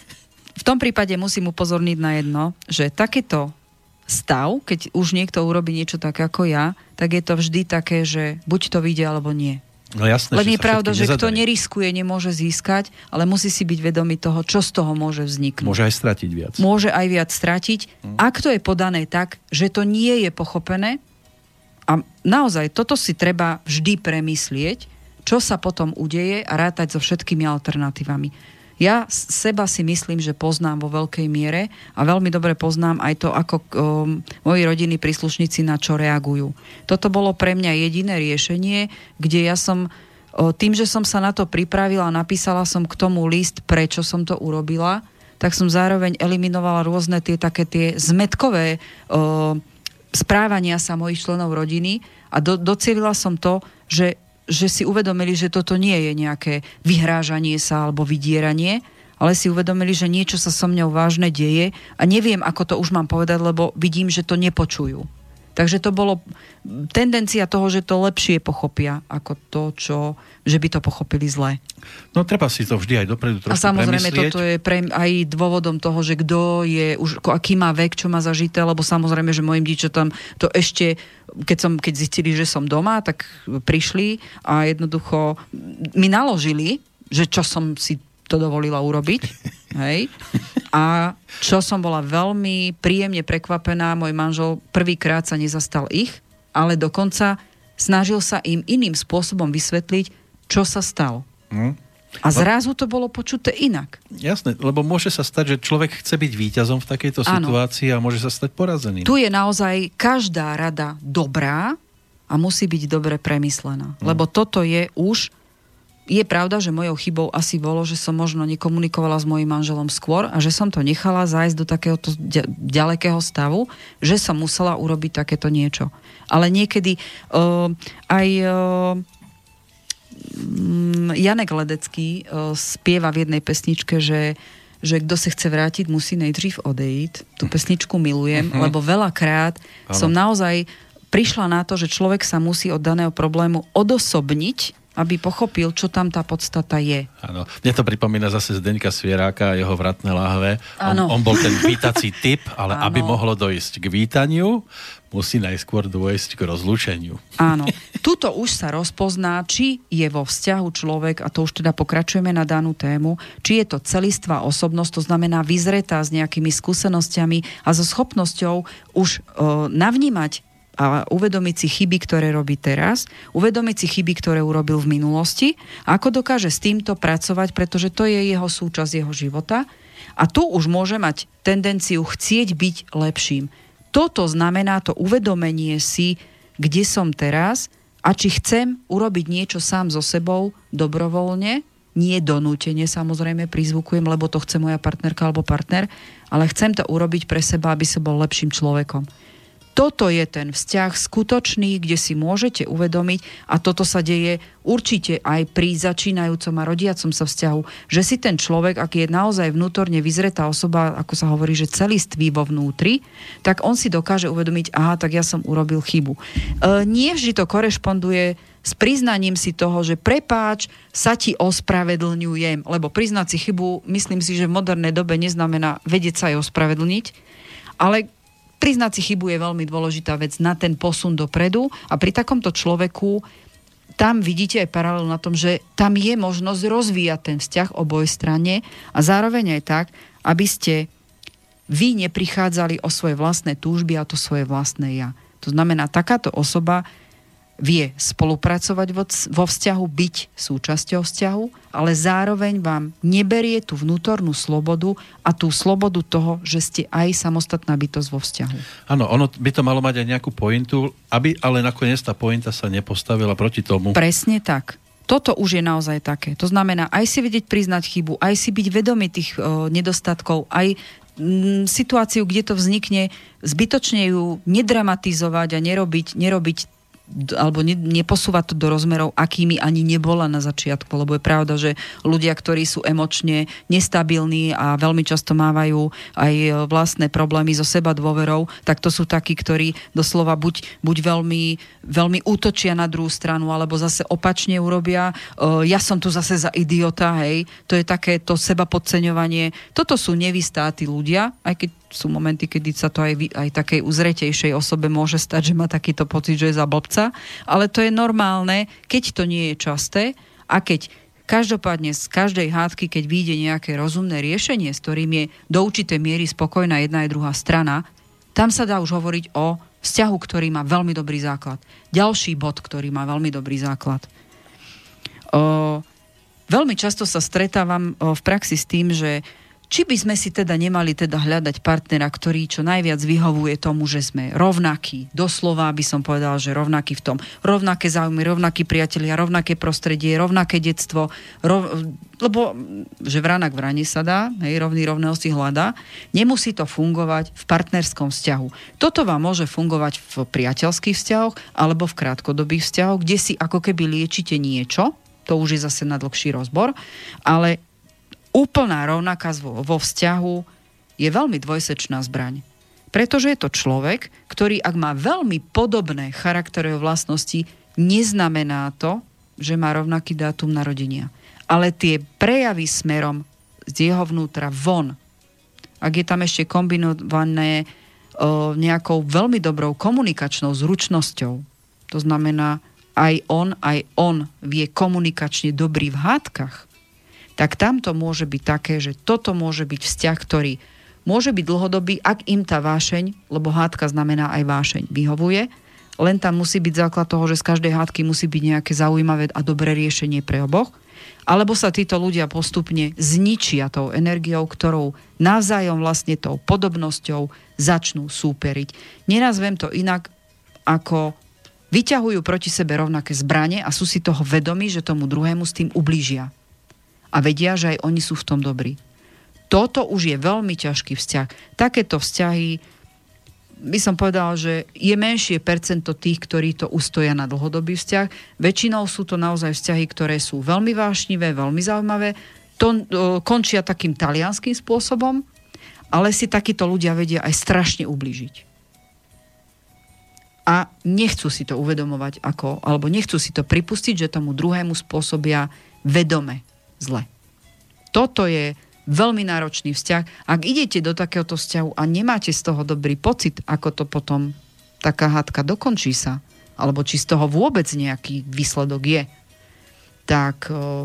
[SPEAKER 2] v tom prípade musím upozorniť na jedno, že takéto stav, keď už niekto urobí niečo také ako ja, tak je to vždy také, že buď to vyjde, alebo nie.
[SPEAKER 1] No jasné,
[SPEAKER 2] len je pravda, že
[SPEAKER 1] nezadajú.
[SPEAKER 2] Kto neriskuje, nemôže získať, ale musí si byť vedomý toho, čo z toho môže vzniknúť.
[SPEAKER 1] Môže aj stratiť viac.
[SPEAKER 2] Môže aj viac stratiť. Hmm. Ak to je podané tak, že to nie je pochopené, a naozaj toto si treba vždy premyslieť, čo sa potom udeje a rátať so všetkými alternatívami. Ja seba si myslím, že poznám vo veľkej miere a veľmi dobre poznám aj to, ako um, moji rodinní príslušníci na čo reagujú. Toto bolo pre mňa jediné riešenie, kde ja som, uh, tým, že som sa na to pripravila, napísala som k tomu list, prečo som to urobila, tak som zároveň eliminovala rôzne tie také tie zmetkové uh, správania sa mojich členov rodiny a do, docielila som to, že že si uvedomili, že toto nie je nejaké vyhrážanie sa alebo vydieranie, ale si uvedomili, že niečo sa so mňou vážne deje a neviem, ako to už mám povedať, lebo vidím, že to nepočujú. Takže to bolo tendencia toho, že to lepšie pochopia, ako to, čo, že by to pochopili zle.
[SPEAKER 1] No treba si to vždy aj dopredu trošku premyslieť. A samozrejme
[SPEAKER 2] premyslieť. Toto je pre, aj dôvodom toho, že kto je, už aký má vek, čo má zažité, lebo samozrejme, že mojim dievčatám to ešte, keď, som, keď zistili, že som doma, tak prišli a jednoducho mi naložili, že čo som si to dovolila urobiť. Hej. A čo som bola veľmi príjemne prekvapená, môj manžel prvýkrát sa nezastal ich, ale dokonca snažil sa im iným spôsobom vysvetliť, čo sa stalo. Hmm. A zrazu to bolo počuté inak.
[SPEAKER 1] Jasné, lebo môže sa stať, že človek chce byť víťazom v takejto situácii a môže sa stať porazeným.
[SPEAKER 2] Tu je naozaj každá rada dobrá a musí byť dobre premyslená. Hmm. Lebo toto je už Je pravda, že mojou chybou asi bolo, že som možno nekomunikovala s mojím manželom skôr a že som to nechala zájsť do takéhoto ďalekého stavu, že som musela urobiť takéto niečo. Ale niekedy uh, aj uh, Janek Ledecký uh, spieva v jednej pesničke, že že kto sa chce vrátiť, musí nejdřív odejít. Tú pesničku milujem, uh-huh. lebo veľakrát ano. som naozaj prišla na to, že človek sa musí od daného problému odosobniť, aby pochopil, čo tam tá podstata je.
[SPEAKER 1] Áno. Mne to pripomína zase Zdeňka Svieráka a jeho vratné láhve. On, on bol ten vítací typ, ale ano. aby mohlo dojsť k vítaniu, musí najskôr dôjsť k rozlúčeniu.
[SPEAKER 2] Áno. Tuto už sa rozpozná, či je vo vzťahu človek, a to už teda pokračujeme na danú tému, či je to celistvá osobnosť, to znamená vyzretá s nejakými skúsenosťami a so schopnosťou už e, navnímať a uvedomiť si chyby, ktoré robí teraz, uvedomiť si chyby, ktoré urobil v minulosti, ako dokáže s týmto pracovať, pretože to je jeho súčasť jeho života a tu už môže mať tendenciu chcieť byť lepším. Toto znamená to uvedomenie si, kde som teraz a či chcem urobiť niečo sám so sebou dobrovoľne, nie donútene, samozrejme prizvukujem, lebo to chce moja partnerka alebo partner, ale chcem to urobiť pre seba, aby som bol lepším človekom. Toto je ten vzťah skutočný, kde si môžete uvedomiť, a toto sa deje určite aj pri začínajúcom a rodiacom sa vzťahu, že si ten človek, ak je naozaj vnútorne vyzretá osoba, ako sa hovorí, že celistvý vo vnútri, tak on si dokáže uvedomiť, aha, tak ja som urobil chybu. E, nie vždy to korešponduje s priznaním si toho, že prepáč, sa ti ospravedlňujem, lebo priznať si chybu, myslím si, že v modernej dobe neznamená vedieť sa aj ospravedlniť, ale priznať si chybu je veľmi dôležitá vec na ten posun dopredu a pri takomto človeku tam vidíte aj paralelu na tom, že tam je možnosť rozvíjať ten vzťah oboj strane a zároveň aj tak, aby ste vy neprichádzali o svoje vlastné túžby a to svoje vlastné ja. To znamená, takáto osoba vie spolupracovať vo vzťahu, byť súčasťou vzťahu, ale zároveň vám neberie tú vnútornú slobodu a tú slobodu toho, že ste aj samostatná bytosť vo vzťahu.
[SPEAKER 1] Áno, ono by to malo mať aj nejakú pointu, aby ale nakoniec tá pointa sa nepostavila proti tomu.
[SPEAKER 2] Presne tak. Toto už je naozaj také. To znamená aj si vedieť priznať chybu, aj si byť vedomý tých o, nedostatkov, aj m, situáciu, kde to vznikne, zbytočne ju nedramatizovať a nerobiť, nerobiť alebo ne, neposúvať to do rozmerov, akými ani nebola na začiatku, lebo je pravda, že ľudia, ktorí sú emočne nestabilní a veľmi často mávajú aj vlastné problémy so seba dôverou, tak to sú takí, ktorí doslova buď, buď veľmi, veľmi útočia na druhú stranu, alebo zase opačne urobia. Ja som tu zase za idiota, hej. To je také to seba podceňovanie. Toto sú nevystáti ľudia, aj keď sú momenty, kedy sa to aj, aj takej uzretejšej osobe môže stať, že má takýto pocit, že je za blbca. Ale to je normálne, keď to nie je časté a keď každopádne z každej hádky, keď vyjde nejaké rozumné riešenie, s ktorým je do určitej miery spokojná jedna aj druhá strana, tam sa dá už hovoriť o vzťahu, ktorý má veľmi dobrý základ. Ďalší bod, ktorý má veľmi dobrý základ. O, veľmi často sa stretávam o, v praxi s tým, že či by sme si teda nemali teda hľadať partnera, ktorý čo najviac vyhovuje tomu, že sme rovnakí. Doslova by som povedala, že rovnakí v tom. Rovnaké záujmy, rovnakí priatelia, rovnaké prostredie, rovnaké detstvo. Rov... Lebo, že vranak vrane sa dá, hej, rovný rovného si hľadá. Nemusí to fungovať v partnerskom vzťahu. Toto vám môže fungovať v priateľských vzťahoch alebo v krátkodobých vzťahoch, kde si ako keby liečite niečo. To už je zase na dlhší rozbor. Ale úplná rovnaká vo vzťahu je veľmi dvojsečná zbraň. Pretože je to človek, ktorý ak má veľmi podobné charakterové vlastnosti, neznamená to, že má rovnaký dátum narodenia. Ale tie prejavy smerom z jeho vnútra von, ak je tam ešte kombinované o, nejakou veľmi dobrou komunikačnou zručnosťou, to znamená aj on, aj on vie komunikačne dobrý v hádkach, tak tam to môže byť také, že toto môže byť vzťah, ktorý môže byť dlhodobý, ak im tá vášeň, lebo hádka znamená aj vášeň, vyhovuje, len tam musí byť základ toho, že z každej hádky musí byť nejaké zaujímavé a dobré riešenie pre oboch, alebo sa títo ľudia postupne zničia tou energiou, ktorou navzájom vlastne tou podobnosťou začnú súperiť. Nenazvem to inak, ako vyťahujú proti sebe rovnaké zbrane a sú si toho vedomí, že tomu druhému s tým ublížia. A vedia, že aj oni sú v tom dobrí. Toto už je veľmi ťažký vzťah. Takéto vzťahy, by som povedala, že je menšie percento tých, ktorí to ustoja na dlhodobý vzťah. Väčšinou sú to naozaj vzťahy, ktoré sú veľmi vášnivé, veľmi zaujímavé. To o, končia takým talianským spôsobom, ale si takíto ľudia vedia aj strašne ublížiť. A nechcú si to uvedomovať, ako, alebo nechcú si to pripustiť, že tomu druhému spôsobia vedome zle. Toto je veľmi náročný vzťah. Ak idete do takéhoto vzťahu a nemáte z toho dobrý pocit, ako to potom taká hádka dokončí sa, alebo či z toho vôbec nejaký výsledok je, tak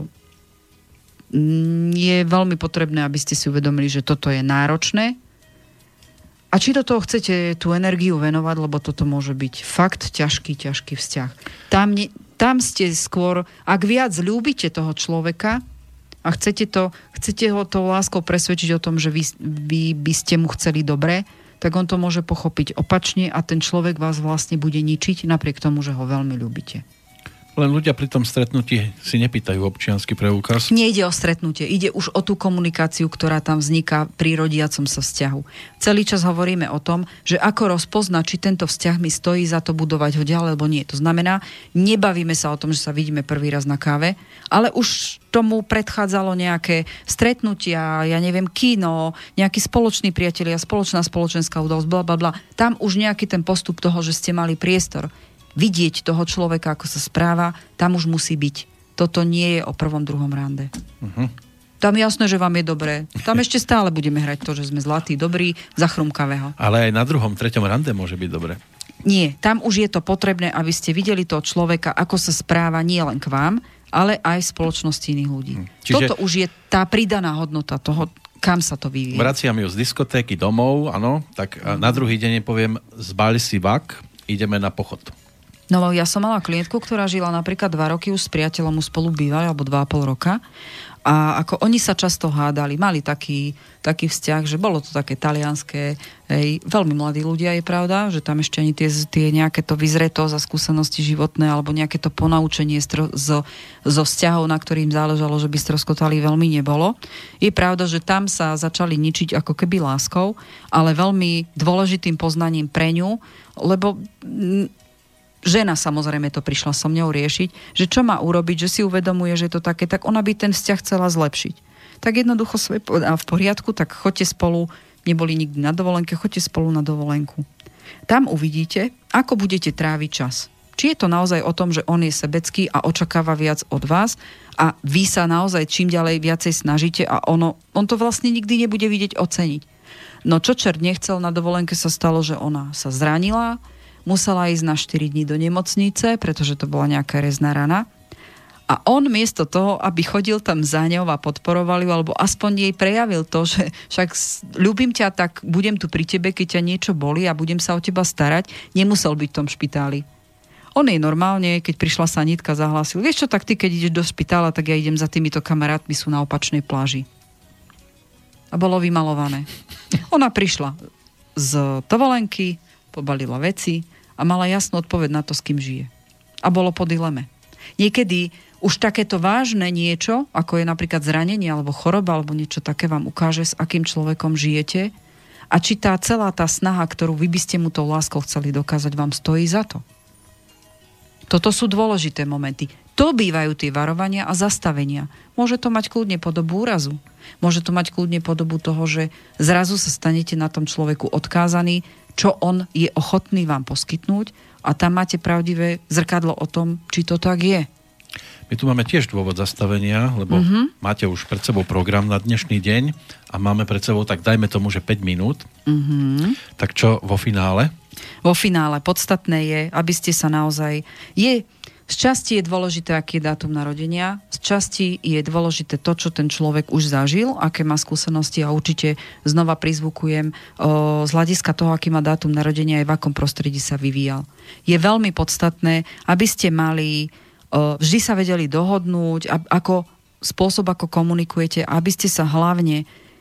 [SPEAKER 2] je veľmi potrebné, aby ste si uvedomili, že toto je náročné. A či do toho chcete tú energiu venovať, lebo toto môže byť fakt ťažký, ťažký vzťah. Tam, tam ste skôr, ak viac ľúbite toho človeka, a chcete, to, chcete ho tou láskou presvedčiť o tom, že vy, vy by ste mu chceli dobre, tak on to môže pochopiť opačne a ten človek vás vlastne bude ničiť napriek tomu, že ho veľmi ľúbite.
[SPEAKER 1] Len ľudia pri tom stretnutí si nepýtajú občiansky preukaz.
[SPEAKER 2] Nejde o stretnutie, ide už o tú komunikáciu, ktorá tam vzniká pri rodiacom sa vzťahu. Celý čas hovoríme o tom, že ako rozpoznať, či tento vzťah mi stojí za to budovať ho ďalej, alebo nie. To znamená, nebavíme sa o tom, že sa vidíme prvý raz na káve, ale už tomu predchádzalo nejaké stretnutia, ja neviem, kino, nejakí spoloční priatelia, spoločná spoločenská udalosť, bla, bla, bla. Tam už nejaký ten postup toho, že ste mali priestor vidieť toho človeka, ako sa správa, tam už musí byť. Toto nie je o prvom, druhom rande. Uh-huh. Tam je jasné, že vám je dobré. Tam ešte stále budeme hrať to, že sme zlatí, dobrí, zachrumkavého.
[SPEAKER 1] Ale aj na druhom, treťom rande môže byť dobré.
[SPEAKER 2] Nie, tam už je to potrebné, aby ste videli toho človeka, ako sa správa nie len k vám, ale aj v spoločnosti iných ľudí. Čiže toto už je tá pridaná hodnota toho, kam sa to vyvíja.
[SPEAKER 1] Vraciam ju z diskotéky domov, áno, tak uh-huh. Na druhý deň poviem, zbali si vak, ideme na pochod.
[SPEAKER 2] No ja som mala klientku, ktorá žila napríklad dva roky už s priateľom, spolu bývali, alebo dva a pol roka. A ako oni sa často hádali, mali taký, taký vzťah, že bolo to také talianské, hej, veľmi mladí ľudia, je pravda, že tam ešte ani tie, tie nejaké to vyzretosť a skúsenosti životné alebo nejaké to ponaučenie stro, zo, zo vzťahov, na ktorým záležalo, že by stroskotali, veľmi nebolo. Je pravda, že tam sa začali ničiť ako keby láskou, ale veľmi dôležitým poznaním pre ňu, lebo žena samozrejme to prišla so mňou riešiť, že čo má urobiť, že si uvedomuje, že je to také, tak ona by ten vzťah chcela zlepšiť. Tak jednoducho svoje a v poriadku, tak choďte spolu, neboli nikdy na dovolenke, choďte spolu na dovolenku. Tam uvidíte, ako budete tráviť čas. Či je to naozaj o tom, že on je sebecký a očakáva viac od vás a vy sa naozaj čím ďalej viacej snažíte a ono, on to vlastne nikdy nebude vidieť oceniť. No čo čert nechcel, na dovolenke sa stalo, že ona sa zranila, musela ísť na štyri dní do nemocnice, pretože to bola nejaká rezná rana. A on miesto toho, aby chodil tam za ňou a podporoval ju, alebo aspoň jej prejavil to, že však ľúbim ťa, tak budem tu pri tebe, keď ťa niečo bolí a budem sa o teba starať, nemusel byť v tom špitáli. On jej normálne, keď prišla sanitka, zahlásil, vieš čo, tak ty, keď ideš do špitála, tak ja idem za týmito kamarátmi, sú na opačnej pláži. A bolo vymalované. Ona prišla z dovolenky, pobalila veci a mala jasnú odpoveď na to, s kým žije. A bolo po dileme. Niekedy už takéto vážne niečo, ako je napríklad zranenie alebo choroba alebo niečo také, vám ukáže, s akým človekom žijete a či tá celá tá snaha, ktorú vy by ste mu tou láskou chceli dokázať, vám stojí za to. Toto sú dôležité momenty. To bývajú tie varovania a zastavenia. Môže to mať kľudne podobu úrazu. Môže to mať kľudne podobu toho, že zrazu sa stanete na tom človeku odkázaní, čo on je ochotný vám poskytnúť a tam máte pravdivé zrkadlo o tom, či to tak je.
[SPEAKER 1] My tu máme tiež dôvod zastavenia, lebo mm-hmm. máte už pred sebou program na dnešný deň a máme pred sebou, tak dajme tomu, že päť minút. Mm-hmm. Tak čo vo finále?
[SPEAKER 2] Vo finále podstatné je, aby ste sa naozaj... Je... Z časti je dôležité, aký je dátum narodenia, z časti je dôležité to, čo ten človek už zažil, aké má skúsenosti a určite znova prizvukujem o, z hľadiska toho, aký má dátum narodenia aj v akom prostredí sa vyvíjal. Je veľmi podstatné, aby ste mali, o, vždy sa vedeli dohodnúť, a, ako spôsob, ako komunikujete, aby ste sa hlavne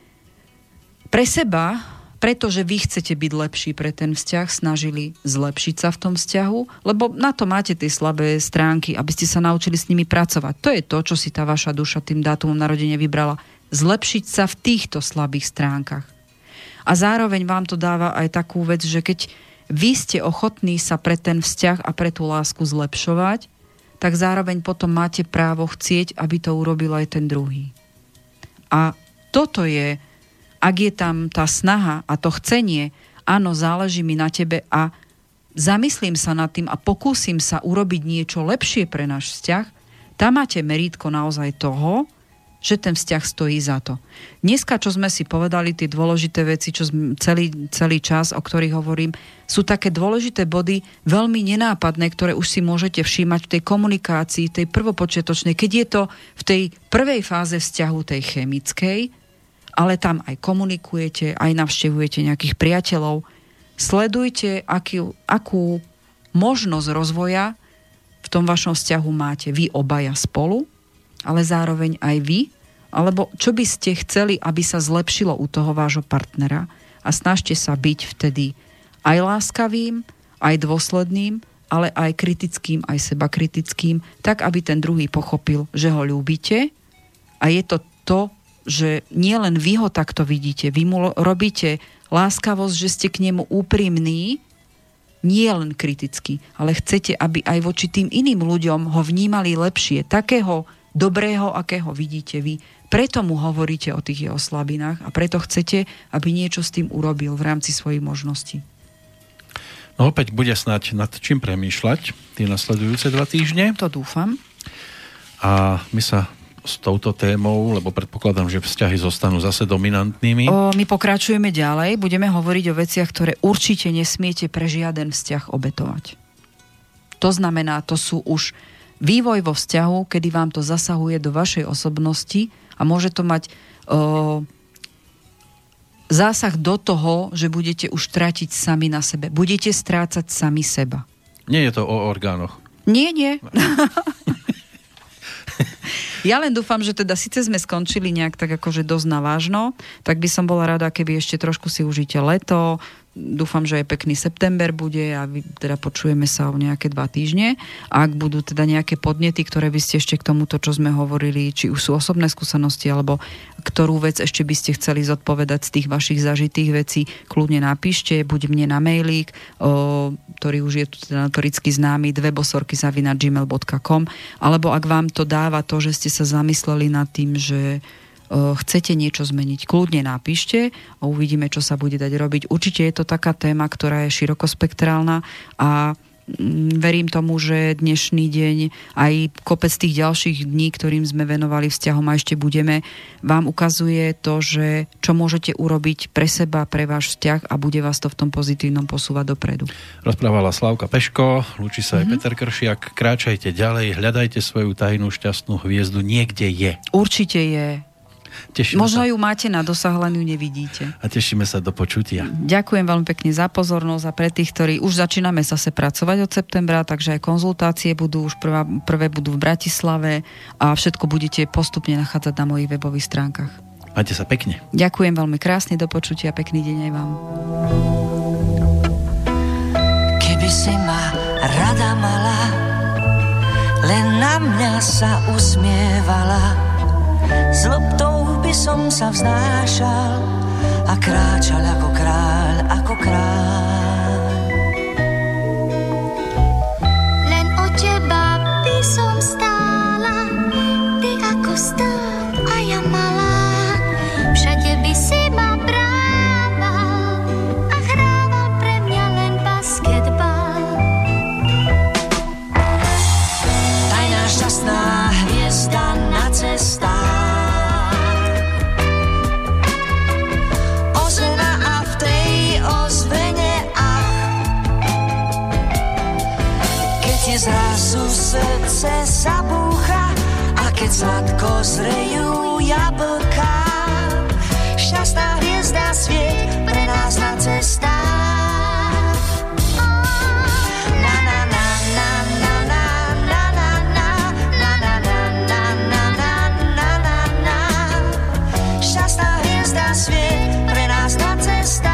[SPEAKER 2] pre seba, pretože vy chcete byť lepší pre ten vzťah, snažili zlepšiť sa v tom vzťahu, lebo na to máte tie slabé stránky, aby ste sa naučili s nimi pracovať. To je to, čo si tá vaša duša tým dátumom narodenia vybrala. Zlepšiť sa v týchto slabých stránkach. A zároveň vám to dáva aj takú vec, že keď vy ste ochotní sa pre ten vzťah a pre tú lásku zlepšovať, tak zároveň potom máte právo chcieť, aby to urobil aj ten druhý. A toto je, ak je tam tá snaha a to chcenie, áno, záleží mi na tebe a zamyslím sa nad tým a pokúsim sa urobiť niečo lepšie pre náš vzťah, tam máte merítko naozaj toho, že ten vzťah stojí za to. Dneska, čo sme si povedali, tie dôležité veci, čo sme celý, celý čas, o ktorých hovorím, sú také dôležité body, veľmi nenápadné, ktoré už si môžete všímať v tej komunikácii, tej prvopočiatočnej, keď je to v tej prvej fáze vzťahu, tej chemickej, ale tam aj komunikujete, aj navštevujete nejakých priateľov. Sledujte, aký, akú možnosť rozvoja v tom vašom vzťahu máte vy obaja spolu, ale zároveň aj vy, alebo čo by ste chceli, aby sa zlepšilo u toho vášho partnera a snažte sa byť vtedy aj láskavým, aj dôsledným, ale aj kritickým, aj sebakritickým, tak, aby ten druhý pochopil, že ho ľúbite a je to to, že nie len vy ho takto vidíte, vy mu robíte láskavosť, že ste k nemu úprimní, nie len kriticky, ale chcete, aby aj voči tým iným ľuďom ho vnímali lepšie, takého dobrého, akého vidíte vy. Preto mu hovoríte o tých jeho slabinách a preto chcete, aby niečo s tým urobil v rámci svojich možností.
[SPEAKER 1] No opäť bude snáď nad čím premýšľať tie nasledujúce dva týždne.
[SPEAKER 2] To dúfam.
[SPEAKER 1] A my sa s touto témou, lebo predpokladám, že vzťahy zostanú zase dominantnými.
[SPEAKER 2] O, my pokračujeme ďalej, budeme hovoriť o veciach, ktoré určite nesmiete pre žiaden vzťah obetovať. To znamená, to sú už vývoj vo vzťahu, kedy vám to zasahuje do vašej osobnosti a môže to mať o, zásah do toho, že budete už trátiť sami na sebe. Budete strácať sami seba.
[SPEAKER 1] Nie je to o orgánoch.
[SPEAKER 2] Nie, nie. Ja len dúfam, že teda síce sme skončili nejak tak akože dosť navážno, tak by som bola rada, keby ešte trošku si užite leto. Dúfam, že aj pekný september bude a vy, teda počujeme sa o nejaké dva týždne. A ak budú teda nejaké podnety, ktoré by ste ešte k tomuto, čo sme hovorili, či už sú osobné skúsenosti, alebo ktorú vec ešte by ste chceli zodpovedať z tých vašich zažitých vecí, kľudne napíšte, buď mne na mailík, o, ktorý už je tu teda notoricky známy, dvebosorky zavináč gmail bodka com, alebo ak vám to dáva to, že ste sa zamysleli nad tým, že chcete niečo zmeniť, kľudne napíšte a uvidíme, čo sa bude dať robiť. Určite je to taká téma, ktorá je širokospektrálna a verím tomu, že dnešný deň aj kopec tých ďalších dní, ktorým sme venovali vzťahom a ešte budeme, vám ukazuje to, že čo môžete urobiť pre seba, pre váš vzťah a bude vás to v tom pozitívnom posúvať dopredu. Rozprávala Slávka Peško, lúči sa aj mm-hmm. Peter Kršiak. Kráčajte ďalej, hľadajte svoju tajnú šťastnú hviezdu, niekde je. Určite je. Tešíme Možno sa. Ju máte na dosah, len ju nevidíte. A tešíme sa do počutia. Ďakujem veľmi pekne za pozornosť a pre tých, ktorí už začíname zase pracovať od septembra, takže aj konzultácie budú už prvá, prvé budú v Bratislave a všetko budete postupne nachádzať na mojich webových stránkach. Majte sa pekne. Ďakujem veľmi krásne, do počutia, pekný deň aj vám. Keby si ma rada mala, len na mňa sa usmievala, s loptou by som sa vznášal a kráčal ako kráľ, ako kráľ. Len o teba by som stála, ty ako stát a ja malá. Všade by si ma brával a hrával pre mňa len basketbal. Tajná šťastná hviezda na cestách, zrazu srdce zabúcha a keď sladko zrejú jablká, šťastná hviezda svieť pre nás na cestách. Šťastná hviezda svieť pre nás na cestách.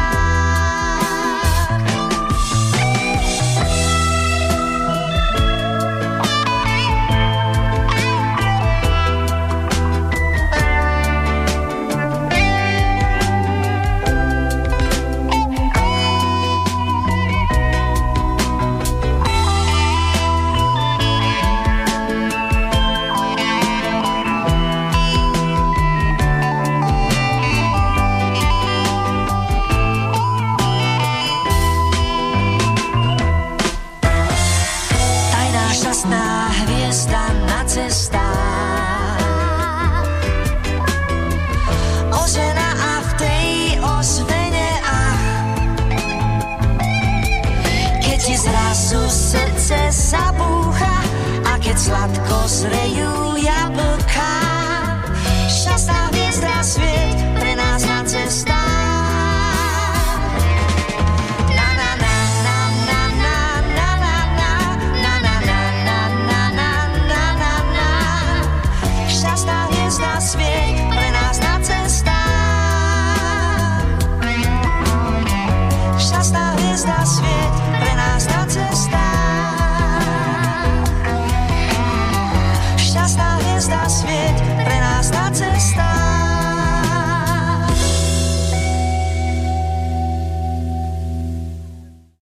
[SPEAKER 2] Srdce zabúcha a keď sladko zrejú